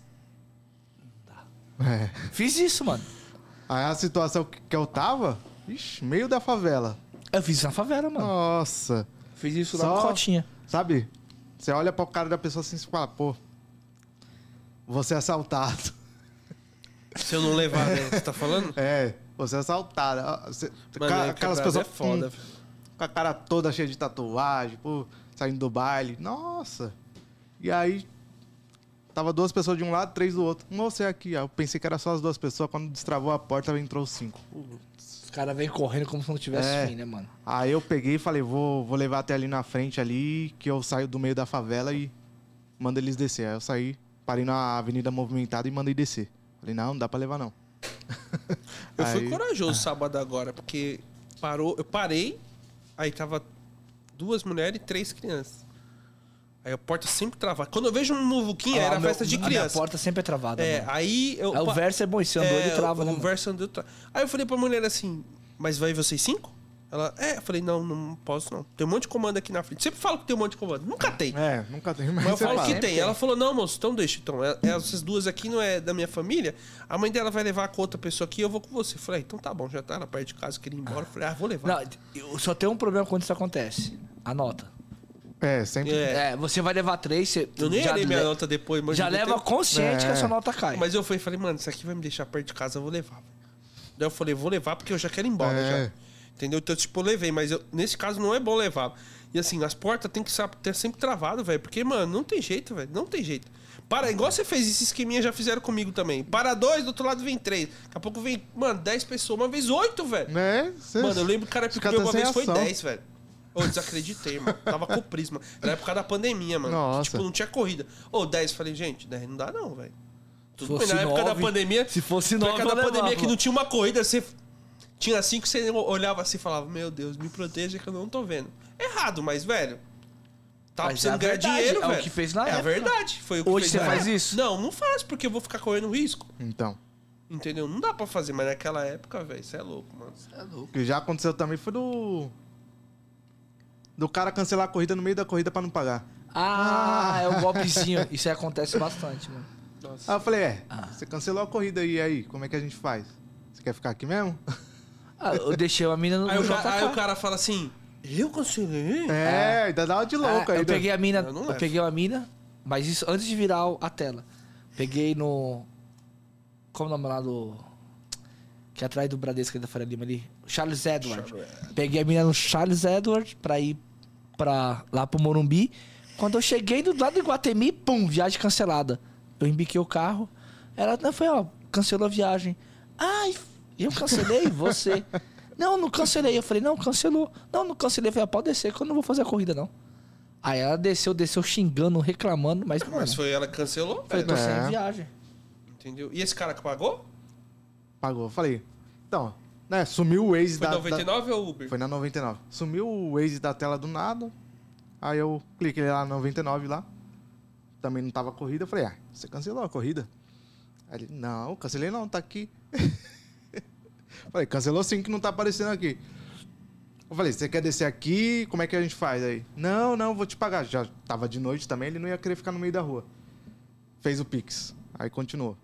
Não dá. É. Fiz isso, mano. Aí a situação que que eu tava, ixi, meio da favela. Eu fiz isso na favela, mano. Nossa. Fiz isso lá Só- no Cotinha. Sabe? Você olha pra cara da pessoa assim e fala, pô, vou ser assaltado. Se eu não levar, né? Você tá falando? É, você é assaltado. Ah, você- Mano, ca- é aquelas quebrada pessoas é foda. com, com a cara toda cheia de tatuagem, pô, saindo do baile. Nossa. E aí, tava duas pessoas de um lado, três do outro. Um você aqui. Aí eu pensei que era só as duas pessoas. Quando destravou a porta, entrou os cinco. Os caras vêm correndo como se não tivesse É. fim, né, mano? Aí eu peguei e falei, vou, vou levar até ali na frente ali, que eu saio do meio da favela e mando eles descer. Aí eu saí, parei na avenida movimentada e mandei descer. Falei, não, não dá pra levar não. Eu fui Aí- corajoso sábado agora, porque parou, eu parei, aí tava duas mulheres e três crianças. Aí a porta sempre travada. Quando eu vejo um muvuquinha, Ah, era meu- festa de A minha criança. porta sempre é travada, É, mano. aí eu. Aí o pa- verso é bom, esse andou, ele trava, o, né, o mano? verso andou tra... Aí eu falei pra mulher assim, mas vai vocês cinco? Ela, é, eu falei, não, não posso não. Tem um monte de comando aqui na frente. Sempre falo que tem um monte de comando. Nunca tem. É, nunca tem, mas, Mas eu você falo fala. que sempre tem. tem. Ela falou, não, moço, então deixa. Então, é- essas duas aqui não é da minha família. A mãe dela vai levar com outra pessoa aqui, eu vou com você. Eu falei, então tá bom, já tá na perto de casa, queria ir embora. Eu falei, ah, vou levar. Não, eu só tenho um problema quando isso acontece. Anota. É, sempre. É. É, você vai levar três, você Eu nem já, olhei minha le- nota depois, mas já devia leva ter- consciente É. que a sua nota cai. Mas eu fui e falei, mano, isso aqui vai me deixar perto de casa, eu vou levar. Velho. Daí eu falei, vou levar porque eu já quero ir embora. É. Já. Entendeu? Então, tipo, eu levei, mas eu- nesse caso não é bom levar. E assim, as portas tem que ser ter sempre travado, velho. Porque, mano, não tem jeito, velho. Não tem jeito. Para, igual você fez esse esqueminha, já fizeram comigo também. Para dois, do outro lado vem três. Daqui a pouco vem, mano, dez pessoas, uma vez oito, velho. Né? Cê- Mano, eu lembro que o cara Os pediu caras uma tão vez sem foi ação. dez, velho. Ô, desacreditei, mano. Tava com o prisma. Era época da pandemia, mano. Nossa. Tipo, não tinha corrida. Ô, dez, falei, gente, dez não dá não, velho. Tudo fosse bem, na época da nove, pandemia... se fosse na nove, época da eu pandemia levava. que não tinha uma corrida, você... Tinha cinco, você olhava assim e falava, meu Deus, me proteja que eu não tô vendo. Errado, mas, velho... Tava Mas precisando é a ganhar verdade, dinheiro, é o velho. que fez na É a época. verdade. Foi o que Hoje fez você na faz época. isso? Não, não faço, porque eu vou ficar correndo risco. Então. Entendeu? Não dá pra fazer, mas naquela época, velho, isso é louco, mano. É louco. O que já aconteceu também foi do. Do cara cancelar a corrida no meio da corrida pra não pagar. Ah, é o golpezinho. Isso aí acontece bastante, mano. Nossa. Aí eu falei, é, Ah. você cancelou a corrida e aí, como é que a gente faz? Você quer ficar aqui mesmo? Ah, eu deixei a mina no, Aí, no o ca- aí J K. o cara fala assim, eu cancelei? É, ainda dá uma de louco Ah, aí. eu peguei a mina, Eu não eu, levo. peguei uma mina, mas isso antes de virar o- a tela. Peguei no. Como é o nome lá do. Que é atrás do Bradesco da Faria Lima ali. Charles Edward. Peguei a mina no Charles Edward pra ir pra, lá pro Morumbi. Quando eu cheguei do lado do Iguatemi, pum, viagem cancelada. Eu embiquei o carro. Ela não foi, ó, cancelou a viagem. Ai, eu cancelei? Você. Não, não cancelei. Eu falei, não, cancelou. Não, não cancelei. Eu falei, ah, pode descer, que eu não vou fazer a corrida, não. Aí ela desceu, desceu xingando, reclamando, mas, mano, Mas foi ela que cancelou, falei, velho. tô sem É. viagem. Entendeu? E esse cara que pagou? Pagou. Eu falei, então, né, sumiu o Waze Foi da... noventa e da- nove ou Uber? Foi na noventa e nove. Sumiu o Waze da tela do nada. Aí eu cliquei lá na noventa e nove lá. Também não tava corrida. Eu falei, ah, você cancelou a corrida? Aí ele, não, cancelei não, tá aqui. Falei, cancelou sim que não tá aparecendo aqui. Eu falei, você quer descer aqui? Como é que a gente faz aí? Não, não, vou te pagar. Já tava de noite também, ele não ia querer ficar no meio da rua. Fez o Pix. Aí continuou.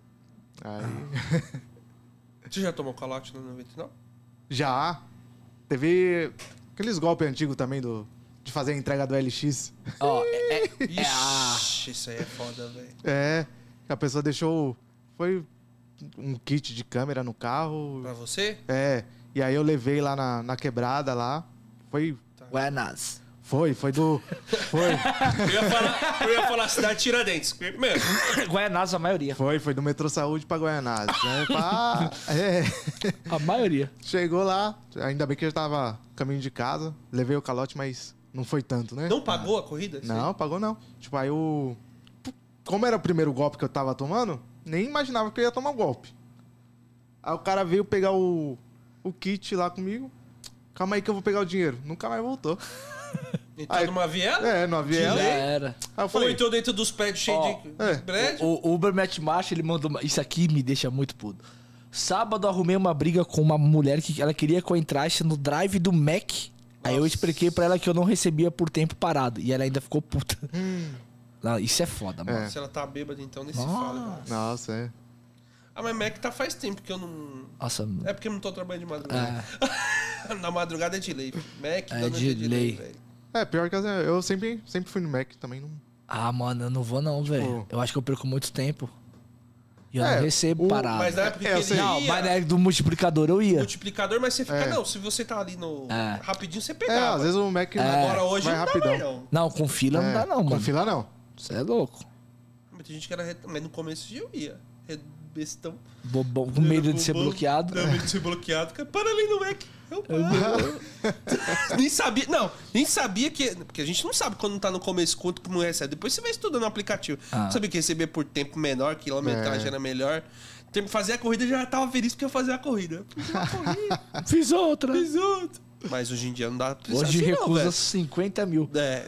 Aí... Você já tomou calote na noventa e nove? Já. Teve aqueles golpes antigos também do, de fazer a entrega do L X. Ó, é, é, é a... Ixi, isso aí é foda, velho. É, que a pessoa deixou. Foi um kit de câmera no carro. Pra você? É. E aí eu levei lá na, na quebrada lá. Foi. Buenas. Foi, foi do. Foi. Eu ia falar, eu ia falar cidade Tiradentes. Mesmo. Guaianazes, a maioria. Foi, foi do Metrô Saúde pra Goianazes. Né? Pá, é. A maioria. Chegou lá, ainda bem que eu já tava caminho de casa. Levei o calote, mas não foi tanto, né? Não pagou a corrida? Não, pagou não. Tipo, aí o. Como era o primeiro golpe que eu tava tomando, nem imaginava que eu ia tomar um golpe. Aí o cara veio pegar o, o kit lá comigo. Calma aí que eu vou pegar o dinheiro. Nunca mais voltou. Entrou Aí- numa viela? É, não havia De ela. Já lei. era. Aí eu Ou falei, entrou dentro dos prédios cheios Ó, de, é. de prédio? O, o Uber Match Macho, ele mandou... uma- Isso aqui me deixa muito puto. Sábado eu arrumei uma briga com uma mulher que ela queria que eu entrasse no drive do Mac. Aí eu Nossa. expliquei pra ela que eu não recebia por tempo parado. E ela ainda ficou puta. Não, isso é foda, mano. É. Se ela tá bêbada, então nem se Nossa. fala. Cara. nossa, é. Ah, mas Mac tá faz tempo que eu não... Nossa, É porque eu não tô trabalhando de madrugada. Na madrugada é de lei. Mac É da noite de lei. velho. É, pior que eu sempre, sempre fui no Mac também. Não... ah, mano, eu não vou não, velho. Eu acho que eu perco muito tempo. E eu É, não recebo o- parado. Mas na época É, que eu ele sei. ia, Não, mas né, do multiplicador eu ia. multiplicador, mas você fica... É. Não, se você tá ali no... É. Rapidinho, você É, pegava. às vezes o Mac Agora hoje vai não rapidão. dá mais, não. Não, com fila não É, dá não, com mano. fila não. Você é louco. Mas tem gente que era... ret- Mas no começo eu ia. Re- Bestão. Bobão, com medo de ser Bobão. bloqueado. Não, medo de ser bloqueado. Cara, para ali no Mac. Eu paro. Nem sabia... Não, nem sabia que... Porque a gente não sabe quando tá no começo quanto que não recebe. Depois você vai estudando no aplicativo. Ah. Não sabia que receber por tempo menor, quilometragem É. era melhor. Tem- Fazer a corrida, já tava feliz porque eu fazia a corrida. Fiz uma corrida, Fiz outra. fiz outra. Mas hoje em dia não dá pra pensar Hoje assim, não, recusa velho. cinquenta mil. É.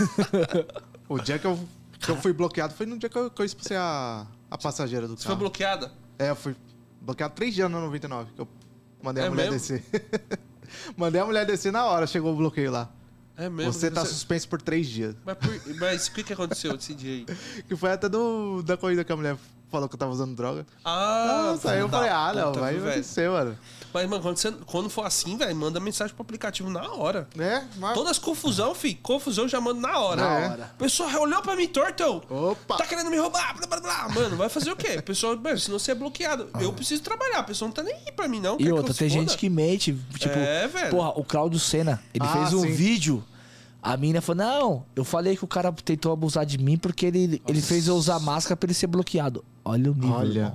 O dia que eu, que eu fui bloqueado foi no dia que eu, que eu expulsei a, a passageira do Você foi carro. bloqueada? É, eu fui bloqueado três dias na noventa e nove, que eu mandei a É mulher mesmo? descer. Mandei a mulher descer na hora, chegou o bloqueio lá. É mesmo. Você tá suspenso por três dias. Mas, por... Mas o que, que aconteceu esse dia aí? Que foi até do, da corrida que a mulher falou que eu tava usando droga. Ah, Nossa, aí eu filho falei, da ah, não, puta, vai viu, acontecer, mano. Mas, mano, quando, você, quando for assim, velho, manda mensagem pro aplicativo na hora. É, mas... Todas as confusão, fi, confusão eu já mando na hora. Na hora. A pessoa olhou pra mim torto. Opa! Tá querendo me roubar, blá, blá, blá. Mano, vai fazer o quê? A pessoa, mano, senão você é bloqueado. Eu preciso trabalhar, a pessoa não tá nem aí pra mim, não. Quer E que outra, eu se tem foda? gente que mente. Tipo, É, velho. porra, o Claudio Senna, ele Ah, fez um sim. vídeo. A mina falou: não, eu falei que o cara tentou abusar de mim porque ele, ele fez eu usar máscara pra ele ser bloqueado. Olha o nível. Olha. Irmão.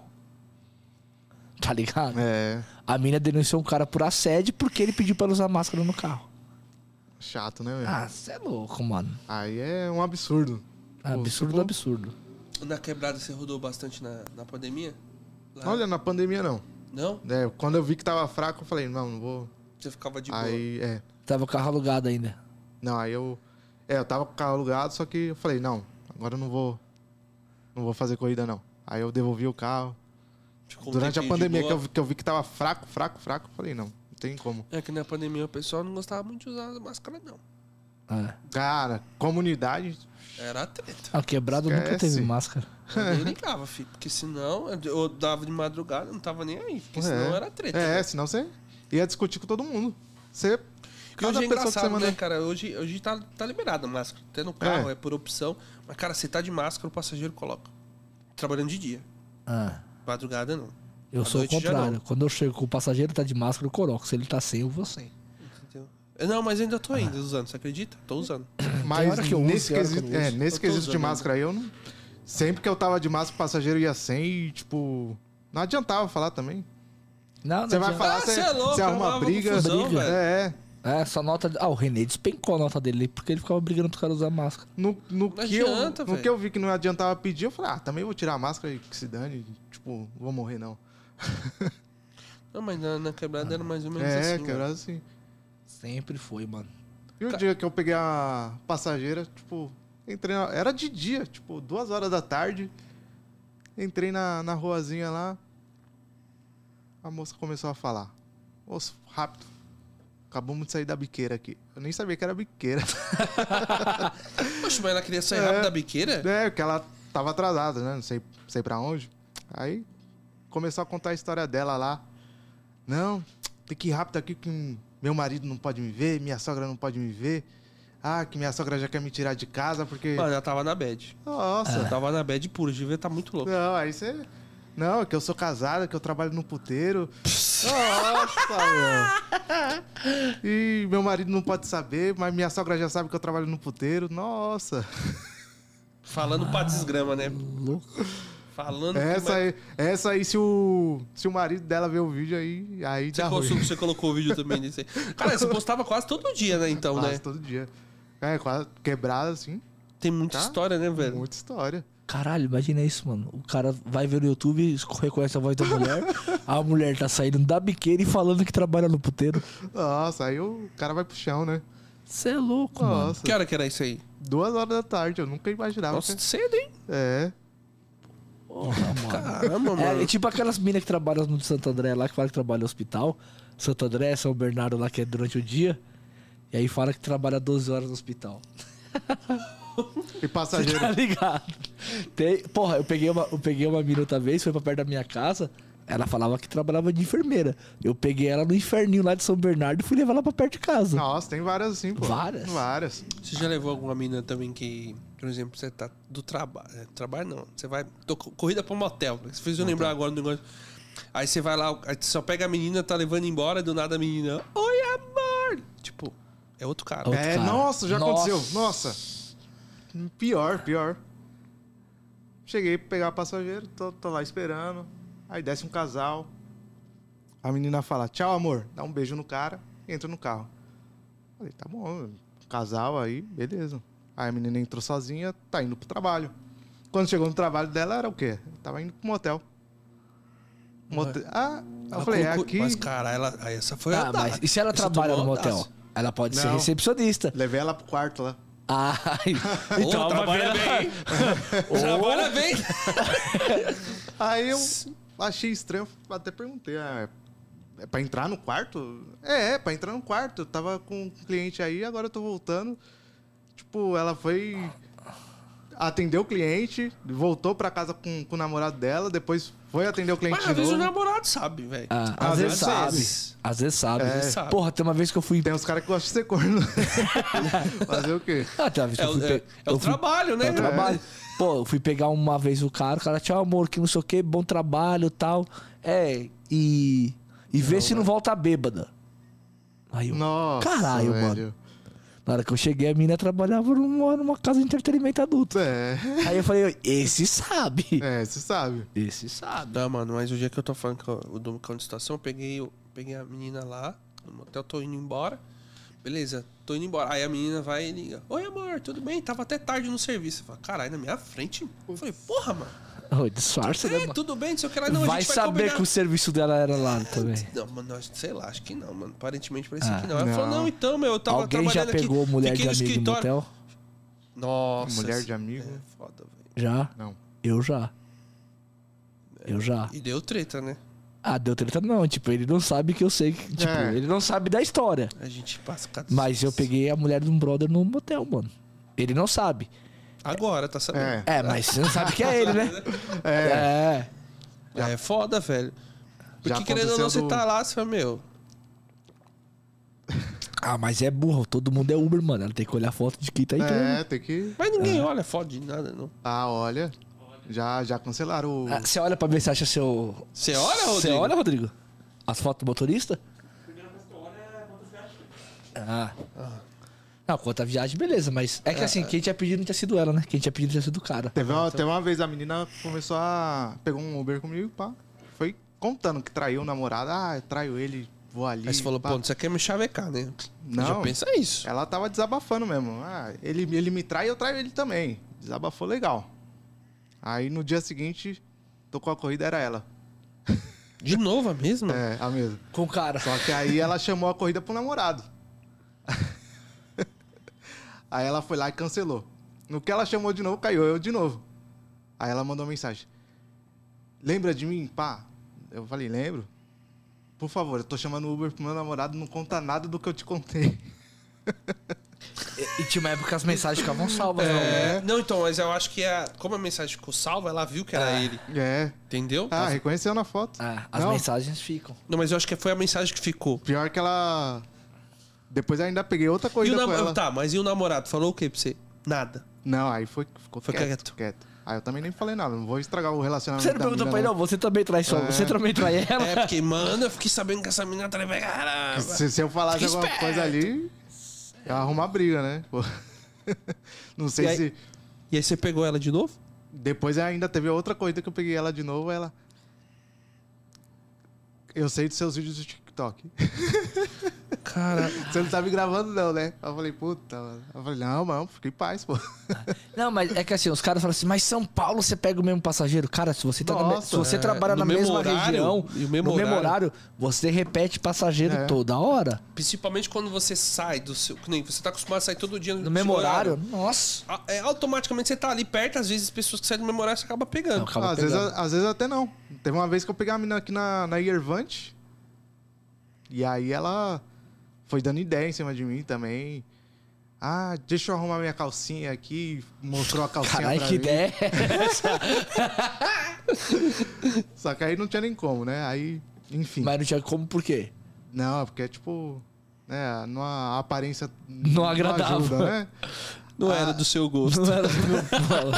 Tá ligado? É, A mina denunciou um cara por assédio porque ele pediu pra ela usar máscara no carro. chato, né, meu? Ah, você é louco, mano. Aí é um absurdo. Absurdo do absurdo. Na quebrada você rodou bastante na, na pandemia? Lá- Olha, na pandemia não. Não? É, quando eu vi que tava fraco, eu falei, não, não vou. Você ficava de boa. Aí, é. Tava o carro alugado ainda. Não, aí eu. É, eu tava com o carro alugado, só que eu falei, não, agora eu não vou. Não vou fazer corrida, não. Aí eu devolvi o carro. Ficou um Durante a tempinho de pandemia, que boa. eu, vi- que eu vi que tava fraco, fraco, fraco, eu falei, não, não tem como. É que na pandemia o pessoal não gostava muito de usar máscara, não. É. Cara, comunidade. Era treta. Ah, o quebrado nunca Esquece. teve máscara. Eu nem ligava, filho. Porque senão eu- eu dava de madrugada, não tava nem aí. Porque senão é. era treta. É, né? senão você ia discutir com todo mundo. Você. E hoje é pessoa que você engraçado, manda- né, cara? Hoje, hoje tá, tá liberado a máscara. Até no carro, é. por opção. Mas, cara, você tá de máscara, o passageiro coloca. Trabalhando de dia. Ah, Madrugada, não. eu À sou o noite já contrário. não. Quando eu chego com o passageiro, tá de máscara, eu coloco. Se ele tá sem, eu vou sem. Entendeu? Não, mas ainda tô ainda usando, você acredita? Tô usando. Mas hora que eu uso, nesse tem hora que eu quesito, não é, uso. nesse Eu tô quesito de usando máscara aí, eu não. Sempre que eu tava de máscara, o passageiro ia sem e, tipo. Não adiantava falar também. Não, não Você vai adianta. falar, Ah, você cê é louco, você arruma arrumava briga. confusão, briga. velho. É, é. É, só nota. Ah, o René despencou a nota dele porque ele ficava brigando pro cara usar máscara. No, no, Não que, eu, adianta, no velho. que eu vi que não adiantava pedir, eu falei, ah, também vou tirar a máscara e que se dane. Tipo, não vou morrer, não. Não, mas na, na quebrada era mais ou menos É, assim. quebrado velho. assim. Sempre foi, mano. E o dia que eu peguei a passageira, tipo, entrei na, era de dia, tipo, duas horas da tarde. Entrei na, na ruazinha lá. A moça começou a falar. Moço, rápido. Acabamos de sair da biqueira aqui. Eu nem sabia que era biqueira. Poxa, mas ela queria sair É. rápido da biqueira? É, porque ela tava atrasada, né? Não sei, sei pra onde. Aí começou a contar a história dela lá. Não, tem que ir rápido aqui que meu marido não pode me ver, minha sogra não pode me ver. Ah, que minha sogra já quer me tirar de casa porque... Mano, ela tava na bad. Nossa. Ela tava na bad pura, devia estar muito louco. Não, aí você... Não, é que eu sou casada, que eu trabalho no puteiro. Nossa, meu. E meu marido não pode saber, mas minha sogra já sabe que eu trabalho no puteiro. Nossa. Falando pra desgrama, né? Louco. Falando que Essa vai- aí, essa aí se, o, se o marido dela ver o vídeo aí, aí Você, dá ruim. colocou, você colocou o vídeo também nisso aí. Cara, você postava quase todo dia, né? Então, Quase né? todo dia. É, quase quebrada assim. Tem muita Tá? história, né, velho? Muita história. Caralho, imagina isso, mano. O cara vai ver no YouTube, reconhece a voz da mulher. A mulher tá saindo da biqueira e falando que trabalha no puteiro. Nossa, aí o cara vai pro chão, né? Você é louco, mano. Nossa. Que hora que era isso aí? Duas horas da tarde, eu nunca imaginava. Nossa, que... cedo, hein? É. Porra, mano. Caramba, É, mano. é tipo aquelas minas que trabalham no Santo André lá, que fala que trabalha no hospital. Santo André, São Bernardo lá, que é durante o dia. E aí fala que trabalha doze horas no hospital. E Você passageiro. tá ligado? Tem... Porra, eu peguei, uma, eu peguei uma mina outra vez, foi pra perto da minha casa. Ela falava que trabalhava de enfermeira. Eu peguei ela no inferninho lá de São Bernardo e fui levar ela pra perto de casa. Nossa, tem várias assim, pô. Várias? Várias. Você já levou alguma mina também que, por exemplo, você tá do trabalho. É, trabalho não. Você vai. Tô, co- corrida pra um motel. Você fez eu lembrar agora do negócio. Aí você vai lá, aí você só pega a menina, tá levando embora, do nada a menina. Oi, amor! Tipo, é outro cara. Outro É, cara. nossa, já Nossa. aconteceu. Nossa. Pior, pior. Cheguei pra pegar o passageiro, tô, tô lá esperando. Aí desce um casal. A menina fala, tchau, amor. Dá um beijo no cara e entra no carro. Falei, tá bom, casal aí, beleza. Aí a menina entrou sozinha, tá indo pro trabalho. Quando chegou no trabalho dela, era o quê? Tava indo pro motel. Motel. Ah, eu Ela falei, é colocou- aqui. Mas, cara, ela, aí essa foi Ah, a mas e se ela Essa trabalha no tomou motel? audácia. Ela pode ser Não. recepcionista. Levei ela pro quarto lá. Ah, Ô, então trabalha bem. Trabalha bem. Aí eu achei estranho, até perguntei, ah, é pra entrar no quarto? É, é, pra entrar no quarto. Eu tava com um cliente aí, agora eu tô voltando. Tipo, ela foi... atendeu o cliente, voltou pra casa com, com o namorado dela, depois foi atender o cliente Mas de às vezes o novo. namorado sabe, velho. Ah, Às às, vezes vezes sabe. vezes. Às vezes sabe. É. Às vezes sabe. Porra, tem uma vez que eu fui... Tem uns caras que gostam de ser corno. Fazer o quê? Ah, tem uma vez que É, eu fui... o- pe- é, é o eu fui- trabalho, né? É o trabalho. Pô, eu fui pegar uma vez o cara, o cara, tchau, amor, que não sei o que, bom trabalho e tal. É, e... E vê se não volta bêbada. Aí eu... Nossa, Caralho, velho. mano. Na hora que eu cheguei, a menina trabalhava numa, numa casa de entretenimento adulto. É, Aí eu falei, esse sabe. é, você sabe. Esse sabe. Tá, mano, mas o dia que eu tô falando que eu- o do cão de estação, eu peguei, eu peguei a menina lá, no motel, tô indo embora. Beleza, tô indo embora. Aí a menina vai e liga: Oi, amor, tudo bem? Tava até tarde no serviço. Eu falei: Caralho, na minha frente? Eu falei: Porra, mano. Ô, disfarça, né, É, mano? tudo bem, não sei o que lá. Não, a Vai gente vai saber combinar. que o serviço dela era lá também. Não, mano, nós- sei lá, acho que não, mano. Aparentemente parecia Ah, que não. Ela falou: não. Não, então, meu, eu tava Alguém já trabalhando pegou aqui. mulher fiquei de no amigo no escritório. motel? Nossa. Mulher de amigo? É foda, velho. Já? Não. Eu já. Eu já. E deu treta, né? Ah, deu treta não. Tipo, ele não sabe que eu sei. que- Tipo, É. ele não sabe da história. A gente passa cada... Mas eu peguei a mulher de um brother no motel, mano. Ele não sabe. Agora, tá sabendo? É. É, mas você não sabe que é ele, né? É. É. É, foda, velho. Já Porque querendo ou não, você aconteceu tá lá, você fala, meu... Ah, mas é burro. Todo mundo é Uber, mano. Ela tem que olhar a foto de quem tá entrando. É, tem que... Mas ninguém olha foda de nada, não. Ah, olha. Já, já cancelaram o... Ah, você olha pra ver se acha seu... Você olha, Rodrigo? Você olha, Rodrigo? As fotos do motorista? Ah. Não, quanto a viagem, beleza. Mas é que assim, quem tinha pedido não tinha sido ela, né? Quem tinha pedido tinha sido o cara. Teve uma, teve uma vez a menina começou a... Pegou um Uber comigo, pá. Foi contando que traiu o namorado. Ah, eu traio ele, vou ali. Aí você falou, pá. pô, você quer me chavecar, né? Você já Não. pensa isso. Ela tava desabafando mesmo. Ah, ele, ele me trai, eu traio ele também. Desabafou legal. Aí no dia seguinte, tocou a corrida, era ela. De novo a mesma? É, a mesma. Com o cara. Só que aí ela chamou a corrida pro namorado. Aí ela foi lá e cancelou. No que ela chamou de novo, caiu eu de novo. Aí ela mandou uma mensagem. Lembra de mim? Pá. Eu falei, lembro. Por favor, eu tô chamando o Uber pro meu namorado, não conta nada do que eu te contei. E, e tinha uma época que as mensagens ficavam salvas, não. É, não, então, mas eu acho que a, como a mensagem ficou salva, ela viu que era É. ele. É. Entendeu? Ah, reconheceu na foto. Ah, as Não, mensagens ficam. Não, mas eu acho que foi a mensagem que ficou. Pior que ela... Depois eu ainda peguei outra E corrida o com nam- ela. Tá, mas e o namorado? Falou o que pra você? Nada. Não, aí foi, ficou Foi quieto, quieto. quieto. Aí eu também nem falei nada, não vou estragar o relacionamento Você não da perguntou mina, pra ele, não. não, você também trai só. É. Você também trai ela? É, porque, mano, eu fiquei sabendo que essa menina tá levando. Caramba. Se, se eu falasse Fica alguma esperto. coisa ali, eu ia arrumar briga, né? Pô. Não sei E aí- se... E aí você pegou ela de novo? Depois ainda teve outra corrida que eu peguei ela de novo, ela... Eu sei dos seus vídeos do TikTok. Cara, Você não tá me gravando não, né? Eu falei, puta, mano. Eu falei, não, mano, fica em paz, pô. Não, mas é que assim, os caras falam assim, mas São Paulo você pega o mesmo passageiro. Cara, se você, tá na me- Nossa, se você é, trabalha no na mesmo mesma horário, região, e o mesmo no mesmo horário. horário, você repete passageiro É. toda hora. principalmente quando você sai do seu. Que nem você tá acostumado a sair todo dia No mesmo horário, nossa. A- É, automaticamente você tá ali perto, às vezes as pessoas que saem do mesmo horário você acaba pegando. Não, acaba às, vezes, pegando. às vezes até não. Teve uma vez que eu peguei uma menina aqui na, na Yervante. E aí ela foi dando ideia em cima de mim também. Ah, deixa eu arrumar minha calcinha aqui. Mostrou a calcinha Caralho, pra que mim. ideia é essa? Só que aí não tinha nem como, né? Aí, enfim. Mas não tinha como, por quê? Não, porque é tipo... Né, numa aparência... Não agradável. ajuda, né? Não Ah, era do seu gosto. Não era do meu polo.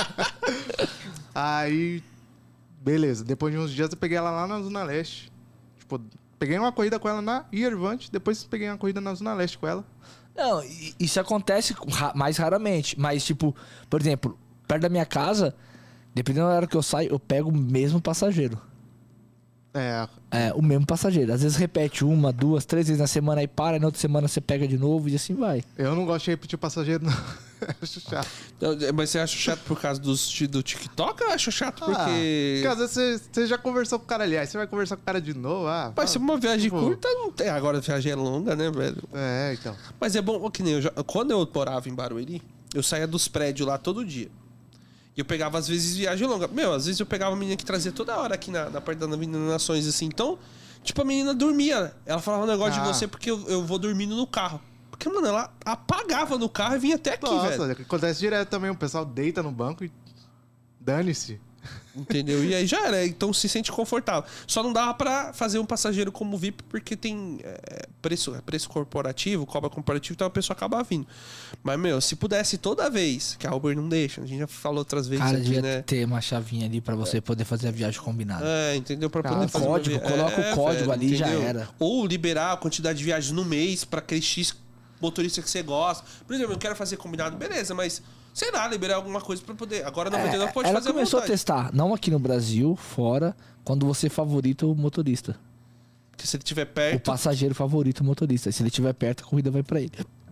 Aí, beleza. Depois de uns dias eu peguei ela lá na Zona Leste. Tipo, peguei uma corrida com ela na Yervante, depois peguei uma corrida na Zona Leste com ela. Não, i- isso acontece com ra- mais raramente. Mas, tipo, por exemplo, perto da minha casa, dependendo da hora que eu saio, eu pego o mesmo passageiro. É, É, o mesmo passageiro. Às vezes repete uma, duas, três vezes na semana, aí para, e na outra semana você pega de novo e assim vai. eu não gosto de repetir passageiro, não. Acho chato. Não, Mas você acha chato por causa dos, do TikTok ou acha chato Ah, porque. porque às vezes você, você já conversou com o cara ali, aí você vai conversar com o cara de novo. Ah, Mas se fala. uma viagem Tipo- curta, não tem. Agora a viagem é longa, né, velho? É, então. Mas é bom, que nem eu já, quando eu morava em Barueri, eu saía dos prédios lá todo dia. E eu pegava, às vezes, viagem longa. Meu, às vezes eu pegava a menina que trazia toda hora aqui na, na parte da Avenida Nações, assim. Então, tipo, a menina dormia. Ela falava um negócio Ah. de você porque eu, eu vou dormindo no carro. Porque, mano, ela apagava no carro e vinha até aqui, Nossa, velho. acontece direto também. O pessoal deita no banco e dane-se. Entendeu? E aí já era, então se sente confortável. Só não dava pra fazer um passageiro como V I P, porque tem é, preço, é preço corporativo, cobra corporativo, então a pessoa acaba vindo. Mas, meu, se pudesse toda vez, que a Uber não deixa, a gente já falou outras vezes Cara, aqui, devia né? ter uma chavinha ali pra você poder fazer a viagem combinada. É, entendeu? Pra Ah, poder um fazer uma código, via- coloca é, o código velho, ali, já entendeu? era. Ou liberar a quantidade de viagens no mês pra aquele X motorista que você gosta. Por exemplo, eu quero fazer combinado, beleza, mas sei lá, liberar alguma coisa pra poder. Agora noventa e nove pode É, Ela fazer à começou a vontade. testar, não aqui no Brasil, fora, quando você favorita o motorista. Porque se ele estiver O perto. passageiro favorita o motorista. Se ele estiver perto, a corrida vai pra ele.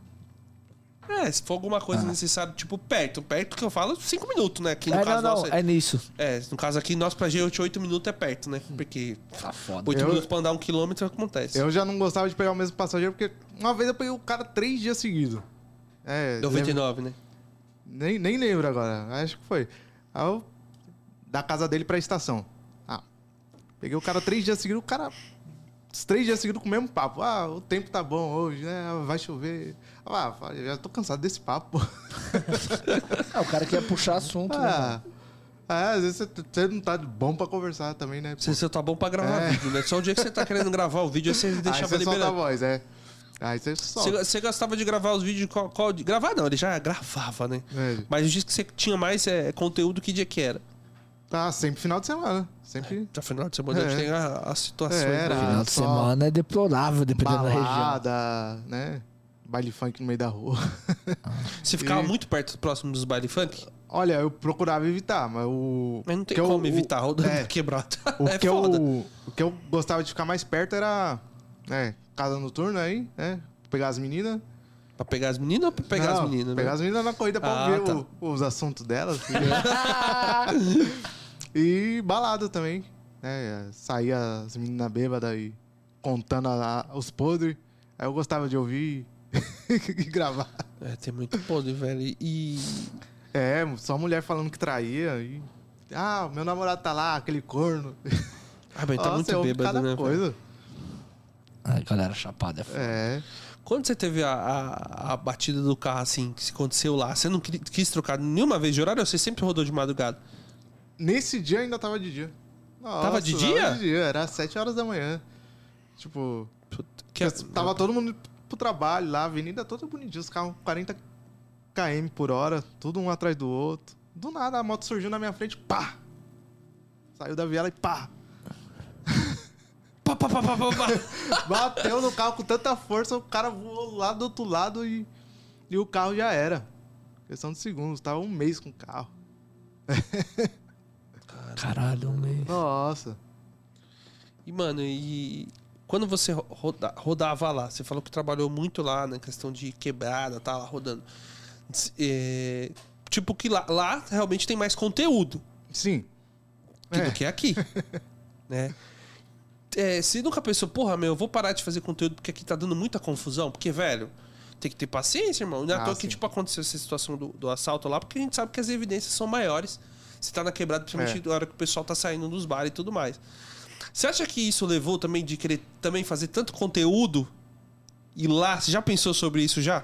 É, se for alguma coisa Ah. necessária, tipo, perto. Perto que eu falo, cinco minutos, né? Que no É, caso não, não, nosso. é nisso. É, no caso aqui, nós pra G oito minutos é perto, né? Porque Tá foda. oito Eu- minutos pra andar um quilômetro acontece. Eu já não gostava de pegar o mesmo passageiro, porque uma vez eu peguei o cara três dias seguidos. É, noventa e lembro- nove, né? Nem, nem lembro agora, acho que foi. Aí eu, da casa dele pra estação. Ah, peguei o cara três dias seguidos, o cara. Os três dias seguidos com o mesmo papo. Ah, o tempo tá bom hoje, né? Vai chover. Ah, eu já tô cansado desse papo. Ah, o cara quer puxar assunto, né? Ah, ah, às vezes você, você não tá bom pra conversar também, né? Você, você tá bom pra gravar É. vídeo, né? Só o dia que você tá querendo gravar o vídeo, aí você Aí deixava você solta a liberado. voz, é. Aí você solta. Você, você gostava de gravar os vídeos qual, qual de- gravar não, ele já gravava, né? É. Mas diz que você tinha mais é, conteúdo que dia que era. Tá, sempre final de semana. Sempre Já final de semana a gente É. tem a- as situações. Era. né? Final de só semana é deplorável, dependendo da região. balada, né? Baile funk no meio da rua. Você ficava E- muito perto, próximo dos baile funk? Olha, eu procurava evitar, mas o. Mas não tem que eu- como o- evitar rodando é. quebrado. O, é que foda. eu, o que eu gostava de ficar mais perto era, né, casa noturna aí, né? Pegar as meninas. Pra pegar as meninas ou pra pegar Não, as meninas? Pegar né? as meninas na corrida pra Ah, ver tá. o- os assuntos delas. E balada também. Né? Saía as meninas bêbadas e contando a- a- os podres. Aí eu gostava de ouvir e gravar. É, tem muito podre, velho. E. É, só mulher falando que traía. E... Ah, meu namorado tá lá, aquele corno. Ah, mas tá Nossa, muito eu ouvi bêbado, cada né? velho? coisa. A galera chapada é foda. É. Quando você teve a, a, a batida do carro, assim, que se aconteceu lá, você não quis, quis trocar nenhuma vez de horário ou você sempre rodou de madrugada? Nesse dia ainda tava de dia. Nossa, Tava de dia? Tava de dia, era sete horas da manhã. Tipo, Puta, que- tava todo mundo pro trabalho lá, a avenida toda bonitinha, os carros quarenta quilômetros por hora, tudo um atrás do outro. Do nada a moto surgiu na minha frente, pá! Saiu da viela e pá! Pá, pá, pá, pá, pá, pá. Bateu no carro com tanta força, o cara voou lá do outro lado e, e o carro já era. Questão de segundos, tava um mês com o carro. Caralho, um mês. Nossa. E, mano, e quando você roda- rodava lá, você falou que trabalhou muito lá na questão de quebrada, tá lá rodando. É, tipo que lá, lá realmente tem mais conteúdo Sim. que- É. do que aqui, né? É, você nunca pensou, porra, meu, eu vou parar de fazer conteúdo porque aqui tá dando muita confusão? Porque, velho, tem que ter paciência, irmão. Não é à Ah, toa que, sim. tipo, aconteceu essa situação do, do assalto lá, porque a gente sabe que as evidências são maiores. Você tá na quebrada, principalmente É. na hora que o pessoal tá saindo dos bares e tudo mais. Você acha que isso levou também de querer também fazer tanto conteúdo? E lá, você já pensou sobre isso já?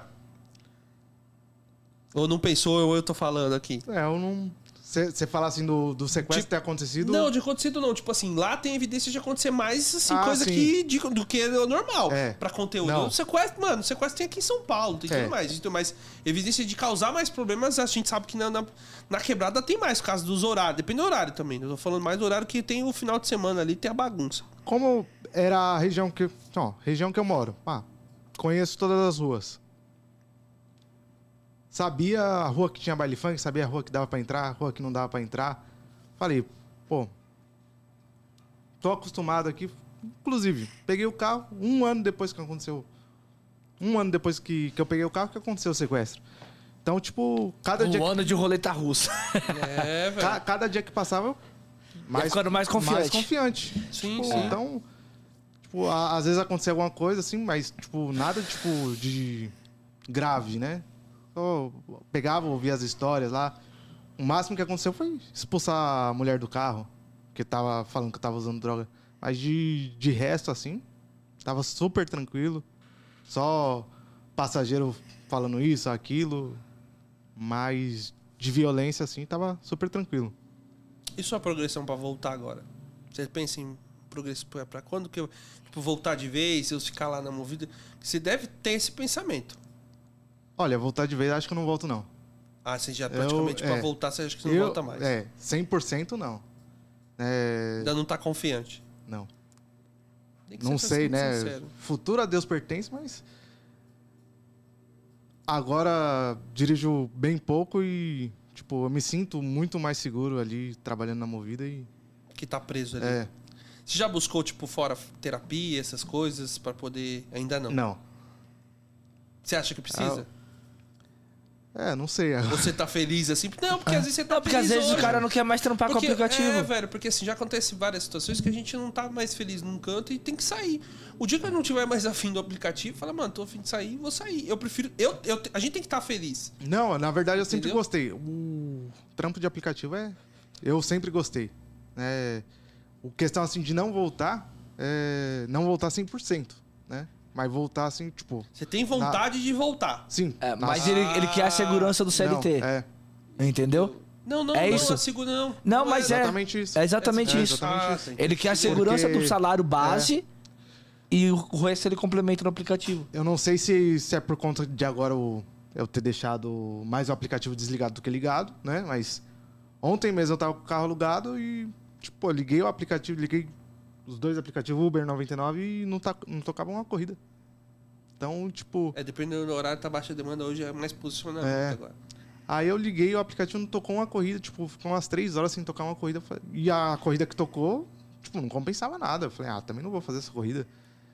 Ou não pensou, ou eu tô falando aqui? É, eu não. Você fala assim do, do sequestro Tipo, ter acontecido? Não, de acontecido não. Tipo assim, lá tem evidência de acontecer mais assim, Ah, coisa sim. que, de- do que é normal É. pra conteúdo. Não. O sequestro, mano, o sequestro tem aqui em São Paulo, tem É. tudo mais. Então, mas evidência de causar mais problemas, a gente sabe que na, na, na quebrada tem mais, por causa dos horários. Depende do horário também. Eu tô falando mais do horário que tem o final de semana ali, tem a bagunça. Como era a região que. Ó, região que eu moro. Ah, conheço todas as ruas. Sabia a rua que tinha baile funk, sabia a rua que dava pra entrar, a rua que não dava pra entrar. Falei, pô, tô acostumado aqui. Inclusive, peguei o carro um ano depois que aconteceu. Um ano depois que, que eu peguei o carro que aconteceu o sequestro. Então, tipo, cada dia. Um que- ano de roleta russa. É, velho. ca- cada dia que passava, mais, ficando mais confiante. Mais confiante. Sim, Tipo, sim. Então, tipo, a- às vezes acontecia alguma coisa assim, mas, tipo, nada, tipo, de grave, né? Eu pegava, ouvia as histórias lá. O máximo que aconteceu foi expulsar a mulher do carro, que tava falando que tava usando droga. Mas de, de resto, assim, tava super tranquilo. Só passageiro falando isso, aquilo. Mas de violência, assim, tava super tranquilo. E sua progressão pra voltar agora? Você pensa em progresso pra, pra quando que eu... Tipo, voltar de vez, eu ficar lá na movida? Você deve ter esse pensamento. Olha, voltar de vez, acho que eu não volto, não. Ah, você já praticamente Eu, pra é, voltar, você acha que você não eu, volta mais? É, cem por cento não. É, Ainda não tá confiante. não. Tem que Não ser sei, bastante né? sincero. Futuro a Deus pertence, mas... Agora dirijo bem pouco e, tipo, eu me sinto muito mais seguro ali, trabalhando na Movida e... Que tá preso ali. É, Você já buscou, tipo, fora terapia, essas coisas, pra poder... Ainda não. não. Você acha que precisa? É, não sei. Você tá feliz assim? Não, porque às vezes você tá Porque às feliz vezes hoje. o cara não quer mais trampar Porque, com o aplicativo. É, velho, porque assim, já acontece várias situações que a gente não tá mais feliz num canto e tem que sair. O dia que eu não tiver mais afim do aplicativo, fala, mano, tô afim de sair, vou sair. Eu prefiro... Eu, eu, a gente tem que estar feliz. Não, na verdade eu sempre Entendeu? gostei. O trampo de aplicativo é... Eu sempre gostei. É... O questão, assim, de não voltar... É... Não voltar cem por cento, né? Mas voltar, assim, tipo... Você tem vontade de voltar. Sim. É, na- mas ele, ele quer a segurança do C L T. Não, é. Entendeu? Não, não, É não, isso. a segura não. Não, mas é. Exatamente isso. É exatamente É isso. exatamente Ah, isso. sim. Ele quer a segurança Porque- do salário base e o resto ele complementa no aplicativo. Eu não sei se, se é por conta de agora o, eu ter deixado mais o aplicativo desligado do que ligado, né? Mas ontem mesmo eu tava com o carro alugado e, tipo, eu liguei o aplicativo, liguei os dois aplicativos, Uber noventa e nove, e não, tá, não tocava uma corrida. Então, tipo... É, dependendo do horário, tá baixa demanda hoje, é mais posicionamento É. agora. Aí eu liguei e o aplicativo não tocou uma corrida, tipo, ficou umas três horas sem tocar uma corrida. E a corrida que tocou, tipo, não compensava nada. Eu falei, ah, também não vou fazer essa corrida.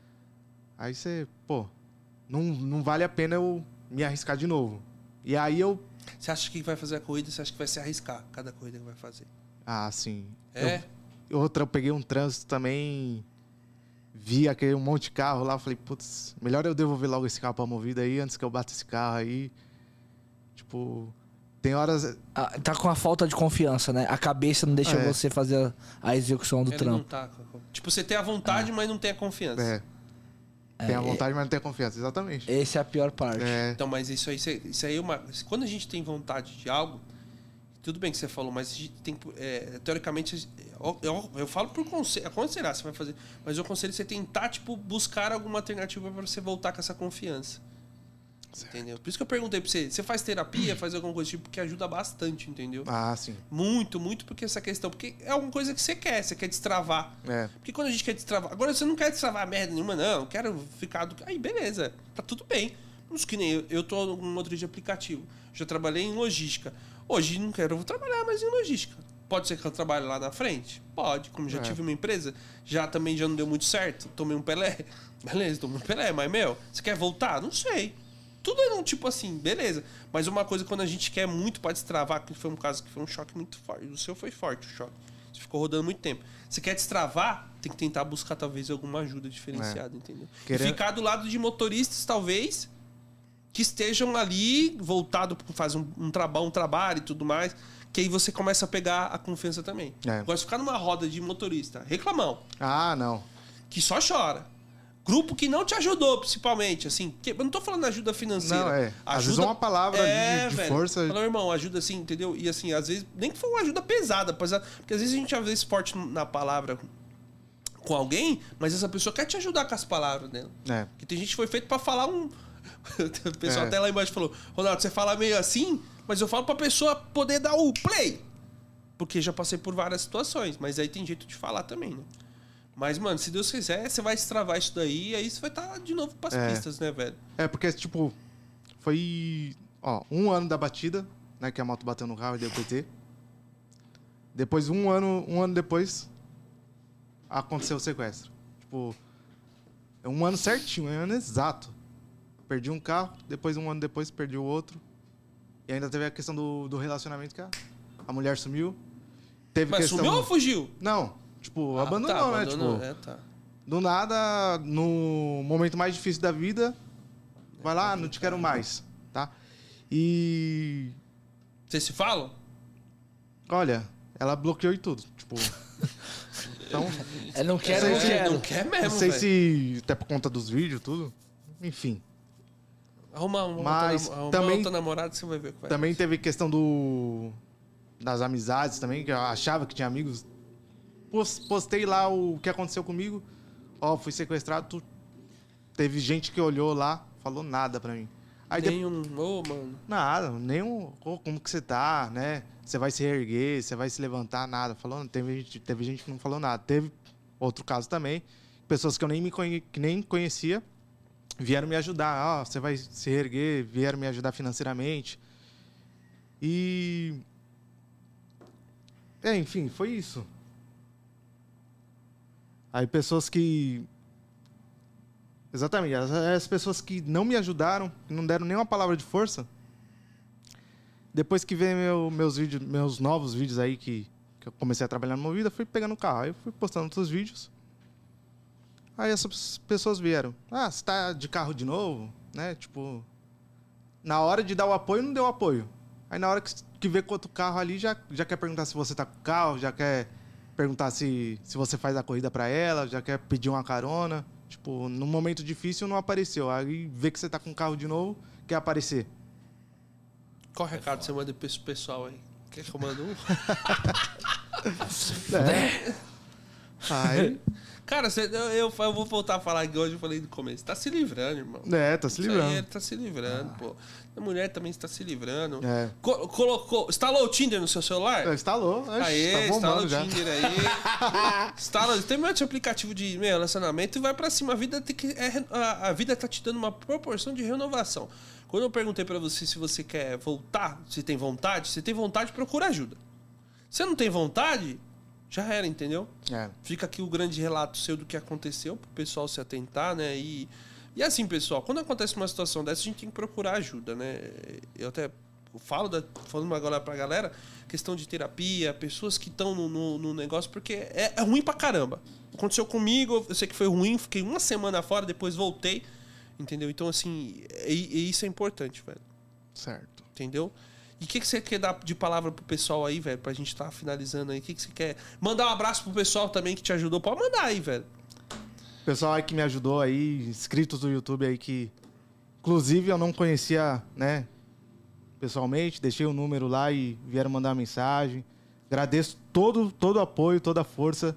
Aí você, pô, não, não vale a pena eu me arriscar de novo. E aí eu, Você acha que vai fazer a corrida, você acha que vai se arriscar cada corrida que vai fazer? ah, sim. É? Eu, outra, eu peguei um trânsito também, vi aquele um monte de carro lá, falei, putz, melhor eu devolver logo esse carro pra Movida aí, antes que eu bata esse carro aí. Tipo, tem horas... Ah, tá com a falta de confiança, né? A cabeça não deixa É. você fazer a, a execução do Ele não trampo. tá... com- Tipo, você tem a vontade, mas não tem a confiança. É, tem a vontade, mas não tem a confiança, exatamente. Essa é a pior parte. É, Então, mas isso aí, isso aí é uma... Quando a gente tem vontade de algo, tudo bem que você falou, mas a gente tem que, é, teoricamente, eu, eu, eu falo por conselho, quando será que você vai fazer? Mas eu aconselho você tentar, tipo, buscar alguma alternativa para você voltar com essa confiança. Certo. Entendeu? Por isso que eu perguntei pra você, você faz terapia, faz alguma coisa tipo, que ajuda bastante, entendeu? ah, sim. Muito, muito, porque essa questão, porque é alguma coisa que você quer, você quer destravar. É, Porque quando a gente quer destravar. Agora você não quer destravar merda nenhuma, não. Eu quero ficar do. Aí, beleza. Tá tudo bem. Mas que nem eu, eu tô num motor de aplicativo. Já trabalhei em logística. Hoje não quero trabalhar mais em logística. Pode ser que eu trabalhe lá na frente? Pode. Como já É. tive uma empresa, já também já não deu muito certo. Tomei um Pelé. Beleza, tomei um Pelé. Mas, meu, você quer voltar? Não sei. Tudo é um tipo assim, beleza. Mas uma coisa quando a gente quer muito pra destravar, que foi um caso que foi um choque muito forte. O seu foi forte o choque. Você ficou rodando muito tempo. Você quer destravar, tem que tentar buscar talvez alguma ajuda diferenciada, entendeu? Querendo- E ficar do lado de motoristas, talvez, que estejam ali voltado para fazer um, um, traba, um trabalho e tudo mais, que aí você começa a pegar a confiança também. É. Agora, se ficar numa roda de motorista, reclamão, ah, não. que só chora. Grupo que não te ajudou, principalmente, assim. Que, eu não tô falando ajuda financeira. Não, é. Às vezes uma palavra ali de- de velho. força- Fala, irmão, ajuda assim, entendeu? E assim, às vezes, nem que for uma ajuda pesada, pesada, porque às vezes a gente às vezes forte na palavra com alguém, mas essa pessoa quer te ajudar com as palavras dela. É. Porque tem gente que foi feito pra falar um. O pessoal É. até lá embaixo falou: Ronaldo, você fala meio assim, mas eu falo pra pessoa poder dar o play. Porque já passei por várias situações, mas aí tem jeito de falar também, né? Mas, mano, se Deus quiser, você vai destravar isso daí e aí você vai estar de novo pras É. pistas, né, velho? É, porque, tipo, foi, ó, um ano da batida, né, que a moto bateu no carro e deu P T. Depois, um ano, um ano depois, aconteceu o sequestro. Tipo, é um ano certinho, um ano exato. Perdi um carro, depois, um ano depois, perdi o outro. E ainda teve a questão do, do relacionamento, que a, a mulher sumiu. Teve Mas questão... sumiu ou fugiu? Não, tipo, Ah, abandonou, tá, né? abandonou. Tipo, É, tá. do nada, no momento mais difícil da vida, vai lá, não te quero mais, tá? E... Vocês se falam? Olha, ela bloqueou e tudo, tipo... Então, Eu não quero, Sei não se- quero. Não quer mesmo, não sei velho. se até por conta dos vídeos, tudo. Enfim. Arruma uma Mas outra, arruma também- outra namorada, você vai ver o que vai. Também teve questão do das amizades também, que eu achava que tinha amigos. Pos- Postei lá o que aconteceu comigo. Ó, fui sequestrado. tu- Teve gente que olhou lá, falou nada pra mim. Aí depois. Nenhum... Ô, mano. Nada, nenhum. "Ô, como que você tá, né? Você vai se reerguer, você vai se levantar, nada. Falou, teve, gente- teve gente que não falou nada. Teve outro caso também. Pessoas que eu nem, me conhe, que nem conhecia vieram me ajudar. Ó, você vai se reerguer, vieram me ajudar financeiramente. E. É, enfim, foi isso. Aí pessoas que. Exatamente, as, as pessoas que não me ajudaram, que não deram nenhuma palavra de força. Depois que veio meu, meus vídeos, meus novos vídeos aí que, que eu comecei a trabalhar no Movida, fui pegando o carro. Aí eu fui postando outros vídeos. Aí essas pessoas vieram. Ah, você tá de carro de novo? Né? Tipo, na hora de dar o apoio, não deu apoio. Aí na hora que, que vê com outro carro ali, já, já quer perguntar se você tá com o carro, já quer perguntar se, se você faz a corrida pra ela, já quer pedir uma carona. Tipo, num momento difícil não apareceu. Aí vê que você tá com o carro de novo, quer aparecer. Qual recado você manda pro pessoal aí? Quer que eu mando um? É. Aí, Cara, você, eu, eu, eu vou voltar a falar que hoje eu falei no começo. Tá se livrando, irmão. é, tá se Isso aí, livrando. ele tá se livrando, pô. A mulher também está se livrando. É. Co- colocou. Instalou o Tinder no seu celular? É, instalou, acho, Aê, tá instala bombando o já. Tinder aí. Instala. Tem um monte de aplicativo de meu, relacionamento e vai pra cima. A vida, tem que, é, a, a vida tá te dando uma proporção de renovação. Quando eu perguntei pra você se você quer voltar, se tem vontade, se tem vontade, procura ajuda. Se não tem vontade, já era, entendeu? É. Fica aqui o grande relato seu do que aconteceu pro pessoal se atentar, né? E, e assim, pessoal, quando acontece uma situação dessa, a gente tem que procurar ajuda, né? Eu até falo, da, falando agora pra galera, questão de terapia, pessoas que estão no, no, no negócio, porque é, é ruim pra caramba. Aconteceu comigo, eu sei que foi ruim, fiquei uma semana fora, depois voltei, entendeu? Então, assim, e, e isso é importante, velho. Certo. Entendeu? E o que, que você quer dar de palavra pro pessoal aí, velho? Pra gente tá finalizando aí. O que, que você quer? Mandar um abraço pro pessoal também que te ajudou. Pode mandar aí, velho. Pessoal aí que me ajudou aí, inscritos do YouTube aí que... Inclusive eu não conhecia, né? Pessoalmente, deixei o número lá e vieram mandar uma mensagem. Agradeço todo, todo o apoio, toda a força.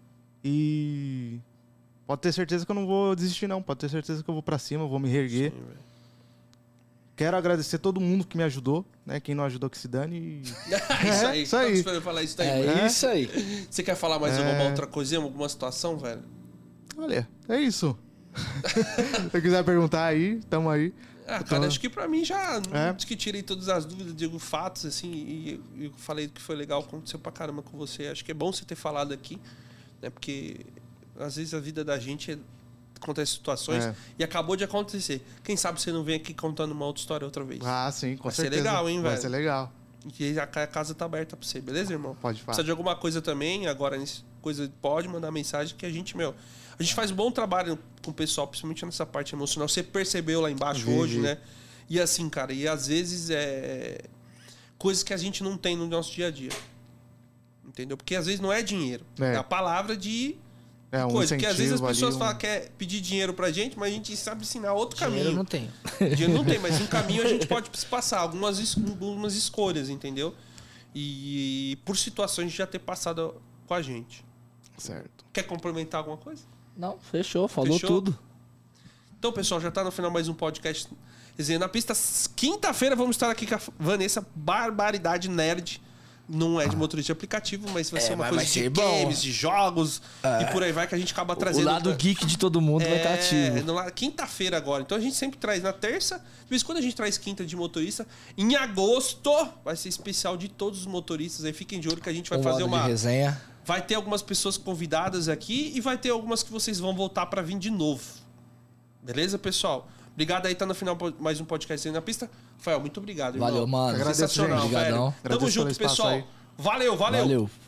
E... Pode ter certeza que eu não vou desistir, não. Pode ter certeza que eu vou pra cima, eu vou me reerguer. Sim, velho. Quero agradecer todo mundo que me ajudou, né? Quem não ajudou que se dane. E... isso aí. isso aí. Tava esperando falar isso daí. É velho. isso aí. Você quer falar mais É. alguma outra coisinha, alguma situação, velho? Olha, é isso. Se você quiser perguntar aí, tamo aí. Ah, Eu cara, tô- acho que pra mim já... É. Acho que tirei todas as dúvidas, digo fatos, assim, e eu falei que foi legal, aconteceu pra caramba com você. Acho que é bom você ter falado aqui, né? Porque às vezes a vida da gente é... acontece situações É. e acabou de acontecer. Quem sabe você não vem aqui contando uma outra história outra vez. Ah, sim, com Vai ser certeza. legal, hein, Vai velho? ser legal. E a ca- a casa tá aberta pra você, beleza, irmão? Pode falar. Precisa de alguma coisa também, agora nisso, coisa pode mandar mensagem que a gente, meu, a gente faz um bom trabalho com o pessoal, principalmente nessa parte emocional. Você percebeu lá embaixo Vi, hoje, vi. né? E assim, cara, e às vezes é coisas que a gente não tem no nosso dia a dia. Entendeu? Porque às vezes não é dinheiro, é, É. a palavra de É um coisa, porque às vezes as incentivo ali, pessoas um- falam que quer pedir dinheiro pra gente, mas a gente sabe ensinar outro Dinheiro caminho. não tenho. Dinheiro não tem, mas um caminho a gente pode se passar, algumas, es- algumas escolhas, entendeu? E por situações de já ter passado com a gente. Certo. Quer complementar alguma coisa? Não, fechou, falou Fechou? tudo. Então, pessoal, já tá no final mais um podcast Resenha na Pista. Quinta-feira vamos estar aqui com a Vanessa, Barbaridade Nerd. Não é de motorista de aplicativo, mas vai É, ser uma mas coisa vai de ser bom. games, de jogos e por aí vai que a gente acaba O trazendo. lado geek de todo mundo vai estar ativo. no la- Quinta-feira agora. Então a gente sempre traz na terça. De vez em quando a gente traz quinta de motorista. Em agosto vai ser especial de todos os motoristas. Aí fiquem de olho que a gente vai Um fazer modo de uma. resenha. Vai ter algumas pessoas convidadas aqui e vai ter algumas que vocês vão voltar pra vir de novo. Beleza, pessoal? Obrigado aí, tá no final mais um podcast aí na pista. Rafael, muito obrigado, irmão. Valeu, mano. Agradeço, Sensacional, gente. velho. Obrigadão. Tamo Agradeço junto, pelo espaço pessoal. aí. Valeu, valeu. Valeu.